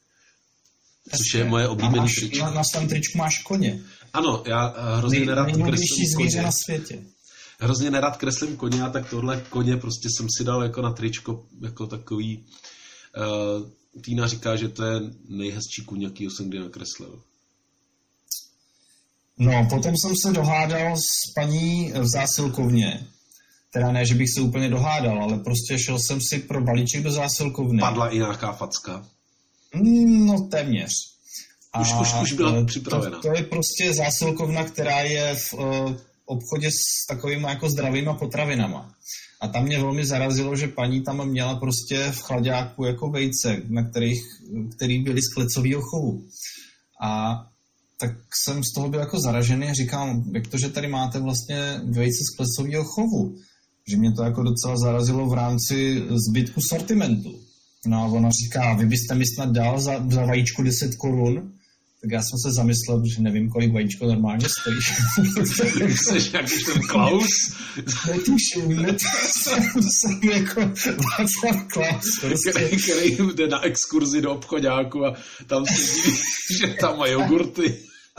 Což je moje oblíbený tričko. Na, na svém tričku máš koně. Ano, já hrozně Nej, nerad kreslím koně. Na světě. Hrozně nerad kreslím koně a tak tohle koně prostě jsem si dal jako na tričko, jako takový. Uh, Týna říká, že to je nejhezčí kůň, jakýho jsem kdy nakreslil. No, potom jsem se dohádal s paní v zásilkovně. teda ne, že bych se úplně dohádal, ale prostě šel jsem si pro balíček do zásilkovny. Padla i nějaká facka? No téměř. A už, už, už byla připravena. To, to je prostě zásilkovna, která je v uh, obchodě s takovými jako zdravýma potravinama. A tam mě velmi zarazilo, že paní tam měla prostě v chlaďáku jako vejce, na kterých, který byly z klecového chovu. A tak jsem z toho byl jako zaražený a říkám, jak to, že tady máte vlastně vejce z klecového chovu. Že mě to jako docela zarazilo v rámci zbytku sortimentu. No a ona říká, vy byste mi snad dal za, za vajíčku deset korun. Tak já jsem se zamyslel, že nevím, kolik vajíčko normálně stojí. Jseš jaký ten Klaus? Netuším, netuším, jsem jako Václav Klaus. Prostě. Který, který jde na exkurzi do obchoďáku a tam se diví, že tam má jogurty.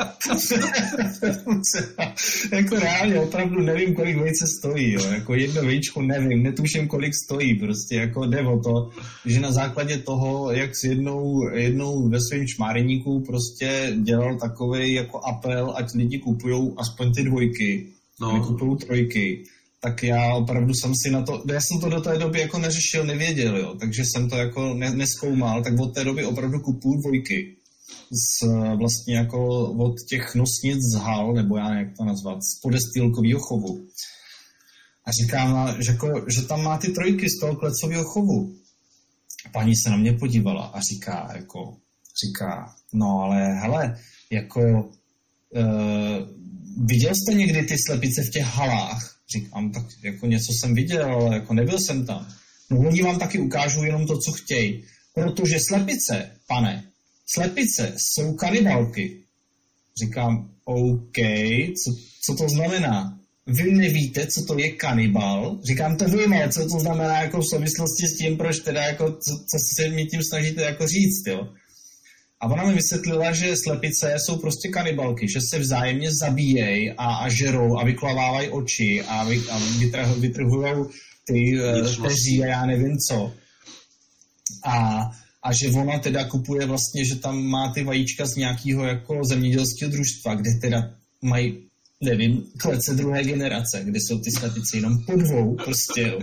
Jako reálně opravdu nevím, kolik vejce stojí, jo. Jako jedno vejčko nevím, netuším, kolik stojí, prostě jako jde o to, že na základě toho, jak s jednou, jednou ve svém čmáreníku prostě dělal takovej jako apel, ať lidi kupujou aspoň ty dvojky, no. Nekupujou trojky, tak já opravdu jsem si na to, já jsem to do té doby jako neřešil, nevěděl, jo, takže jsem to jako ne, neskoumal, tak od té doby opravdu kupuju dvojky. Z, vlastně jako od těch nosnic z hal, nebo já jak to nazvat, z podestýlkového chovu. A říkám, že, jako, že tam má ty trojky z toho klecového chovu. A paní se na mě podívala a říká, jako, říká, no ale hele, jako, uh, viděl jste někdy ty slepice v těch halách? Říkám, tak jako něco jsem viděl, ale jako nebyl jsem tam. No oni vám taky ukážou jenom to, co chtějí. Protože slepice, pane, slepice jsou kanibalky. Říkám, OK, co, co to znamená? Vy nevíte, co to je kanibal? Říkám, to vím, ale co to znamená jako v souvislosti s tím, proč teda jako, co, co se mi tím snažíte jako říct, jo? A ona mi vysvětlila, že slepice jsou prostě kanibalky, že se vzájemně zabíjejí a, a žerou a vyklavávají oči a, vy, a vytrh, vytrhují ty teří a já nevím co. A A že ona teda kupuje vlastně, že tam má ty vajíčka z nějakého jako zemědělského družstva, kde teda mají, nevím, klece druhé generace, kde jsou ty slepice jenom po dvou, prostě, jo.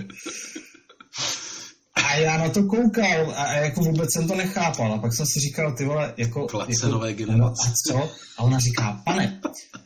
A já na to koukal a, a jako vůbec jsem to nechápal. A pak jsem si říkal, ty vole, jako... Klece jako, nové generace. No a co? A ona říká, pane,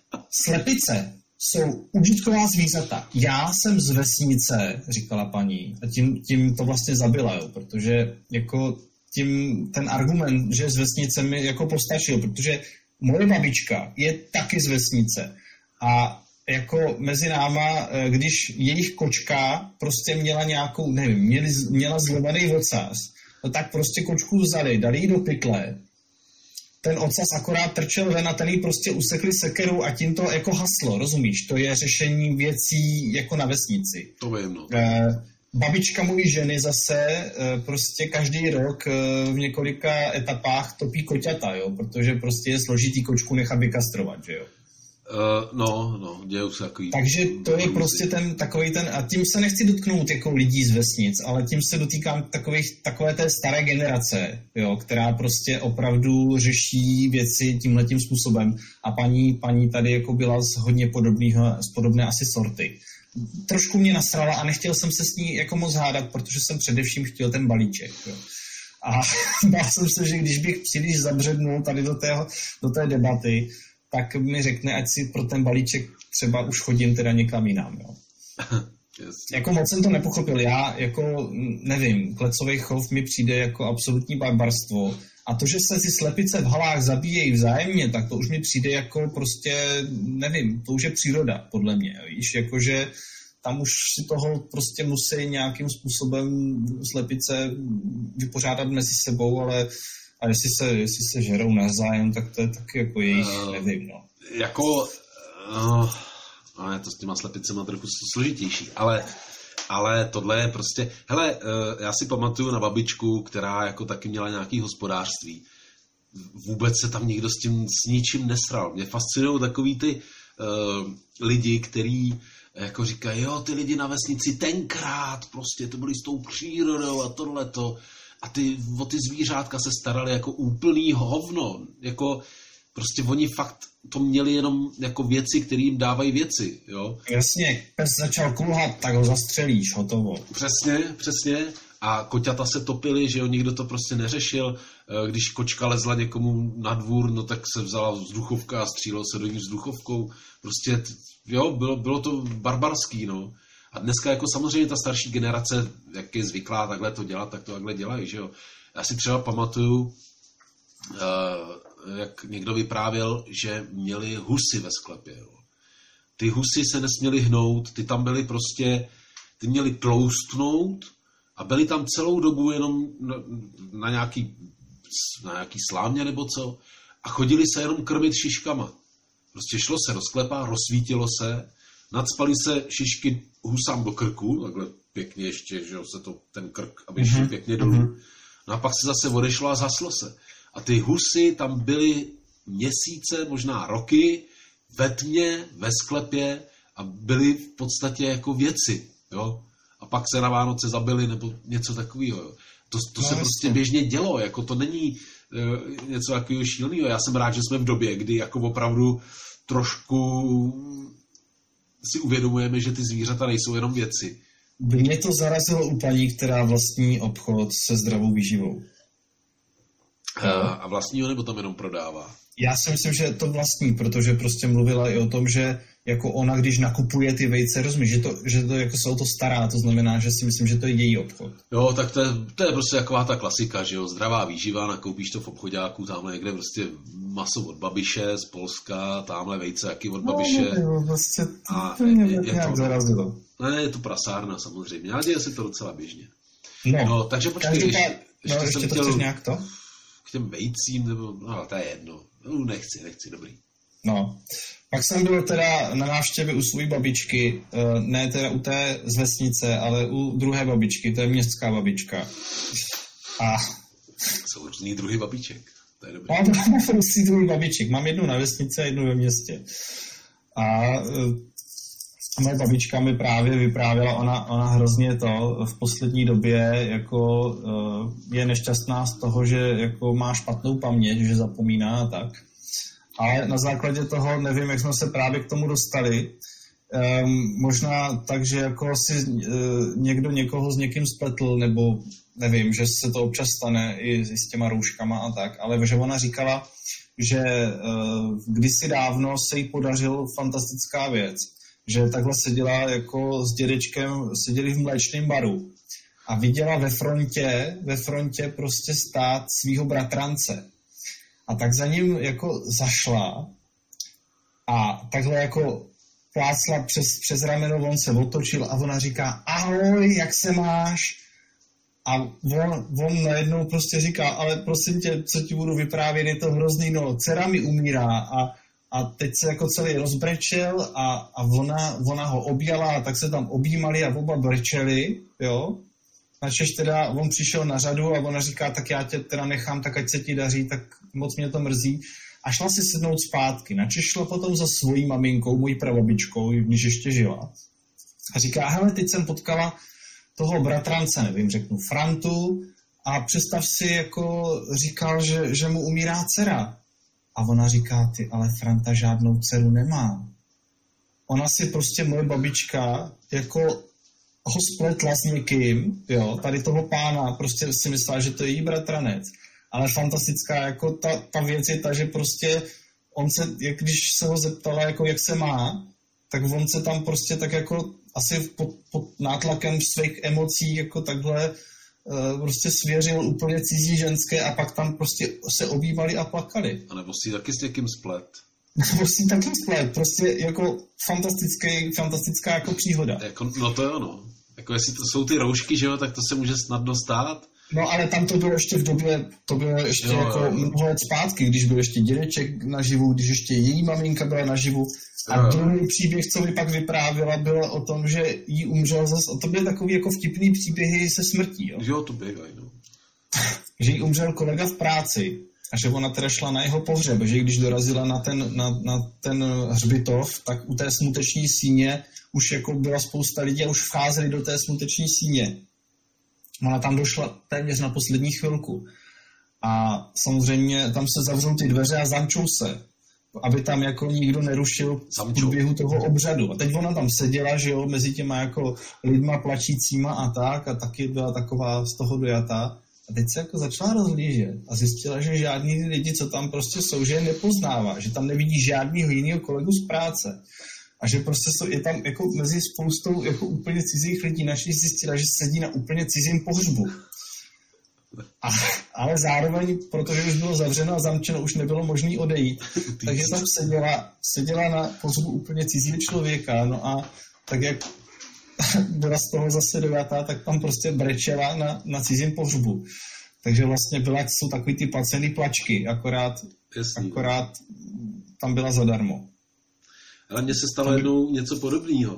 slepice jsou užitková zvířata. Já jsem z vesnice, říkala paní, a tím, tím to vlastně zabila, jo, protože jako... tím ten argument, že z vesnice mi jako postačil, protože moje babička je taky z vesnice a jako mezi náma, když jejich kočka prostě měla nějakou, nevím, měli, měla zlomený ocas, no tak prostě kočku vzali, dali ji do pytle, ten ocas akorát trčel ven a ten jí prostě usekli sekerou a tím to jako haslo, rozumíš? To je řešení věcí jako na vesnici. To vím, no. Uh, Babička mojí ženy zase prostě každý rok v několika etapách topí koťata, jo, protože prostě je složitý kočku nechat vykastrovat, že jo. Uh, no, no, dějou se takový... Takže to je prostě ten takový ten, a tím se nechci dotknout jako lidí z vesnic, ale tím se dotýkám takových, takové té staré generace, jo, která prostě opravdu řeší věci tímhletím způsobem a paní, paní tady jako byla z hodně podobného, z podobné asi sorty. Trošku mě nasrala a nechtěl jsem se s ní jako moc hádat, protože jsem především chtěl ten balíček. Jo. A bál jsem se, že když bych příliš zabřednul tady do, tého, do té debaty, tak mi řekne, ať si pro ten balíček třeba už chodím teda někam jinam. Jo. Yes. Jako moc jsem to nepochopil. Já jako nevím, klecový chov mi přijde jako absolutní barbarstvo. A to, že se ty slepice v halách zabíjejí vzájemně, tak to už mi přijde jako prostě, nevím, to už je příroda, podle mě. Víš, jakože tam už si toho prostě musí nějakým způsobem slepice vypořádat mezi sebou, ale a jestli se, jestli se žerou navzájem, tak to je taky jako jejich, uh, nevím, no. Jako, uh, no, je to s těma slepicema trochu složitější, ale... Ale tohle je prostě... Hele, já si pamatuju na babičku, která jako taky měla nějaký hospodářství. Vůbec se tam nikdo s tím s ničím nesral. Mě fascinují takový ty uh, lidi, který jako říkají, jo, ty lidi na vesnici tenkrát prostě to byli s tou přírodou a tohleto. A ty, o ty zvířátka se starali jako úplný hovno. Jako prostě oni fakt to měli jenom jako věci, které jim dávají věci, jo. Jasně, pes začal kulhat, tak ho zastřelíš, hotovo. Přesně, přesně. A koťata se topily, že jo, nikdo to prostě neřešil. Když kočka lezla někomu na dvůr, no tak se vzala vzduchovka a střílelo se do ní vzduchovkou. Prostě, jo, bylo, bylo to barbarský, no. A dneska jako samozřejmě ta starší generace, jak je zvyklá takhle to dělat, tak to takhle dělají, že jo. Já si třeba pamatuju, jak někdo vyprávěl, že měli husy ve sklepě, jo. Ty husy se nesměly hnout, ty tam byly prostě, ty měly tloustnout a byly tam celou dobu jenom na, na, nějaký, na nějaký slámě nebo co a chodili se jenom krmit šiškama. Prostě šlo se do sklepa, rozsvítilo se, nacpali se šišky husám do krku, takhle pěkně ještě, že se to, ten krk, aby šli mm-hmm. pěkně dolů. No a pak se zase odešlo a zaslo se. A ty husy tam byly měsíce, možná roky, ve tmě, ve sklepě a byly v podstatě jako věci, jo. A pak se na Vánoce zabili nebo něco takového, jo. To, to no, se prostě běžně dělo, jako to není uh, něco takového šíleného. Já jsem rád, že jsme v době, kdy jako opravdu trošku si uvědomujeme, že ty zvířata nejsou jenom věci. Mě to zarazilo u paní, která vlastní obchod se zdravou výživou. Uh, a vlastní ho nebo tam jenom prodává? Já si myslím, že je to vlastní, protože prostě mluvila i o tom, že jako ona, když nakupuje ty vejce, rozumíš, že to, že to jako se o to stará, to znamená, že si myslím, že to je její obchod. Jo, tak to je, to je prostě taková ta klasika, že jo, zdravá výživa, nakoupíš to v obchodáku, tamhle někde prostě maso od babiše z Polska, tamhle vejce jaký od babiše. No, no, prostě to a mě je, je nějak to, zarazilo. Ne, je to prasárna samozřejmě, ale děje se to docela běžně. No, no takže počkej, ještě, ještě, ještě, no, ještě jsem to chtěl chceš nějak to? k těm vejcím, nebo, no to je jedno, no, nechci, nechci, dobrý. No, pak jsem byl teda na návštěvě u své babičky, ne teda u té z vesnice, ale u druhé babičky, to je městská babička. A... Jsou různý druhy babiček, to je dobrý. Mám různý druhy babiček, mám jednu na vesnici a jednu ve městě. A moje babička mi právě vyprávěla, ona, ona hrozně to v poslední době jako je nešťastná z toho, že jako má špatnou paměť, že zapomíná a tak. Ale na základě toho nevím, jak jsme se právě k tomu dostali. Um, možná tak, že jako si uh, někdo někoho s někým spletl, nebo nevím, že se to občas stane i, i s těma rouškama a tak, ale že ona říkala, že uh, kdysi dávno se jí podařil fantastická věc, že takhle seděla jako s dědečkem, seděli v mléčném baru a viděla ve frontě, ve frontě prostě stát svýho bratrance. A tak za ním jako zašla a takhle jako plácla přes, přes rameno, on se otočil a ona říká, ahoj, jak se máš? A on, on najednou prostě říká, ale prosím tě, co ti budu vyprávět, je to hrozný, no, dcera mi umírá a, a teď se jako celý rozbrečel a, a ona, ona ho objala a tak se tam objímali a oba brečeli, jo. Načež teda on přišel na řadu a ona říká, tak já tě teda nechám, tak ať se ti daří, tak moc mě to mrzí. A šla si sednout zpátky. Načež šla potom za svojí maminkou, mojí prababičkou, když ještě žila. A říká, hele, teď jsem potkala toho bratrance, nevím, řeknu Frantu, a představ si, jako říkal, že, že mu umírá dcera. A ona říká, ty, ale Franta žádnou dceru nemá. Ona si prostě, moje babička, jako ho spletla s někým, jo, tady toho pána, prostě si myslela, že to je její bratranec. Ale fantastická, jako ta, ta věc je ta, že prostě on se, jak když se ho zeptala, jako jak se má, tak on se tam prostě tak jako asi pod, pod nátlakem svých emocí jako takhle uh, prostě svěřil úplně cizí ženské a pak tam prostě se objímali a plakali. A nebo si taky s někým splet. Nebo si taky splet, prostě jako fantastický, fantastická jako příhoda. Jako, no to jo, no. Jako jestli to jsou ty roušky, že jo, tak to se může snadno stát. No ale tam to bylo ještě v době, to bylo ještě jo, jako mnoho let zpátky, když byl ještě dědeček naživu, když ještě její maminka byla naživu. A jo. Druhý příběh, co mi pak vyprávěla, byl o tom, že jí umřel zase, a to byly takový jako vtipný příběhy se smrtí, jo. Jo, to bývají, no. Že jí umřel kolega v práci a že ona teda šla na jeho pohřeb, že když dorazila na ten, na, na ten hřbitov, tak u té smuteční síně už jako byla spousta lidí a už vcházeli do té smuteční síně. Ona tam došla téměř na poslední chvilku. A samozřejmě tam se zavřou ty dveře a zamčou se, aby tam jako nikdo nerušil v průběhu toho obřadu. A teď ona tam seděla, že jo, mezi těma jako lidma plačícíma a tak, a taky byla taková z toho dojatá. A teď se jako začala rozhlížet a zjistila, že žádný lidi, co tam prostě jsou, že je nepoznává, že tam nevidí žádnýho jiného kolegu z práce. A že prostě jsou, je tam jako mezi spoustou jako úplně cizích lidí, naši zjistila, že sedí na úplně cizím pohřbu. A, ale zároveň, protože už bylo zavřeno a zamčeno, už nebylo možné odejít. Takže tam seděla, seděla na pohřbu úplně cizího člověka, no a tak jak byla z toho zase dojatá, tak tam prostě brečela na, na cizím pohřbu. Takže vlastně byla, jsou takový ty placený plačky, akorát, akorát tam byla zadarmo. Ale mně se stalo jednou něco podobného.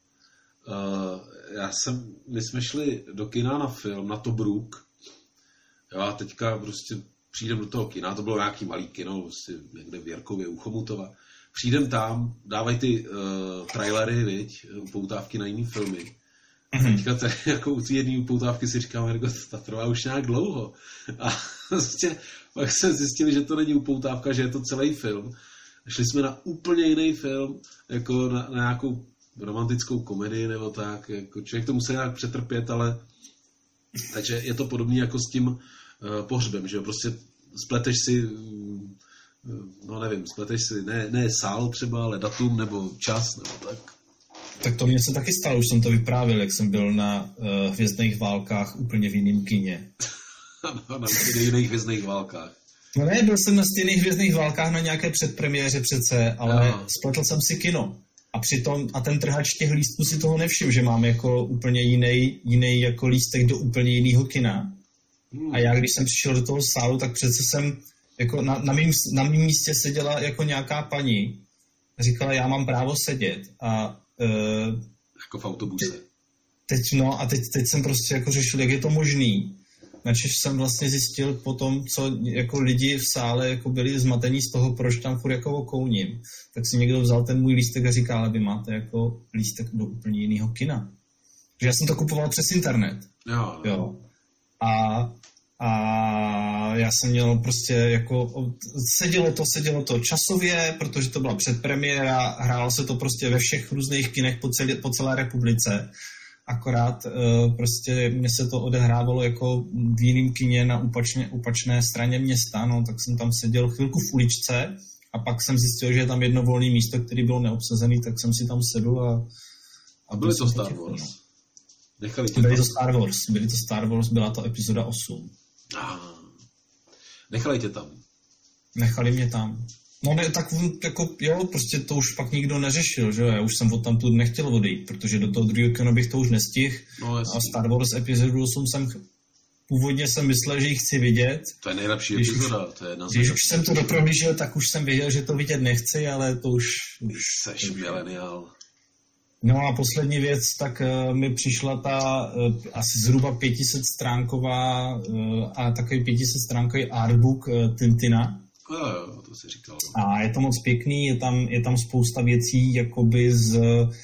Uh, já jsem, my jsme šli do kina na film, na Tobruk. Jo, a teďka prostě přijdem do toho kina, to bylo nějaký malý kino, prostě někde v Jirkově u Chomutova. Přijdem tam, dávají ty uh, trailery, viď, upoutávky na jiný filmy. A teďka tady, jako u té jedné upoutávky si říkám, jako ta trvá už nějak dlouho. A prostě pak jsme zjistili, že to není upoutávka, že je to celý film. A šli jsme na úplně jiný film, jako na, na nějakou romantickou komedii nebo tak. Jako člověk to musel nějak přetrpět, ale takže je to podobné jako s tím uh, pohřbem, že jo, prostě spleteš si, uh, no nevím, spleteš si ne, ne sál třeba, ale datum nebo čas nebo tak. Tak to mě se taky stalo, už jsem to vyprávěl, jak jsem byl na uh, Hvězdných válkách úplně v jiném kině. No, na jiných Hvězdných válkách. No ne, byl jsem na stejných Hvězdných válkách na nějaké předpremiéře přece, ale no. Spletl jsem si kino. A přitom, a ten trhač těch lístků si toho nevšiml, že mám jako úplně jiný, jiný jako lístek do úplně jiného kina. Hmm. A já, když jsem přišel do toho sálu, tak přece jsem, jako na, na, mým, na mým místě seděla jako nějaká paní. Říkala, já mám právo sedět. A uh, jako v autobuse. Te, teď, no, a teď, teď jsem prostě jako řešil, jak je to možný. Načež jsem vlastně zjistil potom, co jako lidi v sále jako byli zmatení z toho, proč tam furt jako okouním. Tak si někdo vzal ten můj lístek a říká, ale vy máte jako lístek do úplně jiného kina. Že já jsem to kupoval přes internet. Jo. jo. A, a já jsem měl prostě jako, sedělo to, sedělo to časově, protože to byla předpremiéra, hrálo se to prostě ve všech různých kinech po celé, po celé republice. Akorát uh, prostě mně se to odehrávalo jako v jiném kině na opačně, opačné straně města, no, tak jsem tam seděl chvilku v uličce a pak jsem zjistil, že je tam jedno volné místo, které bylo neobsazené, tak jsem si tam sedl a... A byly to Star Wars? Nechali tě byly to Star Wars, byly to Star Wars, byla to epizoda osm. Ah, nechali tě tam? Nechali mě tam. No ne, tak jako, jo, prostě to už pak nikdo neřešil, že jo, já už jsem od tamtud nechtěl odejít, protože do toho druhého kina bych to už nestihl. No, a Star Wars epizodu osm jsem, původně jsem myslel, že ji chci vidět. To je nejlepší když epizoda, už, to je jedna z Když už jsem to doprohlížel, tak už jsem věděl, že to vidět nechci, ale to už... Ty seš mileniál. No a poslední věc, tak uh, mi přišla ta uh, asi zhruba pětisetstránková uh, a takový pětisetstránkový artbook uh, Tintina. Jo, jo, to si říkal. A je to moc pěkný, je tam, je tam spousta věcí, jakoby z,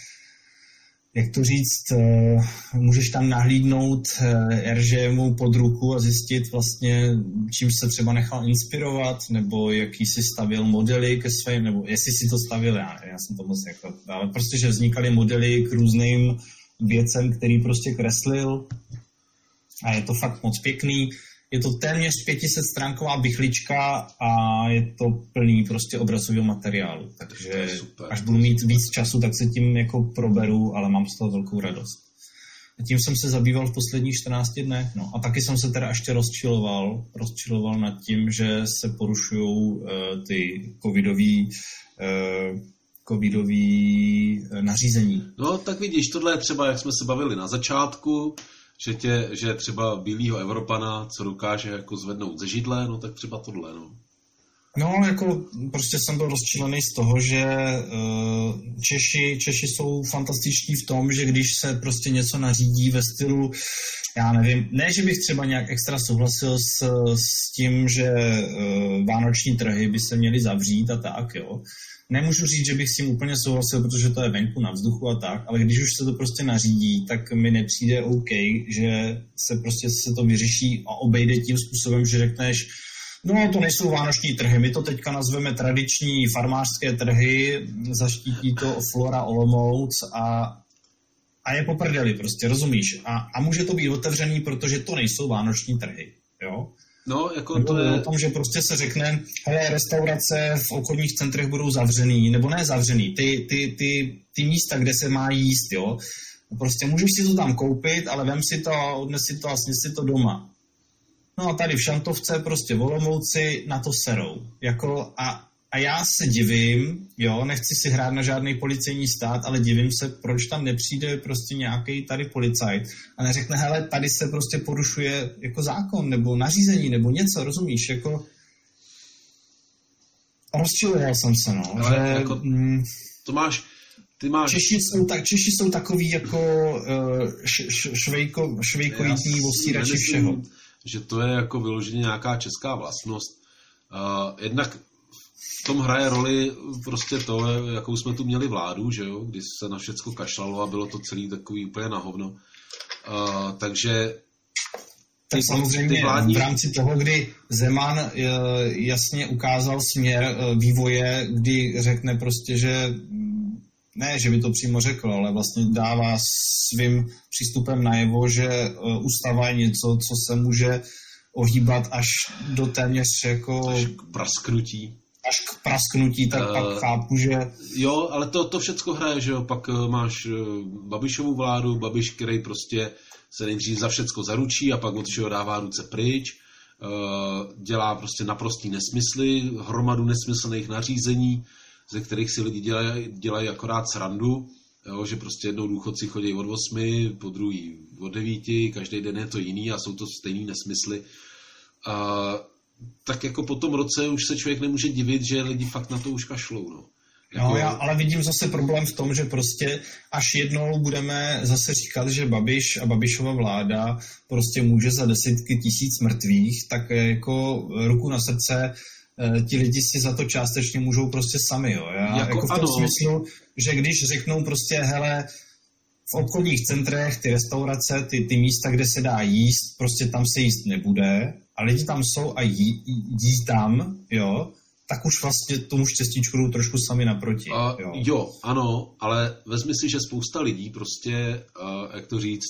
jak to říct, můžeš tam nahlídnout er gé ému pod ruku a zjistit vlastně, čím se třeba nechal inspirovat, nebo jaký si stavil modely ke svým, nebo jestli si to stavil, já, já jsem to moc jako, ale prostě, že vznikaly modely k různým věcem, který prostě kreslil a je to fakt moc pěkný. Je to téměř pětisetstránková bychlička a je to plný prostě obrazového materiálu. Takže až budu mít víc času, tak se tím jako proberu, ale mám z toho velkou radost. A tím jsem se zabýval v posledních čtrnácti dnech. No. A taky jsem se teda ještě rozčiloval, rozčiloval nad tím, že se porušují uh, ty covidový, uh, covidový uh, nařízení. No tak vidíš, tohle je třeba, jak jsme se bavili na začátku, že, tě, že třeba bílýho Evropana, co dokáže jako zvednout ze židle, no tak třeba tohle, no. No, jako prostě jsem byl rozčilený z toho, že uh, Češi, Češi jsou fantastiční v tom, že když se prostě něco nařídí ve stylu, já nevím, ne, že bych třeba nějak extra souhlasil s, s tím, že uh, vánoční trhy by se měly zavřít a tak, jo. Nemůžu říct, že bych s tím úplně souhlasil, protože to je venku na vzduchu a tak, ale když už se to prostě nařídí, tak mi nepřijde OK, že se prostě se to vyřeší a obejde tím způsobem, že řekneš, No, to nejsou vánoční trhy, my to teďka nazveme tradiční farmářské trhy, zaštítí to Flora Olomouc a, a je po prdeli prostě, rozumíš? A, a může to být otevřený, protože to nejsou vánoční trhy, jo? No, jako nebo to je... o tom, že prostě se řekne, hele, restaurace v obchodních centrech budou zavřený, nebo ne zavřený, ty, ty, ty, ty místa, kde se má jíst, jo? Prostě můžeš si to tam koupit, ale vem si to a odnes si to a sněz si to doma. No a tady v Šantovce prostě v Olomouci na to serou. Jako a, a já se divím, jo, nechci si hrát na žádný policejní stát, ale divím se, proč tam nepřijde prostě nějaký tady policajt a neřekne, hele, tady se prostě porušuje jako zákon nebo nařízení nebo něco, rozumíš, jako rozčiloval jsem se, no. Ale že, jako, mm, to máš, ty máš... Češi jsou, tak, Češi jsou takový jako uh, š, š, švejko, švejkojídní osírači všeho. Že to je jako vyloženě nějaká česká vlastnost. Uh, jednak v tom hraje roli prostě to, jakou jsme tu měli vládu, že jo, když se na všecko kašlalo a bylo to celý takový úplně na hovno. Uh, takže tak samozřejmě vládní... v rámci toho, kdy Zeman uh, jasně ukázal směr uh, vývoje, kdy řekne prostě, že ne, že by to přímo řekl, ale vlastně dává svým přístupem najevo, že uh, ústava je něco, co se může ohýbat až do téměř jako... Až k prasknutí. Až k prasknutí, tak uh, pak chápu, že... Jo, ale to, to všecko hraje, že jo, pak uh, máš uh, Babišovu vládu, Babiš, který prostě se nejdřív za všecko zaručí a pak od všeho dává ruce pryč, uh, dělá prostě naprostý nesmysly, hromadu nesmyslných nařízení, ze kterých si lidi dělají, dělají akorát srandu, jo, že prostě jednou důchodci chodí od osmi, po druhý od devíti, každý den je to jiný a jsou to stejný nesmysly. A tak jako po tom roce už se člověk nemůže divit, že lidi fakt na to už kašlou. No. Jako... No, já ale vidím zase problém v tom, že prostě až jednou budeme zase říkat, že Babiš a Babišova vláda prostě může za desítky tisíc mrtvých, tak jako ruku na srdce ti lidi si za to částečně můžou prostě sami, jo. Já, jako, jako v tom ano. smyslu, že když řeknou prostě, hele, v obchodních centrech, ty restaurace, ty, ty místa, kde se dá jíst, prostě tam se jíst nebude a lidi tam jsou a jí, jí tam, jo, tak už vlastně tomu štěstíčku jdou trošku sami naproti. Uh, jo. jo, ano, ale vezmi si, že spousta lidí prostě, uh, jak to říct,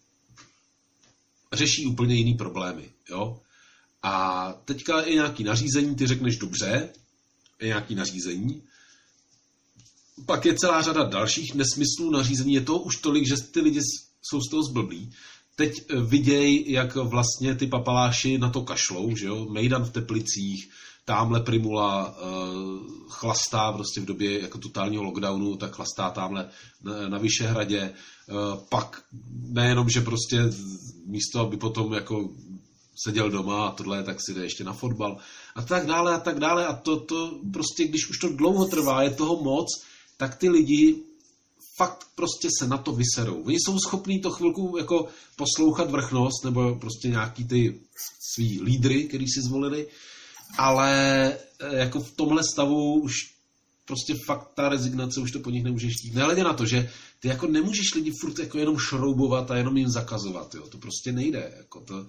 řeší úplně jiný problémy, jo. A teďka je nějaký nařízení, ty řekneš dobře, je nějaký nařízení, pak je celá řada dalších nesmyslů nařízení, je to už tolik, že ty lidi jsou z toho zblblí. Teď viděj, jak vlastně ty papaláši na to kašlou, že jo, Mejdan v Teplicích, támhle Primula uh, chlastá prostě v době jako totálního lockdownu, tak chlastá támhle na, na Vyšehradě, uh, pak nejenom, že prostě místo, aby potom jako seděl doma a tohle, tak si jde ještě na fotbal a tak dále a tak dále a to, to prostě, když už to dlouho trvá, je toho moc, tak ty lidi fakt prostě se na to vyserou. Oni jsou schopní to chvilku jako poslouchat vrchnost nebo prostě nějaký ty svý lídry, který si zvolili, ale jako v tomhle stavu už prostě fakt ta rezignace už to po nich nemůžeš chtít. Nehledě na to, že ty jako nemůžeš lidi furt jako jenom šroubovat a jenom jim zakazovat, jo. To prostě nejde, jako to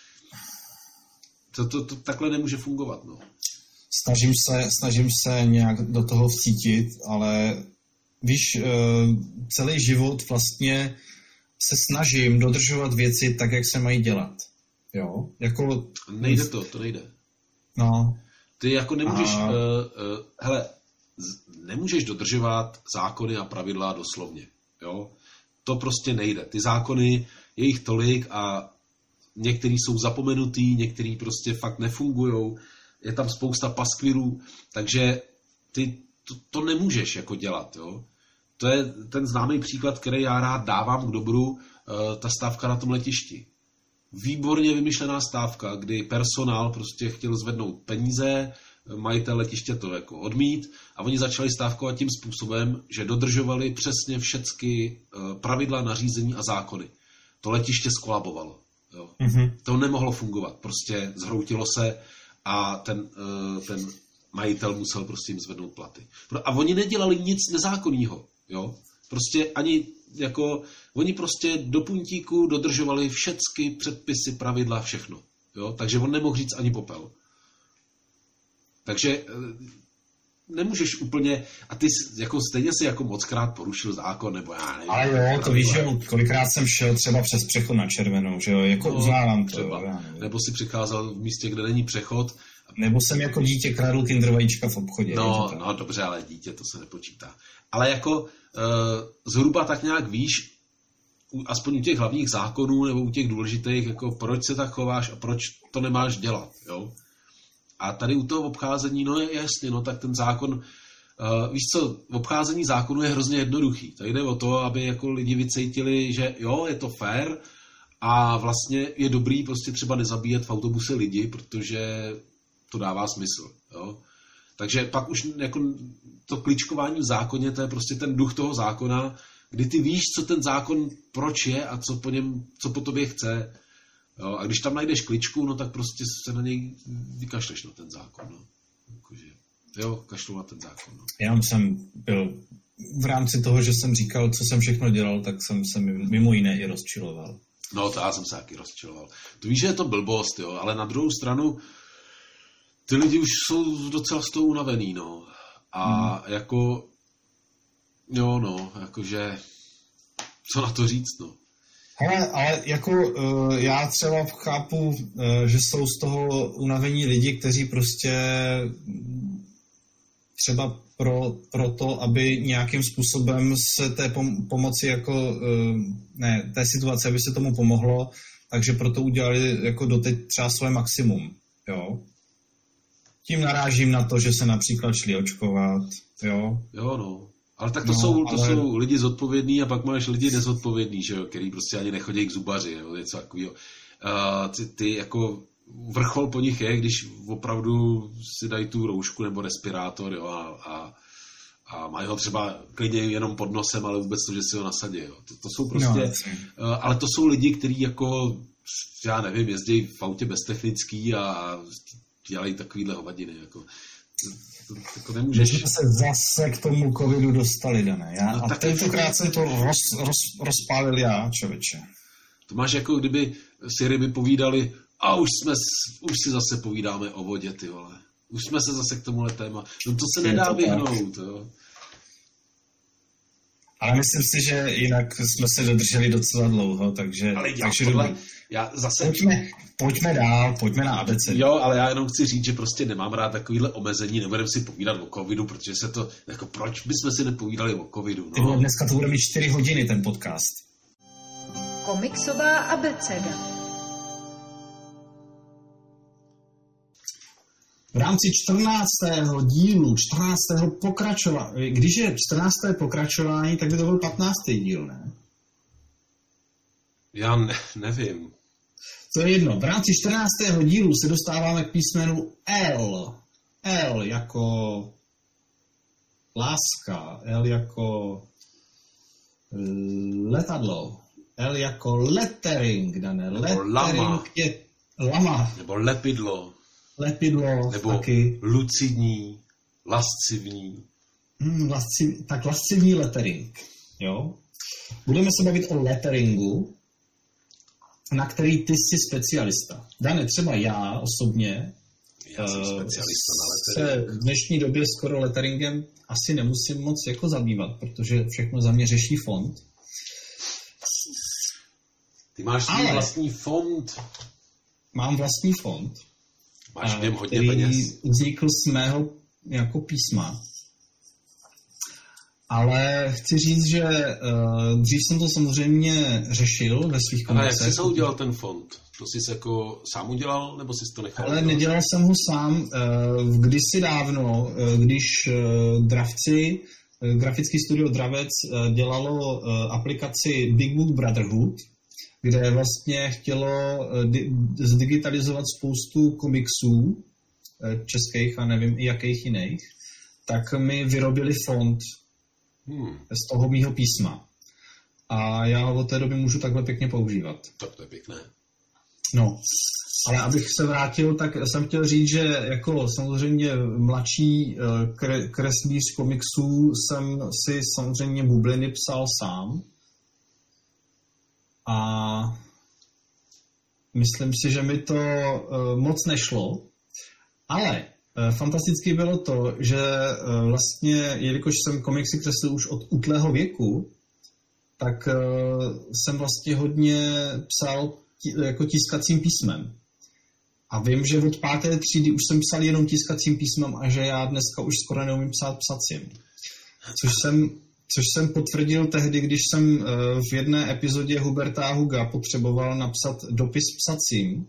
To, to, to takhle nemůže fungovat, no. Snažím se, snažím se nějak do toho vcítit, ale víš, celý život vlastně se snažím dodržovat věci tak, jak se mají dělat. Jo? Jako... Nejde to, to nejde. No. Ty jako nemůžeš, a... uh, uh, hele, z, nemůžeš dodržovat zákony a pravidla doslovně, jo. To prostě nejde. Ty zákony, je jich tolik a některý jsou zapomenutý, některý prostě fakt nefungujou, je tam spousta paskvilů, takže ty to, to nemůžeš jako dělat, jo. To je ten známý příklad, který já rád dávám k dobru, uh, ta stávka na tom letišti. Výborně vymyšlená stávka, kdy personál prostě chtěl zvednout peníze, majitel letiště to jako odmít a oni začali stávkovat tím způsobem, že dodržovali přesně všechny uh, pravidla, nařízení a zákony. To letiště skolabovalo. Jo. Mm-hmm. To nemohlo fungovat. Prostě zhroutilo se a ten, uh, ten majitel musel prostě jim zvednout platy. A oni nedělali nic nezákonného. Jo. Prostě ani jako, oni prostě do puntíku dodržovali všechny předpisy, pravidla, všechno. Jo. Takže on nemohl říct ani popel. Takže nemůžeš úplně, a ty jako stejně si jako mockrát porušil zákon, nebo já nevím. Ale jo, to víš, že kolikrát jsem šel třeba přes přechod na červenou, že jo, jako no, uznávám to. Třeba. Nebo si přicházel v místě, kde není přechod. Nebo jsem jako dítě kradl Kinder vajíčka v obchodě. No, no dobře, ale dítě, to se nepočítá. Ale jako uh, zhruba tak nějak víš, u, aspoň u těch hlavních zákonů nebo u těch důležitých, jako proč se tak chováš a proč to nemáš dělat, jo. A tady u toho obcházení, no je jasně, no tak ten zákon, uh, víš co, obcházení zákonu je hrozně jednoduchý. Tady jde o to, aby jako lidi vycítili, že jo, je to fair a vlastně je dobrý prostě třeba nezabíjet v autobuse lidi, protože to dává smysl, jo. Takže pak už jako to kličkování v zákoně, to je prostě ten duch toho zákona, kdy ty víš, co ten zákon proč je a co po něm, co po tobě chce. Jo, a když tam najdeš kličku, no tak prostě se na něj vykašleš na ten zákon. No. Jakože, jo, kašlu na ten zákon. No. Já jsem byl v rámci toho, že jsem říkal, co jsem všechno dělal, tak jsem se mimo jiné i rozčiloval. No, to já jsem se taky rozčiloval. To víš, že je to blbost, jo, ale na druhou stranu ty lidi už jsou docela z toho unavený, no. A hmm. jako, jo, no, jakože, co na to říct, no. Hele, ale jako uh, já třeba chápu, uh, že jsou z toho unavení lidi, kteří prostě třeba pro, pro to, aby nějakým způsobem se té pom- pomoci jako, uh, ne, té situace, aby se tomu pomohlo, takže proto udělali jako doteď třeba svoje maximum, jo. Tím narážím na to, že se například šli očkovat, jo. Jo, no. Ale tak to, no, jsou, to ale... jsou lidi zodpovědní a pak máš lidi nezodpovědní, že jo, který prostě ani nechodí k zubaři, nebo něco takového. Uh, ty, ty jako vrchol po nich je, když opravdu si dají tu roušku nebo respirátor, jo, a, a, a mají ho třeba klidně jenom pod nosem, ale vůbec to, že si ho nasadí, jo. To, to jsou prostě, no, uh, ale to jsou lidi, kteří jako, já nevím, jezdí v autě beztechnický a dělají takovýhle hovadiny, jako. Jako nemůžeš... My jsme se zase k tomu covidu dostali, Dané. Já, no, a tentokrát jsem to roz, roz, rozpálil já, člověče. To máš jako kdyby si ryby povídali a už jsme, už si zase povídáme o vodě, ty vole. Už jsme se zase k tomuhle téma. No to se nedá vyhnout, jo. Ale myslím si, že jinak jsme se dodrželi docela dlouho, takže... Ale já, takže podle, já zase... Pojďme, pojďme dál, pojďme na abecedu. Jo, ale já jenom chci říct, že prostě nemám rád takovýhle omezení, nebudeme si povídat o covidu, protože se to... Jako proč bychom si nepovídali o covidu, no? Tyhle, dneska to bude mít čtyři hodiny, ten podcast. Komiksová abeceda. V rámci čtrnáctého dílu, čtrnáctého pokračování, když je čtrnácté pokračování, tak by to byl patnáctý díl, ne? Já ne, nevím. To je jedno. V rámci čtrnáctého dílu se dostáváme k písmenu L. L jako láska. L jako letadlo. L jako lettering, Dané. Lettering lama. Je lama. Nebo lepidlo. Lepidlo. Nebo taky. lucidní, lascivní. Hmm, lasciv, tak lascivní lettering. Jo? Budeme se bavit o letteringu, na který ty jsi specialista. Dane, třeba já osobně já jsem specialista na lettering. Se v dnešní době skoro letteringem asi nemusím moc jako zabývat, protože všechno za mě řeší fond. Ty máš svůj vlastní fond. Mám vlastní fond. Máš v něm hodně který peněz. vznikl z mého jako písma. Ale chci říct, že uh, dřív jsem to samozřejmě řešil ve svých komiksech. Ale jak jsi to udělal ten fond? To jsi jako sám udělal, nebo jsi to nechal? Ale nedělal jsem ho sám. Uh, kdysi dávno, uh, když uh, Dravci, uh, grafický studio Dravec uh, dělalo uh, aplikaci Big Book Brotherhood, kde vlastně chtělo uh, di- zdigitalizovat spoustu komiksů uh, českých a nevím i jakých jiných, tak mi vyrobili fond Hmm. z toho mýho písma. A já ho od té doby můžu takhle pěkně používat. Tak to je pěkné. No, ale abych se vrátil, tak jsem chtěl říct, že jako samozřejmě mladší kre, kreslíř komiksů jsem si samozřejmě bubliny psal sám. A myslím si, že mi to moc nešlo. Ale fantastické bylo to, že vlastně, jelikož jsem komiksy kreslil už od útlého věku, tak jsem vlastně hodně psal jako tiskacím písmem. A vím, že od páté třídy už jsem psal jenom tiskacím písmem a že já dneska už skoro neumím psát psacím. Což jsem, což jsem potvrdil tehdy, když jsem v jedné epizodě Huberta a Huga potřeboval napsat dopis psacím.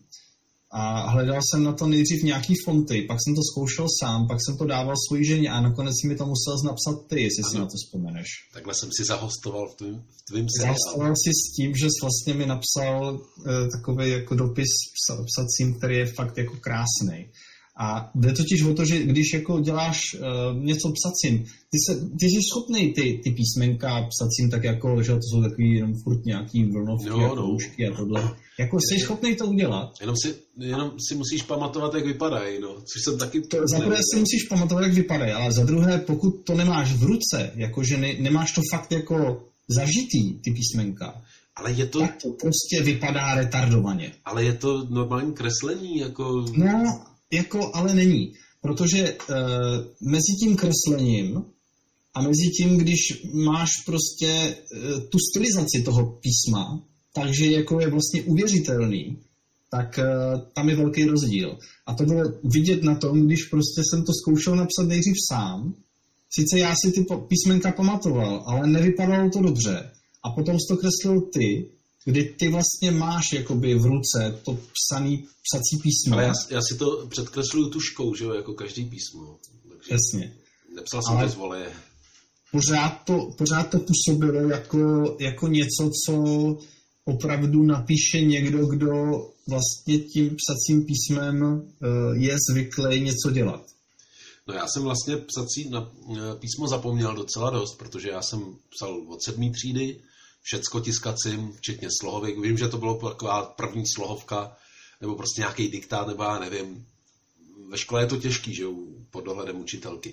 A hledal jsem na to nejdřív nějaký fonty, pak jsem to zkoušel sám, pak jsem to dával svojí ženě a nakonec mi to musel napsat ty, jestli ano. si na to vzpomeneš. Takhle jsem si zahostoval v tvým, v tvým seriálu. Zahostoval si s tím, že jsi vlastně mi napsal uh, takový jako dopis psa, psacím, který je fakt jako krásný. A jde totiž o to, že když jako děláš uh, něco psacím, ty, se, ty jsi schopný ty, ty písmenka psacím, tak jako, že to jsou takový jenom furt nějaký vlnovky no, a kroužky no. a tohle. Jako jsi schopný to udělat. Jenom si, jenom si musíš pamatovat, jak vypadají, no. Což jsem taky... To, za prvé si musíš pamatovat, jak vypadají, ale za druhé, pokud to nemáš v ruce, jakože ne, nemáš to fakt jako zažitý, ty písmenka, ale je to... tak to prostě vypadá retardovaně. Ale je to normální kreslení, jako... No, jako, ale není. Protože uh, mezi tím kreslením a mezi tím, když máš prostě uh, tu stylizaci toho písma, takže jako je vlastně uvěřitelný, tak uh, tam je velký rozdíl. A to bylo vidět na tom, když prostě jsem to zkoušel napsat nejdřív sám. Sice já si ty písmenka pamatoval, ale nevypadalo to dobře. A potom jsi to kreslil ty, kdy ty vlastně máš jakoby v ruce to psaný psací písmo. Ale já, já si to předkresluju tuškou, že jo, jako každý písmo. Takže přesně. Nepsal jsem ale to z voleje. Pořád to, pořád to působilo jako, jako něco, co opravdu napíše někdo, kdo vlastně tím psacím písmem je zvyklý něco dělat. No já jsem vlastně psací na písmo zapomněl docela dost, protože já jsem psal od sedmý třídy, všecko tiskacím, včetně slohovek. Vím, že to bylo taková první slohovka, nebo prostě nějaký diktát, nebo já nevím. Ve škole je to těžký, že jo, pod dohledem učitelky.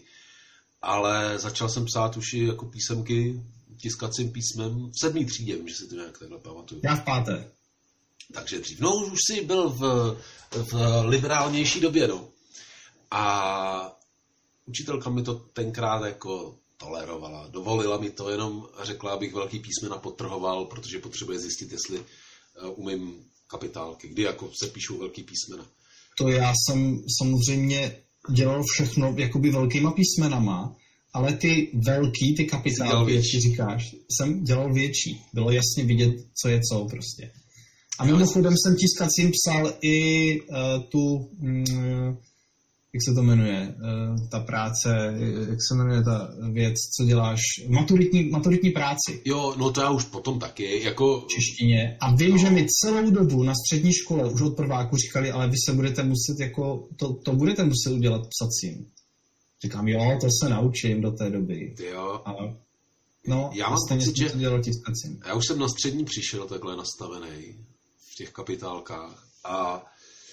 Ale začal jsem psát už i jako písemky tiskacím písmem v sedmý třídě, vím, že si to nějak takhle pamatuju. Já v páté. Takže dřív. No už si byl v, v liberálnější době, no. A učitelka mi to tenkrát jako tolerovala. Dovolila mi to, jenom řekla, abych velký písmena podtrhoval, protože potřebuje zjistit, jestli umím kapitálky, kdy jako se píšou velký písmena. To já jsem samozřejmě dělal všechno jakoby velkýma písmenama, ale ty velký, ty kapitálky, jak si říkáš, jsem dělal větší. Bylo jasně vidět, co je co prostě. A mimochodem jsem tiskacím psal i uh, tu... Mm, jak se to jmenuje, ta práce, jak se jmenuje ta věc, co děláš, maturitní, maturitní práci. Jo, no to já už potom taky, jako... češtině. A vím, no. že mi celou dobu na střední škole už od prváku říkali, ale vy se budete muset jako, to, to budete muset udělat psacím. Říkám, jo, to se naučím do té doby. Jo. A, no, já mám pocit, že... to dělal tiskacím. Já už jsem na střední přišel takhle nastavený v těch kapitálkách a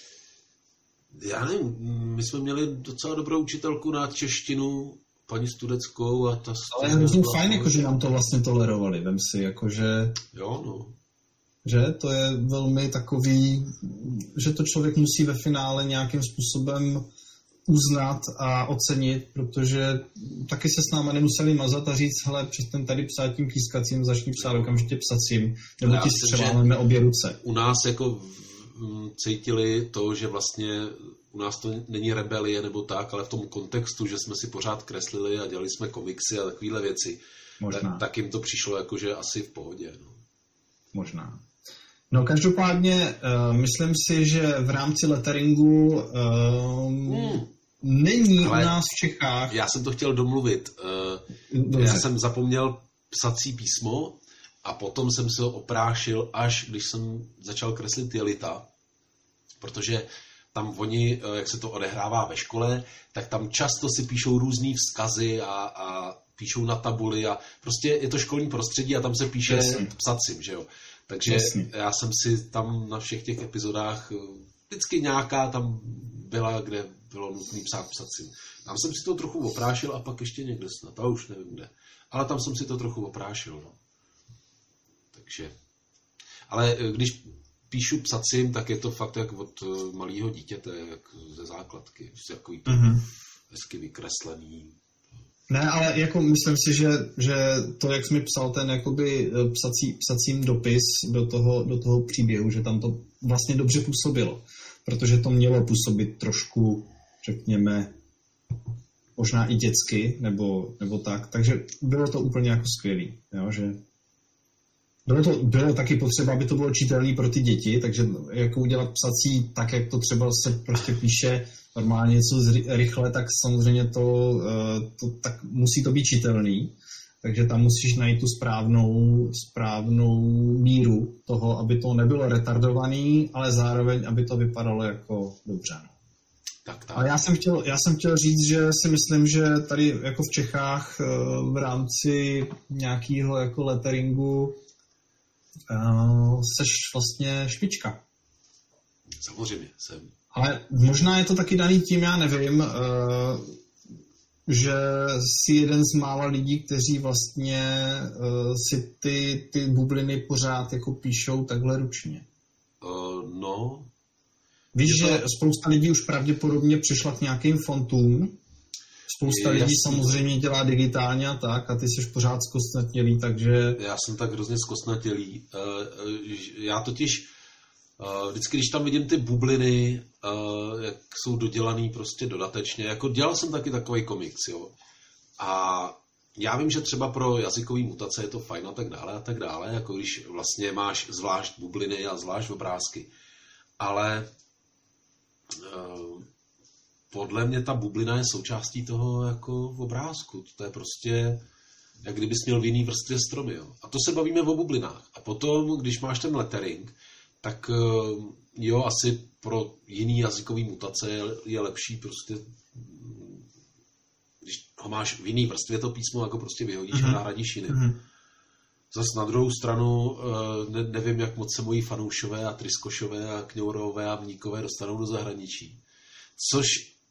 já nevím, my jsme měli docela dobrou učitelku na češtinu, paní Studeckou a ta... Ale je hrozně fajn, jako, že nám to vlastně tolerovali, vem si, jakože... Jo, no. Že to je velmi takový, že to člověk musí ve finále nějakým způsobem uznat a ocenit, protože taky se s náma nemuseli mazat a říct, hele, přestaň tady psát tím tiskacím, začni psát okamžitě psacím, nebo ti střeláme obě ruce. U nás jako cítili to, že vlastně u nás to není rebelie nebo tak, ale v tom kontextu, že jsme si pořád kreslili a dělali jsme komiksy a takovéhle věci, tak, tak jim to přišlo jako, že asi v pohodě. No. Možná. No každopádně uh, myslím si, že v rámci letteringu uh, hmm. není ale u nás v Čechách... Já jsem to chtěl domluvit. Uh, já jsem zapomněl psací písmo a potom jsem se ho oprášil, až když jsem začal kreslit jelita, protože tam oni, jak se to odehrává ve škole, tak tam často si píšou různý vzkazy a, a píšou na tabuli a prostě je to školní prostředí a tam se píše Jasně. psacím, že jo. Takže Jasně. já jsem si tam na všech těch epizodách, vždycky nějaká tam byla, kde bylo nutné psát psacím. Tam jsem si to trochu oprášil a pak ještě někde snad, a už nevím kde. Ale tam jsem si to trochu oprášil, no. Takže, ale když píšu psacím, tak je to fakt jak od malého dítěte, jak ze základky. Takový to mm-hmm. hezky vykreslený. Ne, ale jako myslím si, že, že to, jak jsi mi psal ten jakoby psací, psacím dopis do toho, do toho příběhu, že tam to vlastně dobře působilo. Protože to mělo působit trošku, řekněme, možná i dětsky, nebo, nebo tak. Takže bylo to úplně jako skvělý. Jo, že bylo, to, bylo taky potřeba, aby to bylo čitelné pro ty děti, takže jako udělat psací tak, jak to třeba se prostě píše normálně něco rychle, tak samozřejmě to, to tak musí to být čitelný. Takže tam musíš najít tu správnou, správnou míru toho, aby to nebylo retardovaný, ale zároveň, aby to vypadalo jako dobře. Tak, tak. Ale já jsem, chtěl, já jsem chtěl říct, že si myslím, že tady jako v Čechách v rámci nějakého jako letteringu seš vlastně špička. Samozřejmě jsem. Ale možná je to taky daný tím, já nevím, že jsi jeden z mála lidí, kteří vlastně si ty, ty bubliny pořád jako píšou takhle ručně. Uh, no. Víš, to... že spousta lidí už pravděpodobně přišla k nějakým fontům. Spousta je, lidí jasný. Samozřejmě dělá digitálně a tak, a ty jsi pořád zkostnatělý, takže... Já jsem tak hrozně zkostnatělý. Já totiž vždycky, když tam vidím ty bubliny, jak jsou dodělaný prostě dodatečně, jako dělal jsem taky takový komiks, jo. A já vím, že třeba pro jazykový mutace je to fajn a tak dále a tak dále, jako když vlastně máš zvlášť bubliny a zvlášť obrázky. Ale podle mě ta bublina je součástí toho jako obrázku. To je prostě, jak kdybys měl v jiný vrstvě stromy. Jo. A to se bavíme o bublinách. A potom, když máš ten lettering, tak jo, asi pro jiný jazykový mutace je, je lepší prostě, když ho máš v jiný vrstvě to písmo, jako prostě vyhodíš mm-hmm. a nahradíš jiným. Mm-hmm. Zas na druhou stranu ne, nevím, jak moc se moji fanoušové a Tryskošové a Kňourové a Mníkové dostanou do zahraničí. Což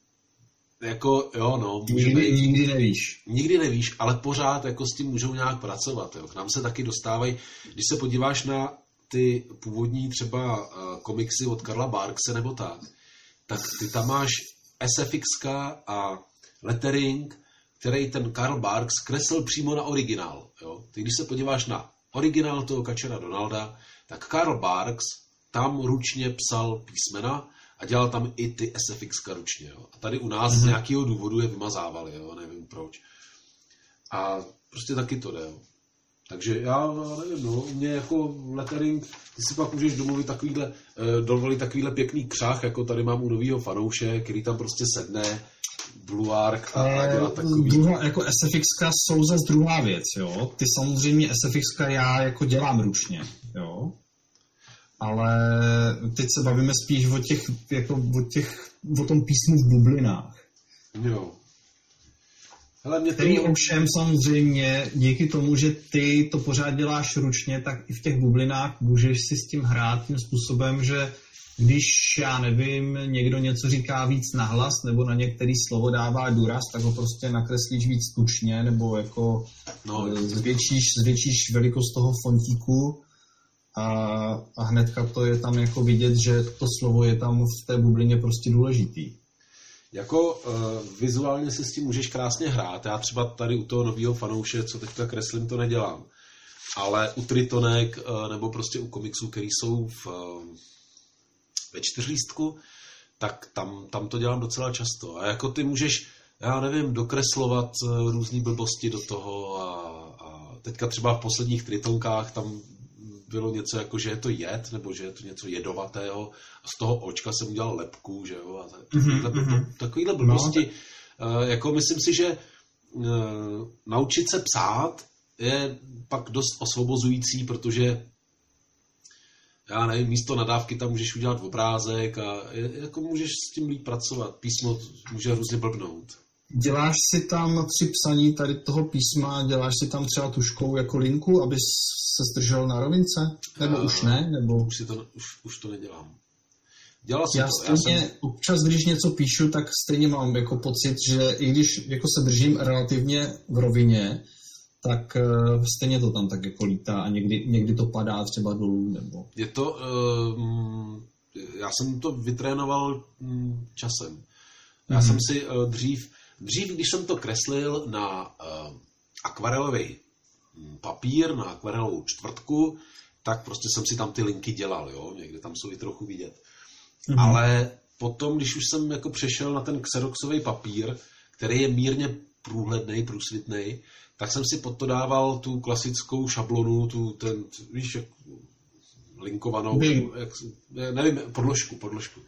jako, jo, no, nikdy, být, nikdy nevíš. Nikdy nevíš, ale pořád jako s tím můžou nějak pracovat. Jo. K nám se taky dostávají, když se podíváš na ty původní třeba uh, komiksy od Karla Barkse nebo tak, tak ty tam máš S F X a lettering, který ten Karl Barks kreslil přímo na originál. Jo. Ty když se podíváš na originál toho Kačera Donalda, tak Karl Barks tam ručně psal písmena a dělal tam i ty S F X ručně. Jo. A tady u nás mm-hmm. z nějakého důvodu je vymazávali, jo, nevím proč. A prostě taky to jde. Jo. Takže já nevím, no, u mě jako lettering, ty si pak můžeš domluvit takovýhle, eh, dovolit takovýhle pěkný křach, jako tady mám u novýho fanouše, který tam prostě sedne, Blue Arc a, a dělá takový. Druhá, jako S F X jsou zase druhá věc, jo. Ty samozřejmě S F X já jako dělám ručně, jo. Ale teď se bavíme spíš o těch, jako o těch, o tom písmu v bublinách. Jo. Hele, mě to... Který ovšem samozřejmě díky tomu, že ty to pořád děláš ručně, tak i v těch bublinách můžeš si s tím hrát tím způsobem, že když, já nevím, někdo něco říká víc nahlas nebo na některý slovo dává důraz, tak ho prostě nakreslíš víc tučně nebo jako no, zvětšíš, zvětšíš velikost toho fontíku a, a hnedka to je tam jako vidět, že to slovo je tam v té bublině prostě důležitý. Jako uh, vizuálně si s tím můžeš krásně hrát. Já třeba tady u toho nového fanouše, co teďka kreslím, to nedělám. Ale u tritonek uh, nebo prostě u komiksů, který jsou v, uh, ve čtyřlístku, tak tam, tam to dělám docela často. A jako ty můžeš, já nevím, dokreslovat uh, různý blbosti do toho a, a teďka třeba v posledních tritonkách tam bylo něco jako, že je to jed, nebo že je to něco jedovatého a z toho očka jsem udělal lepku, že jo, a takovýhle, mm-hmm. takovýhle blbosti. No. Uh, jako myslím si, že uh, naučit se psát je pak dost osvobozující, protože já nevím, místo nadávky tam můžeš udělat obrázek a je, jako můžeš s tím líp pracovat. Písmo může různě blbnout. Děláš si tam při psaní tady toho písma, děláš si tam třeba tuškou jako linku, abys se zdržel na rovince? Nebo uh, už ne? Nebo... Už, si to, už, už to nedělám. Dělal jsem já to. Stejně, já jsem... občas, když něco píšu, tak stejně mám jako pocit, že i když jako se držím relativně v rovině, tak stejně to tam tak jako lítá a někdy, někdy to padá třeba dolů, nebo... Je to... Um, já jsem to vytrénoval um, časem. Já mm. jsem si uh, dřív... Dřív, když jsem to kreslil na uh, akvarelový papír, na akvarelovou čtvrtku, tak prostě jsem si tam ty linky dělal, jo? Někde tam jsou i trochu vidět. Mm. Ale potom, když už jsem jako přešel na ten xeroxový papír, který je mírně průhlednej, průsvitnej, tak jsem si pod to dával tu klasickou šablonu, tu, ten, víš, jak, linkovanou, jak, nevím, podložku, podložku.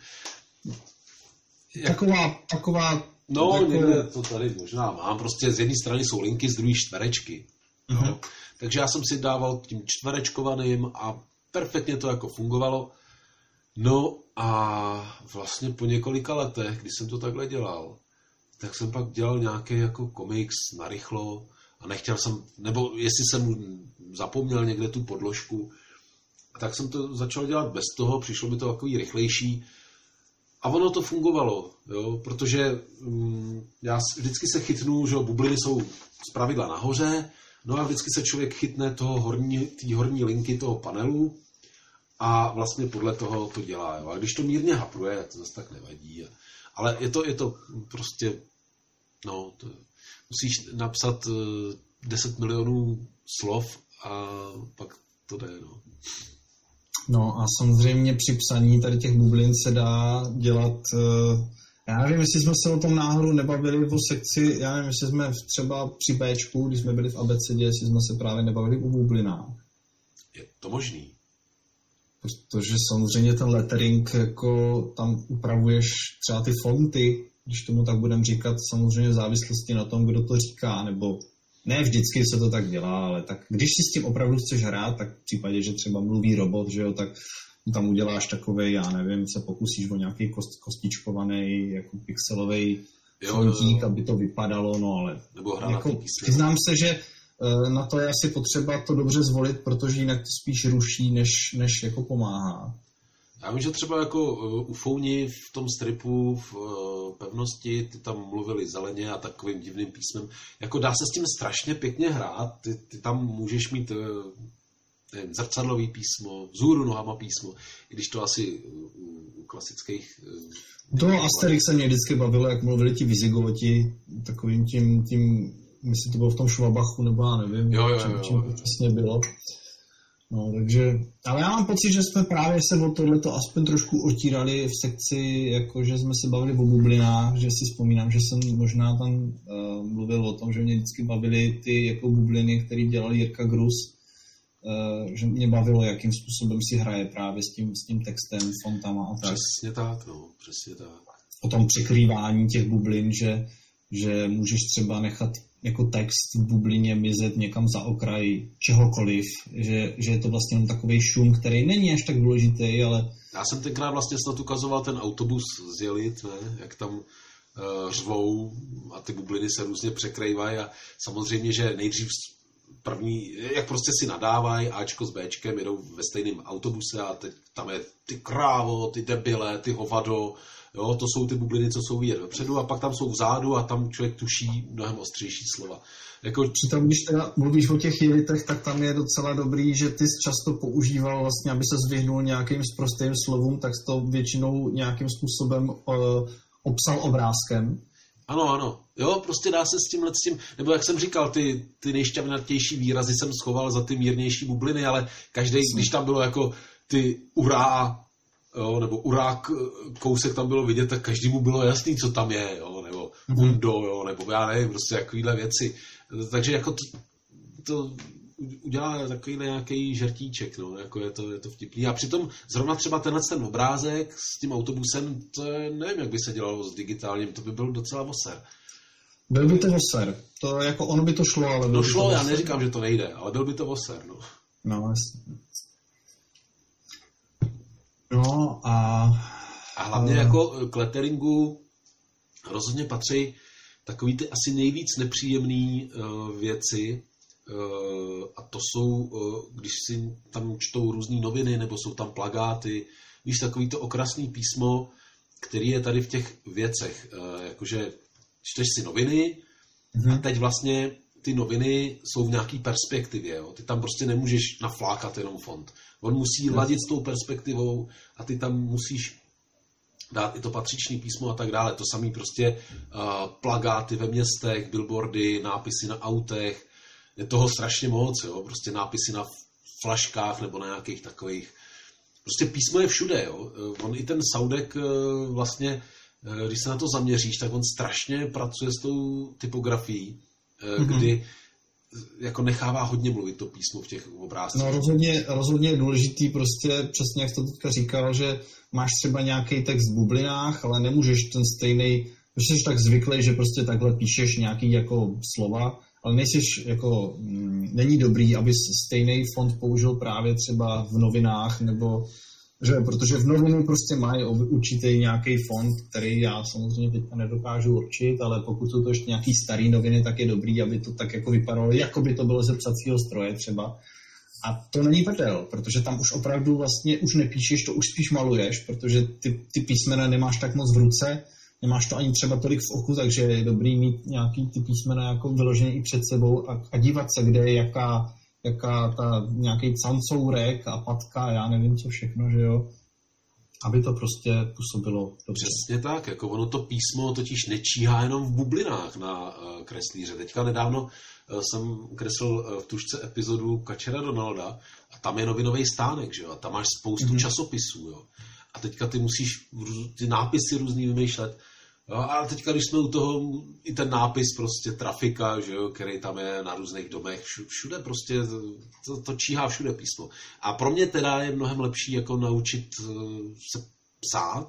Taková, taková... No, jako... někde to tady možná mám, prostě z jedné strany jsou linky, z druhé čtverečky. Uh-huh. No. Takže já jsem si dával tím čtverečkovaným a perfektně to jako fungovalo. No a vlastně po několika letech, když jsem to takhle dělal, tak jsem pak dělal nějaký jako komiks narychlo a nechtěl jsem, nebo jestli jsem zapomněl někde tu podložku, tak jsem to začal dělat bez toho, přišlo mi to takový rychlejší a ono to fungovalo, jo, protože um, já vždycky se chytnu, že bubliny jsou zpravidla nahoře, no a vždycky se člověk chytne toho horní, té horní linky toho panelu a vlastně podle toho to dělá, jo. A když to mírně hapruje, to zase tak nevadí. Ale je to, je to prostě, no, to, musíš napsat uh, deset milionů slov a pak to jde, no. No a samozřejmě při psaní tady těch bublin se dá dělat, uh, já nevím, jestli jsme se o tom náhodou nebavili o sekci, já nevím, jestli jsme třeba při Bčku, když jsme byli v abecedě, jestli jsme se právě nebavili o bublinách. Je to možný. Protože samozřejmě ten lettering, jako tam upravuješ třeba ty fonty, když tomu tak budeme říkat, samozřejmě v závislosti na tom, kdo to říká, nebo ne vždycky se to tak dělá, ale tak když si s tím opravdu chceš hrát, tak v případě, že třeba mluví robot, že jo, tak tam uděláš takovej, já nevím, se pokusíš o nějaký kost, kostičkovaný, jako pixelový fontík, aby to vypadalo, no ale nebo jako, přiznám se, že na to je asi potřeba to dobře zvolit, protože jinak to spíš ruší, než, než jako pomáhá. Já vím, že třeba jako u Founi v tom stripu v pevnosti, ty tam mluvili zeleně a takovým divným písmem. Jako dá se s tím strašně pěkně hrát. Ty, ty tam můžeš mít nevím, zrcadlový písmo, vzhůru nohama písmo, i když to asi u, u klasických... To Asterix se mě vždycky bavilo, jak mluvili ti Vizigoti, takovým tím, tím myslím, to bylo v tom Švabachu, nebo já nevím, jo, jo, čím, jo, čím to přesně bylo. No, takže, ale já mám pocit, že jsme právě se o tohleto aspoň trošku otírali v sekci, jako že jsme se bavili o bublinách, že si vzpomínám, že jsem možná tam uh, mluvil o tom, že mě vždycky bavily ty jako bubliny, které dělal Jirka Grus, uh, že mě bavilo, jakým způsobem si hraje právě s tím, s tím textem, fontama a tak. Přesně tak, no, přesně tak. O tom překrývání těch bublin, že, že můžeš třeba nechat jako text v bublině mizet někam za okraj čehokoliv, že, že je to vlastně jen takovej šum, který není až tak důležitý, ale... Já jsem tenkrát vlastně snad ukazoval ten autobus z Jelit, ne? Jak tam uh, řvou a ty bubliny se různě překrývají a samozřejmě, že nejdřív první, jak prostě si nadávají Ačko s Bčkem, jedou ve stejném autobuse a teď tam je ty krávo, ty debile, ty hovado, jo, to jsou ty bubliny, co jsou vidět vepředu a pak tam jsou vzadu a tam člověk tuší mnohem ostřejší slova. Jako... Přitom, když teda mluvíš o těch jelitech, tak tam je docela dobrý, že ty jsi často používal vlastně, aby se zvyhnul nějakým sprostým slovům, tak jsi to většinou nějakým způsobem uh, obsal obrázkem. Ano, ano. Jo, prostě dá se s tímhle s tím, nebo jak jsem říkal, ty, ty nejšťavnatější výrazy jsem schoval za ty mírnější bubliny, ale každý, když tam bylo jako ty urá, jo, nebo urák kousek tam bylo vidět, tak každému bylo jasný, co tam je, jo, nebo undo, jo, nebo já nevím, prostě takovýhle věci. Takže jako to, to udělá takovýhle nějaký žertíček, no, jako je to, je to vtipný. A přitom zrovna třeba tenhle ten obrázek s tím autobusem, to je, nevím, jak by se dělalo s digitálním, to by byl docela voser. Byl by to voser. To jako ono by to šlo, ale... No šlo, já neříkám, že to nejde, ale byl by to voser, no. No, jasně. No a... A hlavně a... jako k letteringu rozhodně patří takový ty asi nejvíc nepříjemný uh, věci, uh, a to jsou, uh, když si tam čtou různý noviny, nebo jsou tam plagáty, víš, takový to okrasný písmo, který je tady v těch věcech, uh, jakože čteš si noviny, mm-hmm. a teď vlastně ty noviny jsou v nějaký perspektivě. Jo? Ty tam prostě nemůžeš naflákat jenom font. On musí ladit s tou perspektivou a ty tam musíš dát i to patřičný písmo a tak dále. To samý prostě uh, plagáty ve městech, billboardy, nápisy na autech. Je toho strašně moc, jo? Prostě nápisy na flaškách nebo na nějakých takových. Prostě písmo je všude, jo. On i ten Soudek vlastně, když se na to zaměříš, tak on strašně pracuje s tou typografií, mm-hmm. kdy jako nechává hodně mluvit to písmo v těch obrázcích. No rozhodně, rozhodně je důležitý prostě, přesně jak to teďka říkal, že máš třeba nějaký text v bublinách, ale nemůžeš ten stejný, protože jsi tak zvyklý, že prostě takhle píšeš nějaký jako slova, ale nejsiš jako, m, není dobrý, abys stejný font použil právě třeba v novinách, nebo, že, protože v novinu prostě mají určitý nějaký font, který já samozřejmě teďka nedokážu určit, ale pokud jsou to ještě nějaký starý noviny, tak je dobrý, aby to tak jako vypadalo, jako by to bylo ze psacího stroje třeba. A to není prdel, protože tam už opravdu vlastně už nepíšeš, to už spíš maluješ, protože ty, ty písmena nemáš tak moc v ruce, nemáš to ani třeba tolik v oku, takže je dobrý mít nějaký ty písmena jako vyloženě i před sebou a, a dívat se, kde je jaká, jaká ta nějaký cancourek a patka, já nevím co všechno, že jo, aby to prostě působilo dobře. Přesně tak, jako ono to písmo totiž nečíhá jenom v bublinách na uh, kreslíře. Teďka nedávno uh, jsem kreslil uh, v tužce epizodu Kačera Donalda a tam je novinový stánek, že jo, a tam máš spoustu mm-hmm. časopisů, jo. A teďka ty musíš ty nápisy různý vymýšlet. Jo, a teďka, když jsme u toho, i ten nápis prostě trafika, že jo, který tam je na různých domech, všude prostě, to, to číhá všude písmo. A pro mě teda je mnohem lepší jako naučit se psát,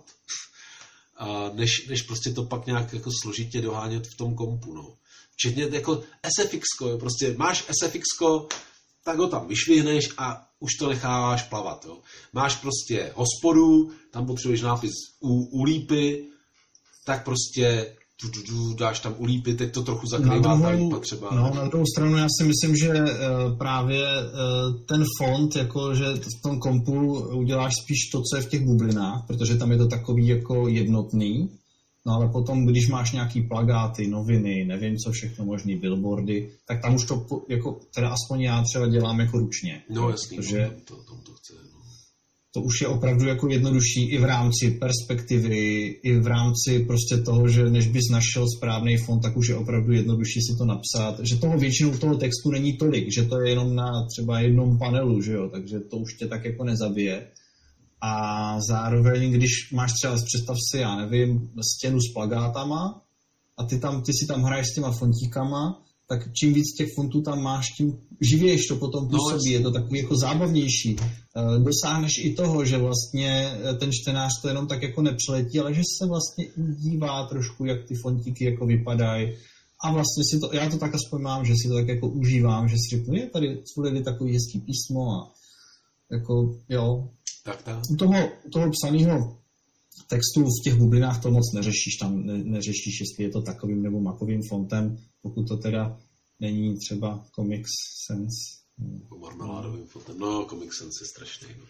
než, než prostě to pak nějak jako složitě dohánět v tom kompu, no. Včetně jako SFXko, jo, prostě máš SFXko, tak ho tam vyšvihneš a už to necháváš plavat, jo. Máš prostě hospodu, tam potřebuješ nápis u, u lípy, tak prostě du, du, du, dáš tam u lípy, teď to trochu zakrývá ta lípa třeba. No, na druhou stranu já si myslím, že uh, právě uh, ten font, jako, že v tom kompu uděláš spíš to, co je v těch bublinách, protože tam je to takový jako jednotný. No ale potom, když máš nějaký plagáty, noviny, nevím co všechno možný, billboardy, tak tam už to, jako, teda aspoň já třeba dělám jako ručně. No jasný, protože to, to, to chce, no. To už je opravdu jako jednodušší i v rámci perspektivy, i v rámci prostě toho, že než bys našel správný font, tak už je opravdu jednodušší si to napsat. Že toho většinou toho textu není tolik, že to je jenom na třeba jednom panelu, že jo, takže to už tě tak jako nezabije. A zároveň, když máš třeba, představ si, já nevím, stěnu s plagátama a ty, tam, ty si tam hraješ s těma fontíkama, tak čím víc těch fontů tam máš, tím živějš to potom působí, no, je to takový jako zábavnější. Dosáhneš i toho, že vlastně ten čtenář to jenom tak jako nepřeletí, ale že se vlastně dívá trošku, jak ty fontíky jako vypadají. A vlastně si to, já to tak aspoň mám, že si to tak jako užívám, že si řeknu, je tady je takový hezký písmo a jako, jo. Tak, tak. U toho, toho psaného textu v těch bublinách to moc neřešíš, tam ne, neřešíš, jestli je to takovým nebo makovým fontem, pokud to teda není třeba Comic Sans. Po marmeládovým fontem. No, Comic Sans je strašný. No.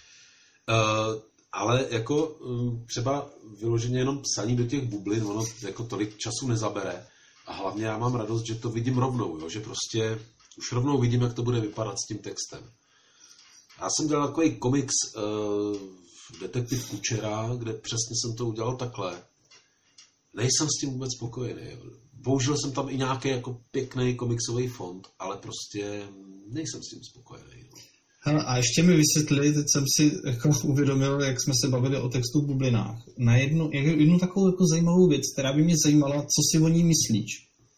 Uh, ale jako um, třeba vyloženě jenom psaní do těch bublin, ono jako tolik času nezabere. A hlavně já mám radost, že to vidím rovnou, jo? Že prostě už rovnou vidím, jak to bude vypadat s tím textem. Já jsem dělal takový komiks uh, Detektiv Kučera, kde přesně jsem to udělal takhle. Nejsem s tím vůbec spokojený. Použil jsem tam i nějaký jako pěkný komiksový font, ale prostě nejsem s tím spokojený. Hele, a ještě mi vysvětli, teď jsem si jako uvědomil, jak jsme se bavili o textu v bublinách. Na jednu, jednu takovou jako zajímavou věc, která by mě zajímala, co si o ní myslíš.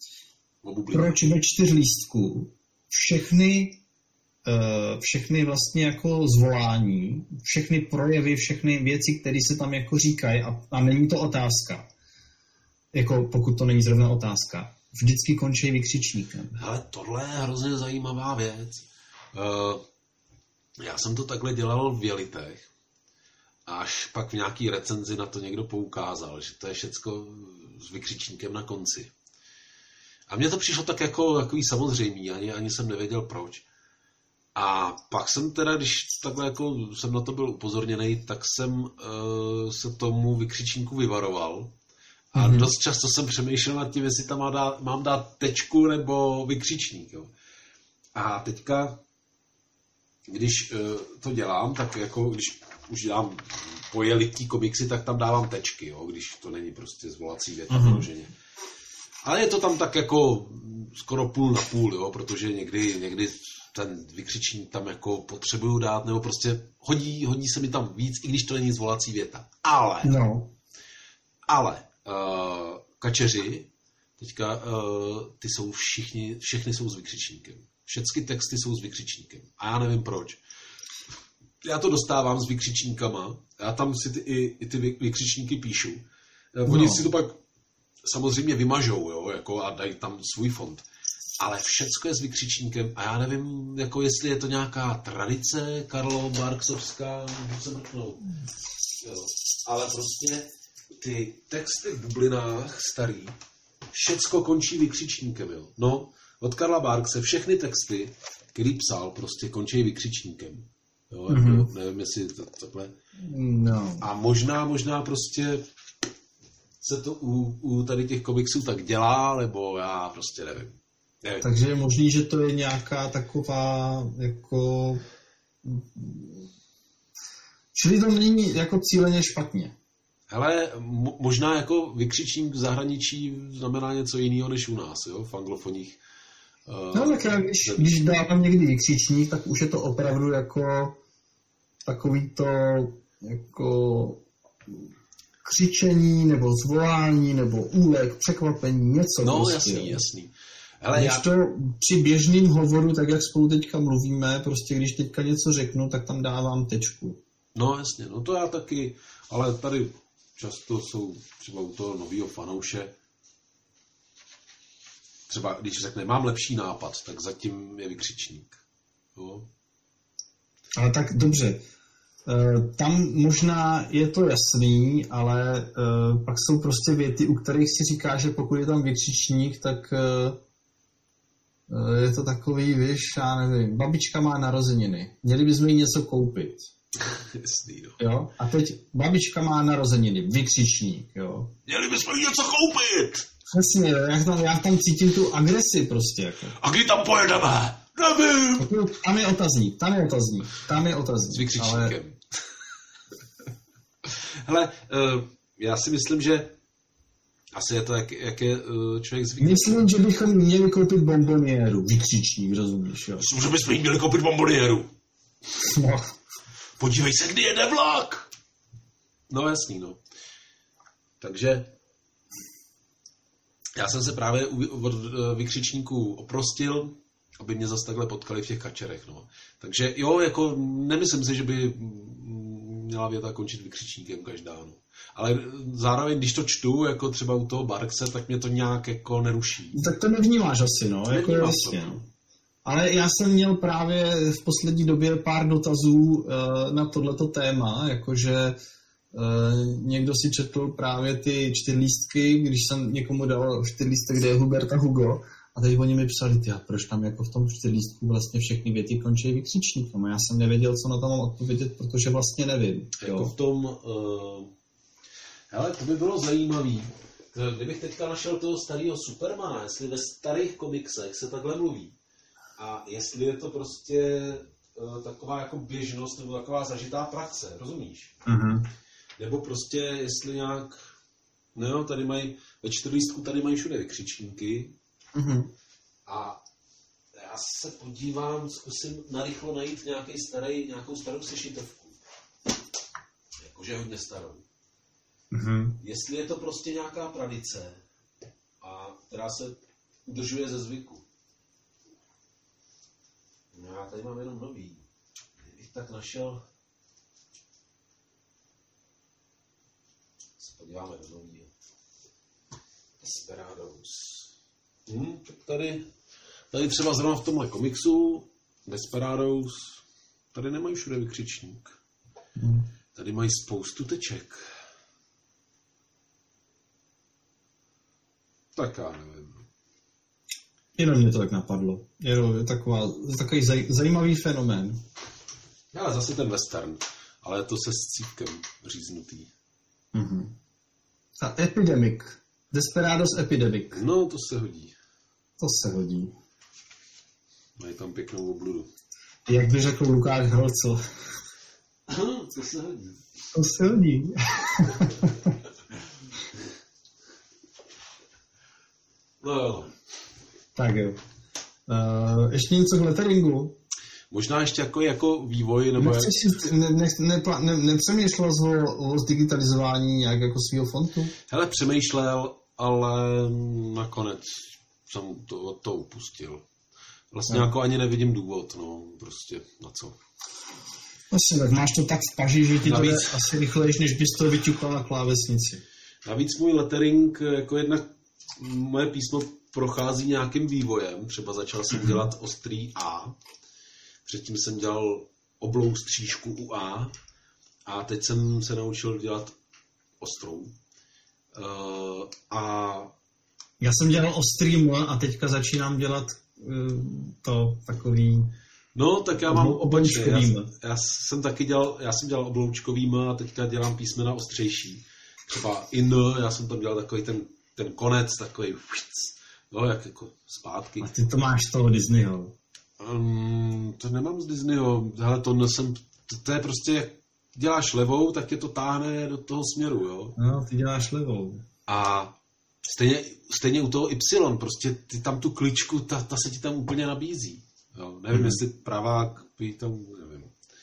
Proč ve čtyřlístku všechny všechny vlastně jako zvolání, všechny projevy, všechny věci, které se tam jako říkají a, a není to otázka. Jako pokud to není zrovna otázka. Vždycky končí vykřičníkem. Ale tohle je hrozně zajímavá věc. Uh, já jsem to takhle dělal v Jelitech. Až pak v nějaký recenzi na to někdo poukázal, že to je všecko s vykřičníkem na konci. A mně to přišlo tak jako takový samozřejmý, ani, ani jsem nevěděl proč. A pak jsem teda, když takhle jako jsem na to byl upozorněný, tak jsem uh, se tomu vykřičníku vyvaroval A mm-hmm. dost často jsem přemýšlel nad tím, jestli tam mám dát, mám dát tečku nebo vykřičník. Jo. A teďka, když uh, to dělám, tak jako když už dělám pojelitý komiksy, tak tam dávám tečky, jo, když to není prostě zvolací věta vyloženě. Mm-hmm. Ale je to tam tak jako skoro půl na půl, jo, protože někdy, někdy ten vykřičník tam jako potřebuju dát, nebo prostě hodí, hodí se mi tam víc, i když to není zvolací věta. Ale, no. ale uh, kačeři, teďka uh, ty jsou všichni, všechny jsou s vykřičníkem. Všechny texty jsou s vykřičníkem. A já nevím proč. Já to dostávám s vykřičníkama, já tam si ty, i, i ty vykřičníky píšu. Oni no. si to pak samozřejmě vymažou, jo, jako a dají tam svůj font. Ale všecko je s vykřičníkem a já nevím, jako jestli je to nějaká tradice Karlo Barksovská, můžu se mrknout. Jo. Ale prostě ty texty v bublinách starý, všecko končí vykřičníkem, jo. No, od Karla Barkse všechny texty, který psal, prostě končí vykřičníkem. Jo, mm-hmm. jako, nevím, jestli to takhle. No. A možná, možná prostě se to u, u tady těch komiksů tak dělá, nebo já prostě nevím. nevím. Takže je možný, že to je nějaká taková jako... Čili to není jako cíleně špatně. Hele, mo- možná jako vykřičník v zahraničí znamená něco jiného než u nás, jo, v anglofoních. Uh, no tak já, když, když dávám někdy vykřičník, tak už je to opravdu jako takový to jako křičení, nebo zvolání, nebo úlek, překvapení, něco. No, prostě, jasný, jasný. Hele, když já... to při běžným hovoru, tak jak spolu teďka mluvíme, prostě když teďka něco řeknu, tak tam dávám tečku. No jasně, no to já taky, ale tady často jsou třeba u toho novýho fanouše, třeba když řekne, mám lepší nápad, tak zatím je vykřičník. Jo? Ale tak dobře, tam možná je to jasný, ale pak jsou prostě věty, u kterých si říká, že pokud je tam vykřičník, tak je to takový, víš, já nevím, babička má narozeniny, měli bychom jí něco koupit. Jasný, no. Jo? A teď babička má narozeniny, vykřičník, jo. Měli bychom jí něco koupit! Přesně, já tam, já tam cítím tu agresi prostě. Jako. A kdy tam pojedeme? Nevím! Tam je otazník, tam je otazník, tam je otazník. S vykřičníkem. Ale... Hele, uh, já si myslím, že asi je to, jak, jak je uh, člověk zvyklý. Myslím, že bychom měli koupit bomboniéru, vykřičník, rozumíš, jo? Myslím, že bychom jí měli koupit bomboniéru. No. Podívej se, kdy jede vlak! No jasný, no. Takže já jsem se právě od vykřičníků oprostil, aby mě zase takhle potkali v těch kačerech, no. Takže jo, jako nemyslím si, že by měla věta končit vykřičníkem každá, no. Ale zároveň, když to čtu, jako třeba u toho Barkse, tak mě to nějak jako neruší. Tak to nevnímáš asi, no, jako jasně, no. Ale já jsem měl právě v poslední době pár dotazů uh, na tohleto téma, jakože uh, někdo si četl právě ty čtyřlístky, když jsem někomu dal čtyřlístek, kde je Hubert a Hugo, a teď oni mi psali, ty, a proč tam jako v tom čtyřlístku vlastně všechny věty končí vykřičníkem. A já jsem nevěděl, co na to mám odpovědět, protože vlastně nevím. Jako v tom... Uh... Hele, to by bylo zajímavý. Kdybych teďka našel toho starého Supermana, jestli ve starých komiksech se takhle mluví. A jestli je to prostě uh, taková jako běžnost nebo taková zažitá praxe, rozumíš? Uh-huh. Nebo prostě jestli nějak, no jo, tady mají, ve čtyřlístku tady mají všude vykřičníky. Uh-huh. A já se podívám, zkusím narychlo najít nějaký starý, nějakou starou sešitovku. Jakože hodně starou. Uh-huh. Jestli je to prostě nějaká tradice, a která se udržuje ze zvyku. No já tady mám jenom nový. Kdybych tak našel... Se podíváme do nový. Desperados. Hm, tak tady, tady třeba zrovna v tomhle komiksu Desperados, tady nemají všude vykřičník. Hmm. Tady mají spoustu teček. Tak já nevím. Jenom mě to tak napadlo. Je to taková, takový zaj, zajímavý fenomén. Já zase ten western, ale to se s cívkem říznutý. Mm-hmm. A Epidemic Desperados Epidemic. No, to se hodí. To se hodí. Mají tam pěknou obludu. Jak by řekl Lukáš Hrolcl. To se hodí. To se hodí. No jo. Tak jo. Uh, ještě něco k letteringu? Možná ještě jako, jako vývoj, nebo... Nechceš si, ne, ne, ne, ne, nepřemýšlel jsi o, o zdigitalizování nějak jako svýho fontu? Hele, přemýšlel, ale nakonec jsem to, to upustil. Vlastně no. Jako ani nevidím důvod, no, prostě na co. Asi tak, máš to tak v paži, že ti navíc, to jde asi rychlejš, než bys to vyťukal na klávesnici. Navíc můj lettering, jako jednak moje písmo prochází nějakým vývojem, třeba začal jsem mm-hmm. dělat ostrý A, předtím jsem dělal oblou střížku u A a teď jsem se naučil dělat ostrou. Uh, a já jsem dělal ostrý M a teďka začínám dělat uh, to takový... No, tak já mám opačně. Já, já jsem taky dělal, já jsem dělal obloučkovým a teďka dělám písmena ostřejší. Třeba in, já jsem tam dělal takový ten, ten konec, takový no, jak jako zpátky. A ty to máš z toho Disneyho? Um, to nemám z Disneyho, hele, to nesem, to, to je prostě, jak děláš levou, tak tě to táhne do toho směru, jo. No, ty děláš levou. A stejně, stejně u toho Y, prostě ty tam tu kličku, ta, ta se ti tam úplně nabízí. Jo, nevím, mm. jestli pravák by tam, nevím.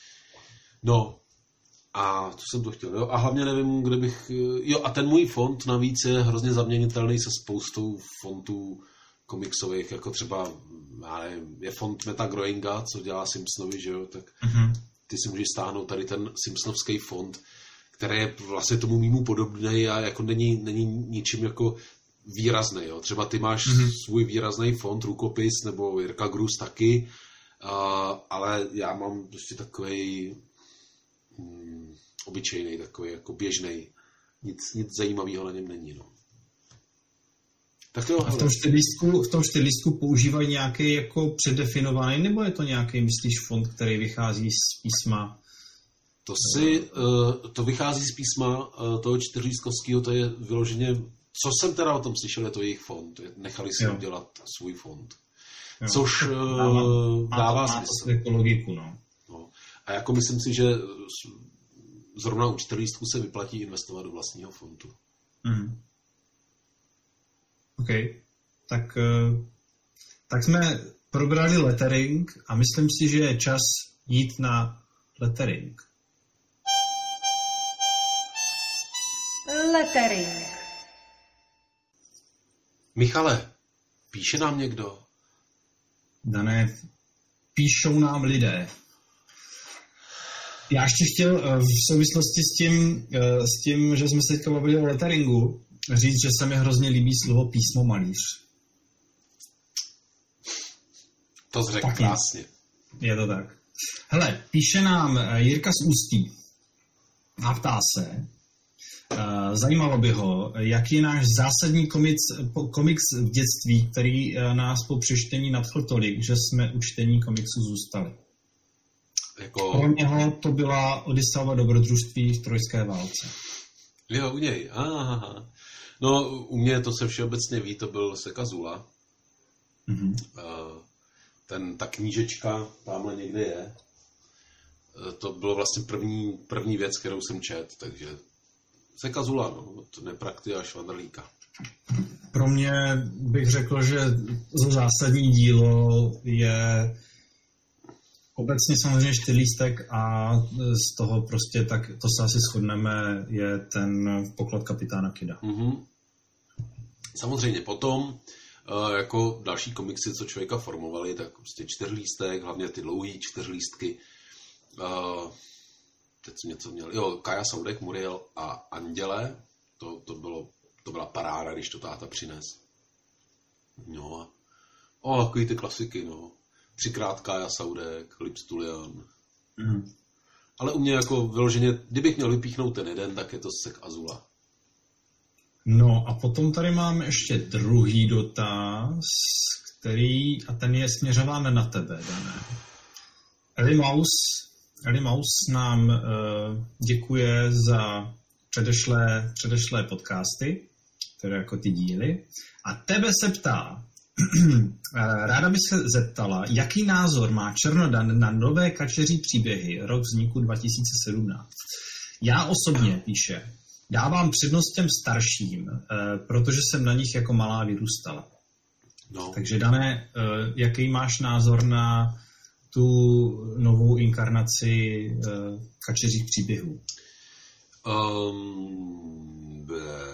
No, a co jsem to chtěl, jo? A hlavně nevím, kde bych, jo, a ten můj font navíc je hrozně zaměnitelný se spoustou fontů komiksových, jako třeba, já nevím, je font Meta Groeninga, co dělá Simpsonovi, že jo, tak mm. ty si můžeš stáhnout tady ten Simpsonovský font, který je vlastně tomu mýmu podobný a jako není, není ničím jako výrazný, jo. Třeba ty máš mm-hmm. svůj výrazný font, rukopis, nebo Jirka Grus taky, uh, ale já mám prostě takovej um, obyčejný, takový jako běžný. Nic, nic zajímavého na něm není, no. Tak jo, a v tom štylístku, v tom štylístku používají nějaký jako předdefinovaný, nebo je to nějaký, myslíš, font, který vychází z písma? To si, uh, to vychází z písma uh, toho čtyřlístkovského, to je vyloženě, co jsem teda o tom slyšel, je to jejich font. Nechali si udělat svůj font. Jo. Což uh, dává, dává smysl. Má to logiku, no. no. A jako myslím si, že zrovna u čtyřlístku se vyplatí investovat do vlastního fontu. Mm. OK. Tak, uh, tak jsme probrali lettering a myslím si, že je čas jít na lettering. Lettering. Michale, píše nám někdo? Dané, píšou nám lidé. Já ještě chtěl v souvislosti s tím, s tím, že jsme se teďka bavili o letteringu, říct, že se mi hrozně líbí slovo písmo malíř. To jsi řekl krásně. Je to tak. Hele, píše nám Jirka z Ústí a ptá se, zajímalo by ho, jaký je náš zásadní komiks, komiks v dětství, který nás po přečtení nadchl tolik, že jsme u čtení komiksu zůstali. Jako... Pro něho to byla Odysseova dobrodružství v Trojské válce. Jo, u něj. Aha. No, u mě to se všeobecně ví, to byl Sekazula. Mm-hmm. Ten, ta knížečka tamhle někde je. To bylo vlastně první, první věc, kterou jsem čet, takže Sekazula, no, od Neprakty a Švandrlíka. Pro mě bych řekl, že to zásadní dílo je obecně samozřejmě štylístek a z toho prostě, tak to se asi shodneme, je ten Poklad kapitána Kida. Mm-hmm. Samozřejmě potom, jako další komiksy, co člověka formovali, tak prostě čtyřlístek, hlavně ty dlouhý čtyřlístky. Teď jsem něco měl. Jo, Kaja Soudek, Muriel a Anděle. To, to, bylo, to byla paráda, když to táta přines. No a o, takový ty klasiky, no. Třikrát Kaja Soudek, Lipstulian. Mm. Ale u mě jako vyloženě, kdybych měl vypíchnout ten jeden, tak je to Sek Azula. No a potom tady máme ještě druhý dotaz, který, a ten je směřován na tebe, Dané. Eli Maus, Eli Maus nám uh, děkuje za předešlé, předešlé podcasty, které jako ty díly. A tebe se ptá, ráda by se zeptala, jaký názor má Černodan na nové kačeří příběhy rok vzniku dva tisíce sedmnáct. Já osobně, píše, dávám přednost těm starším, protože jsem na nich jako malá vyrůstala. No. Takže Dané, jaký máš názor na tu novou inkarnaci kačeřích příběhů? Um,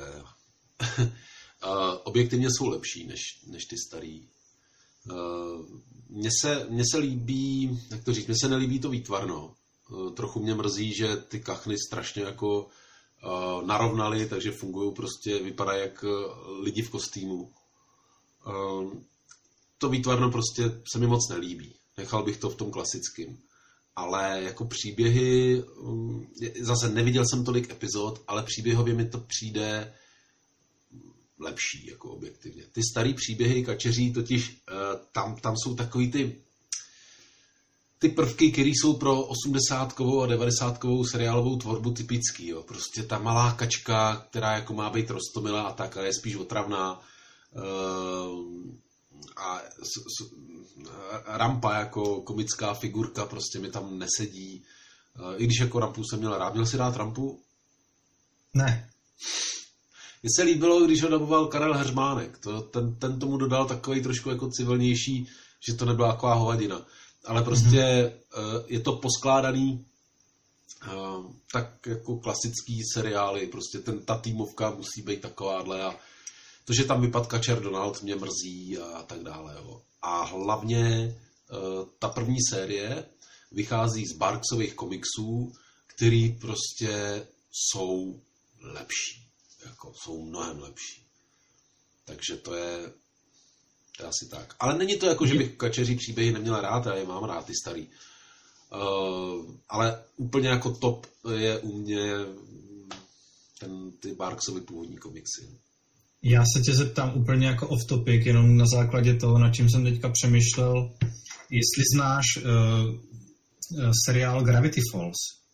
Uh, objektivně jsou lepší než, než ty starý. Uh, mně, se, mně se líbí, jak to říct, mně se nelíbí to výtvarno. Uh, trochu mě mrzí, že ty kachny strašně jako uh, narovnali, takže fungují prostě, vypadají jak uh, lidi v kostýmu. Uh, to výtvarno prostě se mi moc nelíbí. Nechal bych to v tom klasickém. Ale jako příběhy, um, zase neviděl jsem tolik epizod, ale příběhově mi to přijde lepší, jako objektivně. Ty starý příběhy kačeří, totiž uh, tam, tam jsou takový ty ty prvky, které jsou pro osmdesátkovou a devadesátkovou seriálovou tvorbu typický. Jo. Prostě ta malá kačka, která jako má být roztomilá a tak, a je spíš otravná. Uh, a s, s, Rampa jako komická figurka prostě mi tam nesedí. Uh, I když jako Rampu jsem měl rád. Měl jsi rád Rampu? Ne. Mně se líbilo, když ho daboval Karel Heřmánek. To, ten, ten tomu dodal takový trošku jako civilnější, že to nebyla taková hovadina. Ale prostě mm-hmm. je to poskládaný tak jako klasický seriály. Prostě ten, ta týmovka musí být takováhle. A to, že tam vypadl Kačer Donald, mě mrzí a tak dále. Jo. A hlavně ta první série vychází z Barksových komiksů, který prostě jsou lepší. Jako jsou mnohem lepší. Takže to je, to je asi tak. Ale není to jako, že bych kačeří příběhy neměl rád, já je mám rád, ty starý. Uh, ale úplně jako top je u mě ten, ty Barksovy původní komiksy. Já se tě zeptám úplně jako off topic, jenom na základě toho, na čím jsem teďka přemýšlel, jestli znáš uh, uh, seriál Gravity Falls.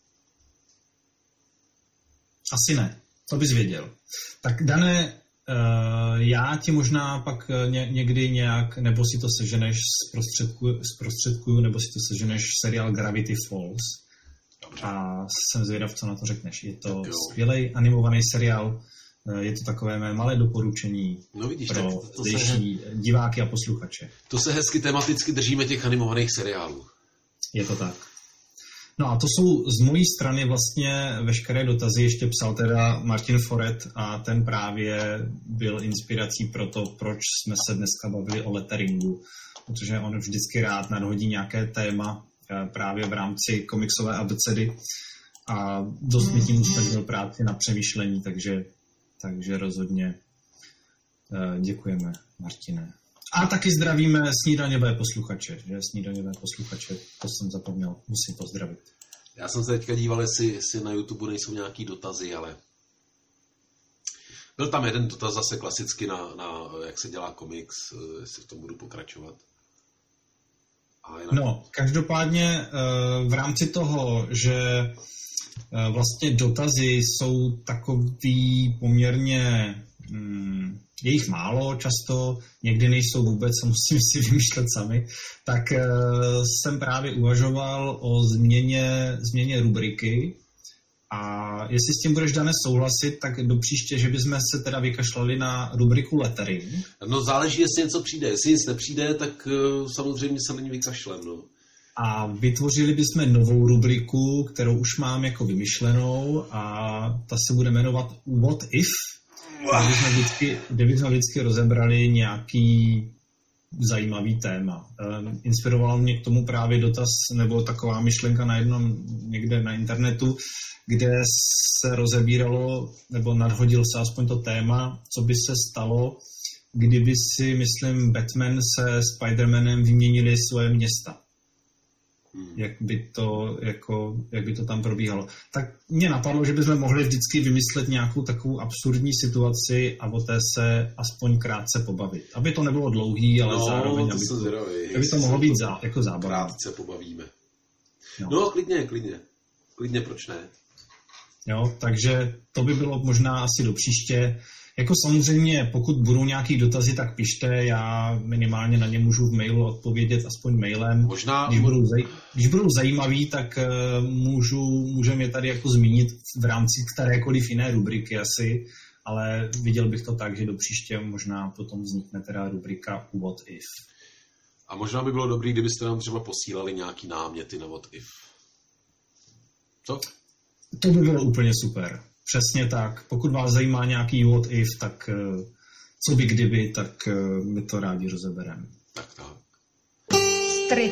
Asi ne. To bys věděl. Tak Dané, uh, já ti možná pak ně, někdy nějak, nebo si to seženeš zprostředkuju, zprostředkuju, nebo si to seženeš seriál Gravity Falls. Dobře. A jsem zvědav, co na to řekneš. Je to skvělej animovaný seriál, je to takové mé malé doporučení no vidíš, pro to, to zdejší se... diváky a posluchače. To se hezky tematicky držíme těch animovaných seriálů. Je to tak. No a to jsou z mojí strany vlastně veškeré dotazy, ještě psal teda Martin Foret a ten právě byl inspirací pro to, proč jsme se dneska bavili o letteringu, protože on vždycky rád nadhodí nějaké téma právě v rámci komiksové abecedy a dost mi tím usnadnil práci na přemýšlení, takže, takže rozhodně děkujeme, Martine. A taky zdravíme snídaňové posluchače, že snídaňové posluchače, to jsem zapomněl, musím pozdravit. Já jsem se teďka díval, jestli, jestli na YouTube nejsou nějaký dotazy, ale byl tam jeden dotaz zase klasicky na, na jak se dělá komiks, jestli v tom budu pokračovat. A jinak... No, každopádně v rámci toho, že vlastně dotazy jsou takový poměrně... Hmm, je jich málo, často někdy nejsou vůbec, musím si vymýšlet sami, tak uh, jsem právě uvažoval o změně, změně rubriky a jestli s tím budeš, Dané, souhlasit, tak do příště, že bychom se teda vykašlali na rubriku lettering. No záleží, jestli něco přijde. Jestli nic nepřijde, tak uh, samozřejmě se na ní vykašlem. No. A vytvořili bychom novou rubriku, kterou už mám jako vymyšlenou a ta se bude jmenovat What If? Kde bychom vždycky, kde bychom vždycky rozebrali nějaký zajímavý téma. Um, inspiroval mě k tomu právě dotaz nebo taková myšlenka na jednom někde na internetu, kde se rozebíralo nebo nadhodil se aspoň to téma, co by se stalo, kdyby si, myslím, Batman se Spider-Manem vyměnili svoje města. Jak by to, jako, jak by to tam probíhalo. Tak mě napadlo, že bychom mohli vždycky vymyslet nějakou takovou absurdní situaci a o té se aspoň krátce pobavit. Aby to nebylo dlouhý, ale no, zároveň, to aby, to, zvědavý, aby to mohlo být zá, jako zábava. Krátce pobavíme. No. no, klidně, klidně. Klidně, proč ne? Jo, takže to by bylo možná asi do příště. Jako samozřejmě, pokud budou nějaký dotazy, tak pište, já minimálně na ně můžu v mailu odpovědět aspoň mailem. Možná... Když budou, zaj... Když budou zajímaví, tak uh, můžu, můžeme je tady jako zmínit v rámci kterékoliv jiné rubriky asi, ale viděl bych to tak, že do příště možná potom vznikne teda rubrika What If. A možná by bylo dobré, kdybyste nám třeba posílali nějaký náměty na What If. Co? To by bylo úplně super. Přesně tak. Pokud vás zajímá nějaký What If, tak uh, co by kdyby, tak uh, my to rádi rozebereme. Tak, tak. Strip.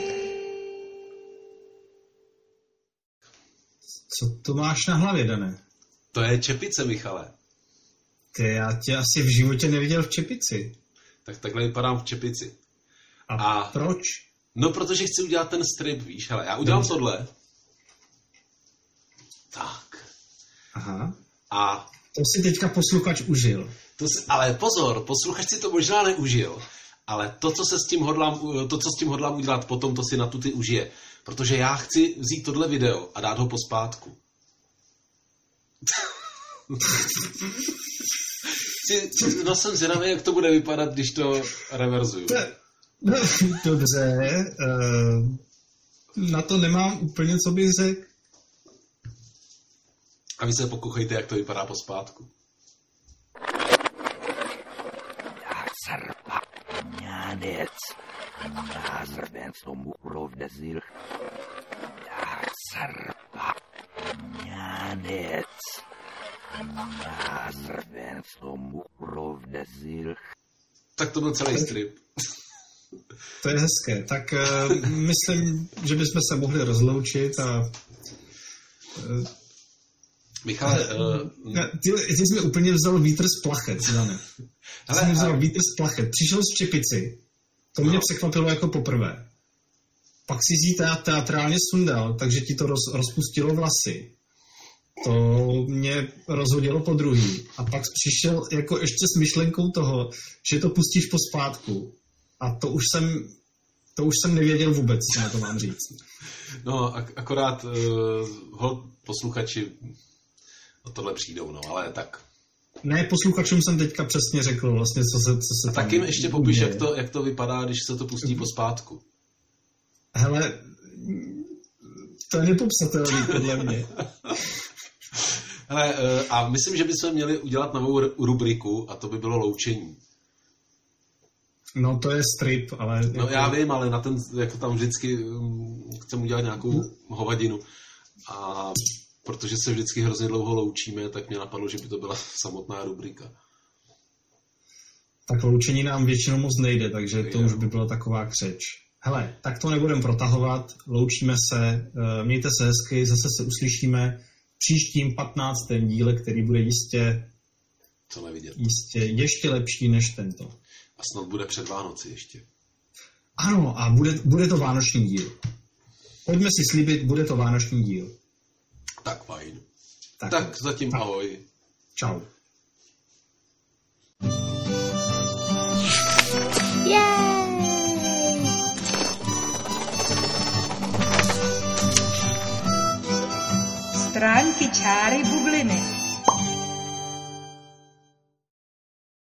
Co to máš na hlavě, Dané? To je čepice, Michale. Ty, já tě asi v životě neviděl v čepici. Tak takhle vypadám v čepici. A, A proč? No, protože chci udělat ten strip, víš, hele, já udělám Dobře. tohle. Tak. Aha. A To si teďka posluchač užil. to si, ale pozor, posluchač si to možná neužil, ale to, co se s tím hodlám, to, co s tím hodlám udělat potom, to si na tu ty užije. Protože já chci vzít tohle video a dát ho pospátku. No jsem zvědavý, jak to bude vypadat, když to reverzuju. Dobře. Uh, na to nemám úplně, co bych řekl. A vy se pokuchejte, jak to vypadá pospátku. Sarpa, Nянец, Nazrvenco Mukrov Dezil, Sarpa, Nянец, Nazrvenco Mukrov Dezil. Tak to byl celý strip. To je hezké. Tak uh, myslím, že bychom se mohli rozloučit a... Uh, Michale... Uh, ty, ty jsi mi úplně vzal vítr z plachet, Dane. Ty jsi mi vzal vítr z plachet. Přišel z čepici. To mě no. překvapilo jako poprvé. Pak si ji teatrálně sundal, takže ti to roz, rozpustilo vlasy. To mě rozhodilo po druhý. A pak přišel jako ještě s myšlenkou toho, že to pustíš pospátku. A to už jsem, to už jsem nevěděl vůbec, co na to mám říct. No, ak- akorát uh, ho posluchači o tohle přijdou, no, ale tak. Ne, posluchačům jsem teďka přesně řekl vlastně, co se, co se A tak jim ještě popiš, jak to, jak to vypadá, když se to pustí pospátku. Hele, to je nepopsatelný podle mě. Hele, uh, a myslím, že bychom měli udělat novou rubriku a to by bylo loučení. No to je strip, ale... No jako... já vím, ale na ten, jako tam vždycky um, chcem udělat nějakou hovadinu. A protože se vždycky hrozně dlouho loučíme, tak mě napadlo, že by to byla samotná rubrika. Tak loučení nám většinou moc nejde, takže to jo. už by byla taková křeč. Hele, tak to nebudeme protahovat, loučíme se, mějte se hezky, zase se uslyšíme v příštím patnáctém díle, který bude jistě, Co nevidět. jistě ještě lepší než tento. A snad bude před Vánoci ještě. Ano, a bude, bude to vánoční díl. Pojďme si slíbit, bude to vánoční díl. Tak fajn. Tak, Tak zatím tak. ahoj. Čau. Stránky čáry bubliny.